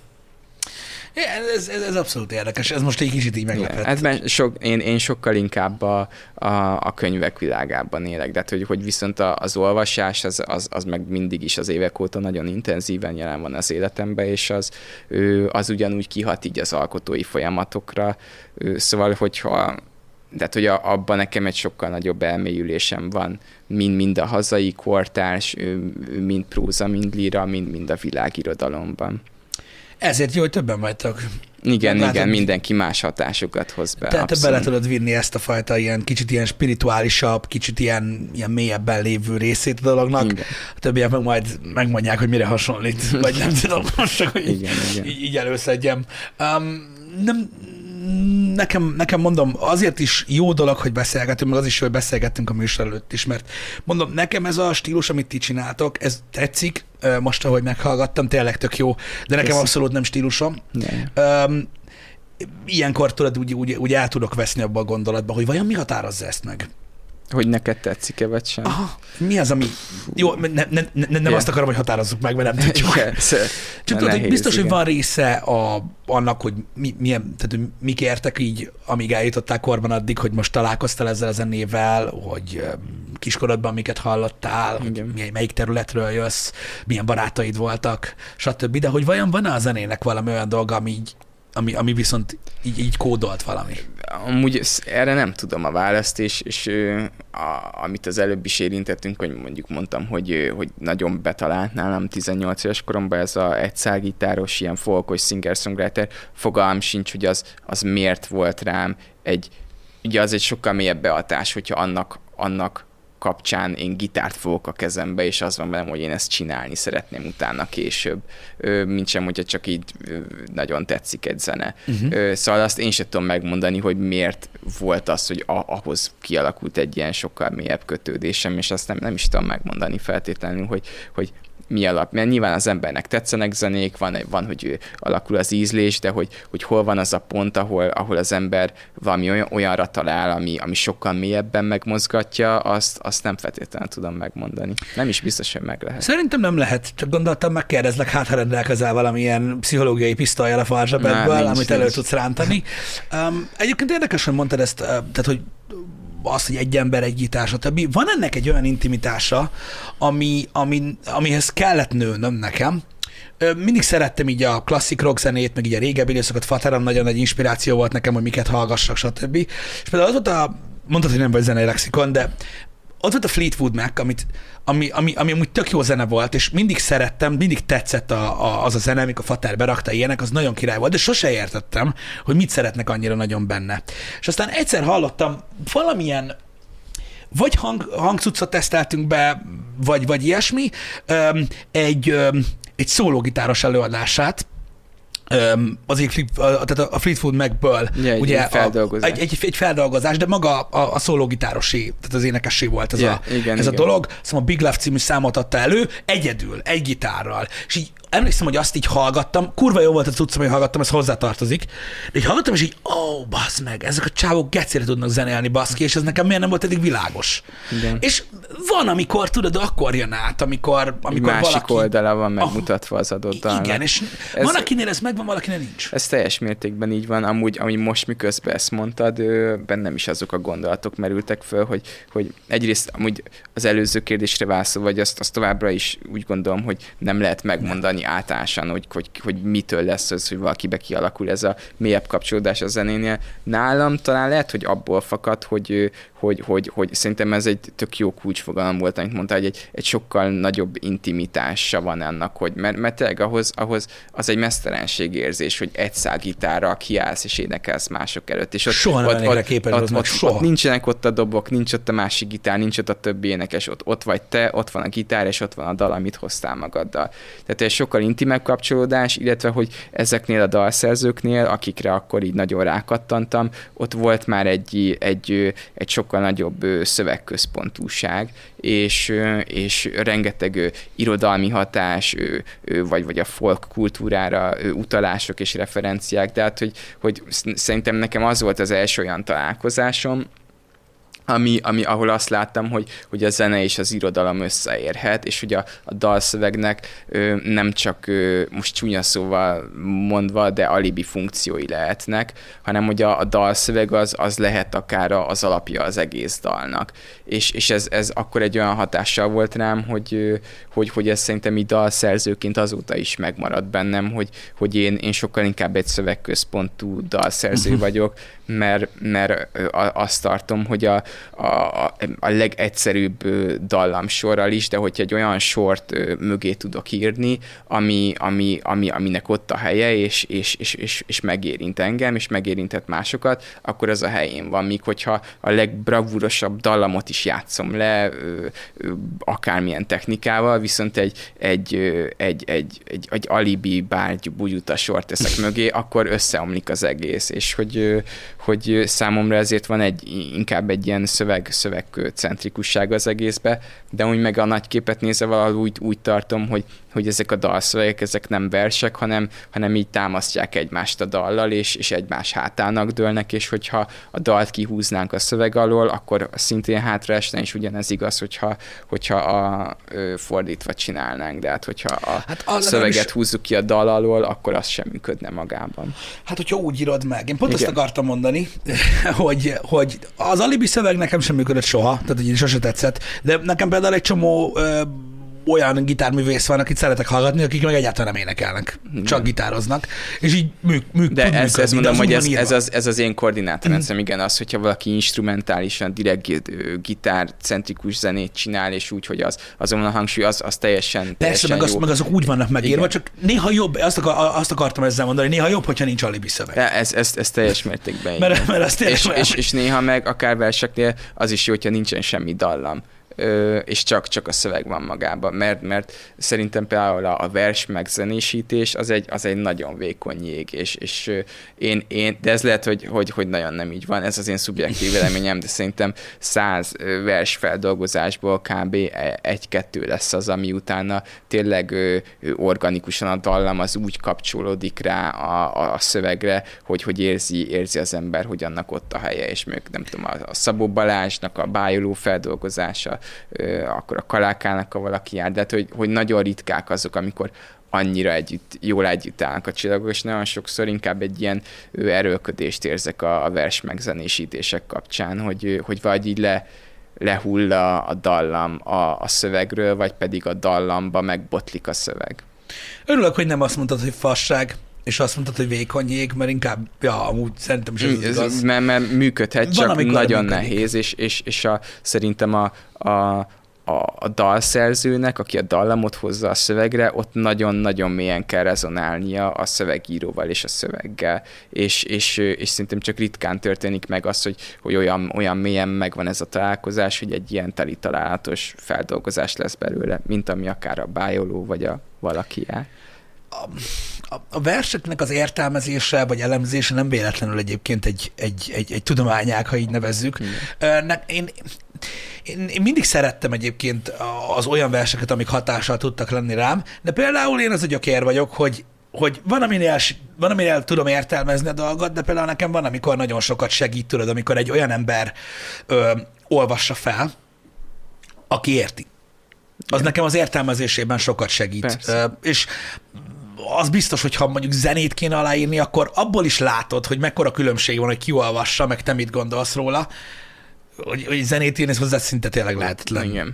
Ez abszolút érdekes, ez most egy kicsit így meglepett. Hát én sokkal inkább a könyvek világában élek, de hogy viszont az olvasás az meg mindig is az évek óta nagyon intenzíven jelen van az életemben, és az ugyanúgy kihat így az alkotói folyamatokra, szóval hogy abban nekem egy sokkal nagyobb elmélyülésem van, mind a hazai kortárs, mind próza, mind líra, mind a világirodalomban. Ezért jó, hogy többen vagytok. Igen, mindenki más hatásokat hoz be. Te bele tudod vinni ezt a fajta kicsit ilyen spirituálisabb, kicsit ilyen mélyebben lévő részét a dolognak. Igen. A többiek meg majd megmondják, hogy mire hasonlít. Vagy nem tudom, most csak, hogy igen. Így előszedjem. Nekem mondom, azért is jó dolog, hogy beszélgetünk, meg az is jó, hogy beszélgettünk a műsor előtt is, mert mondom, nekem ez a stílus, amit ti csináltok, ez tetszik, most, ahogy meghallgattam, tényleg tök jó, de nekem abszolút nem stílusom. Ilyenkor tudod, úgy el tudok veszni abba a gondolatba, hogy vajon mi határozza ezt meg? Hogy neked tetszik-e, vagy sem? Aha, mi az, ami... Jó, nem azt akarom, hogy határozzuk meg, mert nem tudjuk. Csak tudod, hogy biztos, hogy van része annak, hogy tehát mik értek így, amíg eljutották korban addig, hogy most találkoztál ezzel a zenével, hogy kiskorodban miket hallottál, hogy melyik területről jössz, milyen barátaid voltak, stb. De hogy vajon van-e a zenének valami olyan dolga, ami viszont így kódolt valami? Amúgy erre nem tudom a választ, és amit az előbb is érintettünk, hogy mondjuk mondtam, hogy nagyon betalált nálam 18 éves koromban ez a egyszálgitáros, ilyen folkos singer-songwriter, fogalmam sincs, hogy az miért volt rám ugye az egy sokkal mélyebb behatás, hogyha annak kapcsán én gitárt fogok a kezembe, és az van velem, hogy én ezt csinálni szeretném utána később, mintsem, hogyha csak így nagyon tetszik egy zene. Szóval azt én sem tudom megmondani, hogy miért volt az, hogy ahhoz kialakult egy ilyen sokkal mélyebb kötődésem, és azt nem is tudom megmondani feltétlenül, hogy mi alap. Mert nyilván az embernek tetszenek zenék, van hogy alakul az ízlés, de hogy hol van az a pont, ahol az ember valami olyanra talál, ami sokkal mélyebben megmozgatja, azt nem feltétlenül tudom megmondani. Nem is biztos, hogy meg lehet. Szerintem nem lehet, csak gondoltam, megkérdezlek, hát ha rendelkezel valamilyen pszichológiai pisztolyjal a farzsebedből, amit elő tudsz rántani. Egyébként érdekes, hogy mondtad ezt, tehát, hogy azt, hogy egy ember, egy gitár, stb. Van ennek egy olyan intimitása, amihez kellett nőnöm nekem. Mindig szerettem így a klasszik rock zenét, meg így a régebbi időszakat, Fateram nagyon nagy inspiráció volt nekem, hogy miket hallgassak, stb. És például az volt mondtad, hogy nem vagy zenei lexikon, de ott volt a Fleetwood Mac, ami amúgy tök jó zene volt, és mindig szerettem, mindig tetszett az a zene, amikor Fater berakta ilyenek, az nagyon király volt, de sose értettem, hogy mit szeretnek annyira nagyon benne. És aztán egyszer hallottam valamilyen, vagy hangcuccot teszteltünk be, vagy ilyesmi, egy szólógitáros előadását, tehát a Fleetwood Mac-ből ugye egy feldolgozás, de maga a szólógitárosé, tehát az énekessé volt ez a dolog. Szóval a Big Love című számot adta elő, egyedül, egy gitárral. És így emlékszem, hogy azt így hallgattam, kurva jó volt a cuccom, hogy hallgattam, ez hozzátartozik, de így hallgattam, és így, bassz meg, ezek a csávok gecére tudnak zenélni, baszki, és ez nekem miért nem volt eddig világos. Igen. És van, amikor, tudod, akkor jön át, amikor másik valaki... oldala van megmutatva az adott dalnak. Igen, és van, akinél ez megvan, valakinél nincs. Ez teljes mértékben így van, amúgy most miközben ezt mondtad, bennem is azok a gondolatok merültek föl, hogy egyrészt amúgy az előző kérdésre válaszol, vagy azt továbbra is úgy gondolom, hogy nem lehet megmondani általánosan, hogy mitől lesz az, hogy valakibe kialakul ez a mélyebb kapcsolódás a zenénél. Nálam talán lehet, hogy abból fakad, hogy szerintem ez egy tök jó kulcsfogalom volt, amit mondta, hogy egy sokkal nagyobb intimitása van annak, hogy mert tényleg ahhoz az egy mesztelenségérzés, hogy egy szál gitárral kiállsz és énekelsz mások előtt. És soha nem lennék képes, ott nincsenek ott a dobok, nincs ott a másik gitár, nincs ott a többi énekes, ott vagy te, ott van a gitár, és ott van a dal, amit hoztál magaddal. Tehát egy sokkal intimebb kapcsolódás, illetve, hogy ezeknél a dalszerzőknél, akikre akkor így nagyon rákattantam, ott volt már egy sokkal nagyobb szövegközpontúság, és rengeteg irodalmi hatás, vagy a folk kultúrára utalások és referenciák, de hát, hogy szerintem nekem az volt az első olyan találkozásom, ahol azt láttam, hogy a zene és az irodalom összeérhet, és hogy a dalszövegnek nem csak most csúnya szóval mondva, de alibi funkciói lehetnek, hanem hogy a dalszöveg az lehet akár az alapja az egész dalnak. És ez akkor egy olyan hatással volt rám, hogy ez szerintem így dalszerzőként azóta is megmaradt bennem, hogy én sokkal inkább egy szövegközpontú dalszerző vagyok, mert azt tartom, hogy a legegyszerűbb dallamsorral is, de hogyha egy olyan sort mögé tudok írni, aminek ott a helye, és megérint engem, és megérintett másokat, akkor az a helyén van. Míg hogyha a legbravúrosabb dallamot is játszom le, akármilyen technikával, viszont egy alibi bújjuta sort teszek mögé, akkor összeomlik az egész. És hogy számomra ezért van inkább egy ilyen szövegcentrikusság az egészbe, de úgy meg a nagy képet nézve valahol úgy tartom, hogy ezek a dalszövegek, ezek nem versek, hanem így támasztják egymást a dallal, és egymás hátának dőlnek, és hogyha a dalt kihúznánk a szöveg alól, akkor szintén hátraesne, és ugyanez igaz, hogyha fordítva csinálnánk, de hát hogyha a szöveget húzzuk ki a dal alól, akkor az sem működne magában. Hát, hogyha úgy írod meg. Én pont azt akartam mondani, hogy az alibi szöveg nekem sem működött soha, tehát így sose tetszett, de nekem például egy csomó olyan gitárművész van, akit szeretek hallgatni, akik meg egyáltalán nem énekelnek, csak gitároznak, és így de ezt mondom, hogy ez az én koordinátorrendszerem, igen, az, hogyha valaki instrumentálisan, direkt gitárcentrikus zenét csinál, és úgy, hogy azon a hangsúly, az teljesen persze, meg azok úgy vannak megírva, igen. Csak néha jobb, azt akartam ezzel mondani, néha jobb, hogyha nincs alibi szöveg. Ez teljes mértékben. Mert és néha meg akár verseknél az is jó, hogyha nincsen semmi dallam. és csak a szöveg van magában, mert szerintem például a vers megzenésítés az egy nagyon vékony jég, és én de ez lehet, hogy nagyon nem így van, ez az én szubjektív véleményem, de szerintem 100 vers feldolgozásból kb. 1-2 lesz az, ami utána tényleg organikusan a dallam az úgy kapcsolódik rá a szövegre, hogy érzi az ember, hogy annak ott a helye, és még nem tudom, a Szabó Balázsnak a bájoló feldolgozása, akkor a Kalákának, valaki jár, de hát, hogy nagyon ritkák azok, amikor annyira jól együtt állnak a csillagok, és nagyon sokszor inkább egy ilyen erőlködést érzek a vers megzenésítések kapcsán, hogy vagy így lehull a dallam a szövegről, vagy pedig a dallamba megbotlik a szöveg. Örülök, hogy nem azt mondtad, hogy fasság, és azt mondtad, hogy vékony jég, mert inkább, amúgy szerintem is ez igaz. Mert működhet, csak nagyon nehéz, és szerintem a dalszerzőnek, aki a dallamot hozza a szövegre, ott nagyon-nagyon mélyen kell rezonálnia a szövegíróval és a szöveggel, és szerintem csak ritkán történik meg az, hogy olyan mélyen megvan ez a találkozás, hogy egy ilyen teli találatos feldolgozás lesz belőle, mint ami akár a bájoló vagy a valaki jár. A verseknek az értelmezése vagy elemzése nem véletlenül egyébként egy tudományág, ha így nevezzük. Én mindig szerettem egyébként az olyan verseket, amik hatással tudtak lenni rám, de például én az a gyökér vagyok, hogy van, aminél tudom értelmezni a dolgot, de például nekem van, amikor nagyon sokat segít, tudod, amikor egy olyan ember olvassa fel, aki érti. Az nekem az értelmezésében sokat segít. És az biztos, hogy ha mondjuk zenét kéne aláírni, akkor abból is látod, hogy mekkora különbség van, hogy ki olvassa, meg te mit gondolsz róla, hogy zenét írni, ez hozzá szinte tényleg lehetetlen. Igen.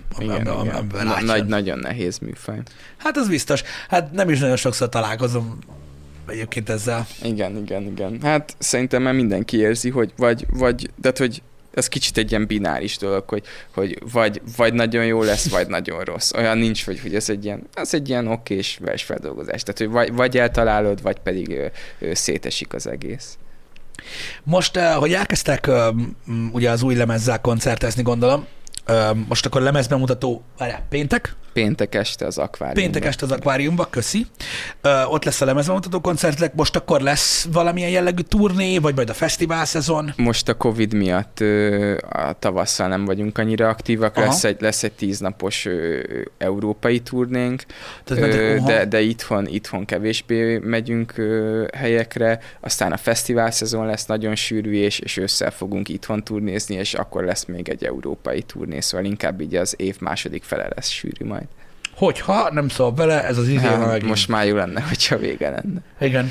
Nagyon nehéz műfaj. Hát az biztos. Hát nem is nagyon sokszor találkozom egyébként ezzel. Igen. Hát szerintem már mindenki érzi, hogy hogy ez kicsit egy ilyen bináris dolog, hogy vagy nagyon jó lesz, vagy nagyon rossz. Olyan nincs, hogy ez egy ilyen okés versfeldolgozás. Tehát, hogy vagy eltalálod, vagy pedig szétesik az egész. Most, hogy elkezdtek ugye az új lemezzel koncertezni, gondolom, most akkor lemezbemutató, péntek? Péntek este az akváriumban. Péntek este az akváriumban, köszi. Ott lesz a lemezbemutató koncertlek, most akkor lesz valamilyen jellegű turné, vagy majd a fesztivál szezon? Most a Covid miatt a tavasszal nem vagyunk annyira aktívak, lesz egy 10 napos európai turnénk, de itthon kevésbé megyünk helyekre, aztán a fesztivál szezon lesz nagyon sűrű, és ősszel fogunk itthon turnézni, és akkor lesz még egy európai turné, szóval inkább így az év második fele lesz sűrű majd. Hogyha nem szól bele, ez az idő most már jó lenne, hogyha vége lenne. Igen.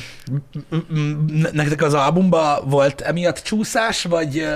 Nektek az albumban volt emiatt csúszás, vagy...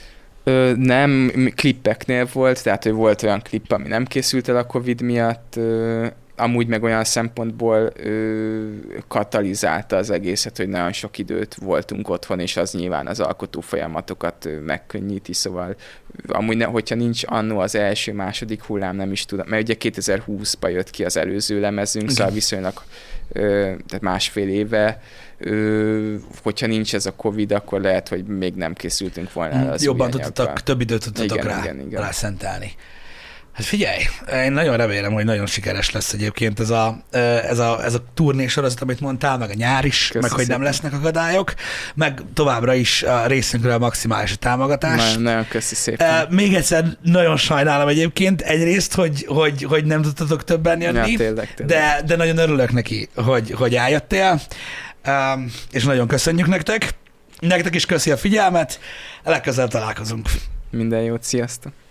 Nem, klippeknél volt, tehát hogy volt olyan klipp, ami nem készült el a Covid miatt, amúgy meg olyan szempontból katalizálta az egészet, hogy nagyon sok időt voltunk otthon, és az nyilván az alkotó folyamatokat megkönnyíti, szóval amúgy hogyha nincs annó az első, második hullám, nem is tudom, mert ugye 2020-ban jött ki az előző lemezünk, szóval viszonylag tehát másfél éve, hogyha nincs ez a Covid, akkor lehet, hogy még nem készültünk volna el az jobban tudtatok, több időt tudtatok rá szentelni. Hát figyelj, én nagyon remélem, hogy nagyon sikeres lesz egyébként ez a turnésorozat, amit mondtál, meg a nyár is, meg hogy nem lesznek akadályok, meg továbbra is a részünkről maximális a támogatás. Nagyon köszi szépen. Még egyszer nagyon sajnálom egyébként egyrészt, hogy nem tudtatok többen jönni, ja, tényleg. De nagyon örülök neki, hogy eljöttél, és nagyon köszönjük nektek. Nektek is köszi a figyelmet, legközelebb találkozunk. Minden jót, sziasztok!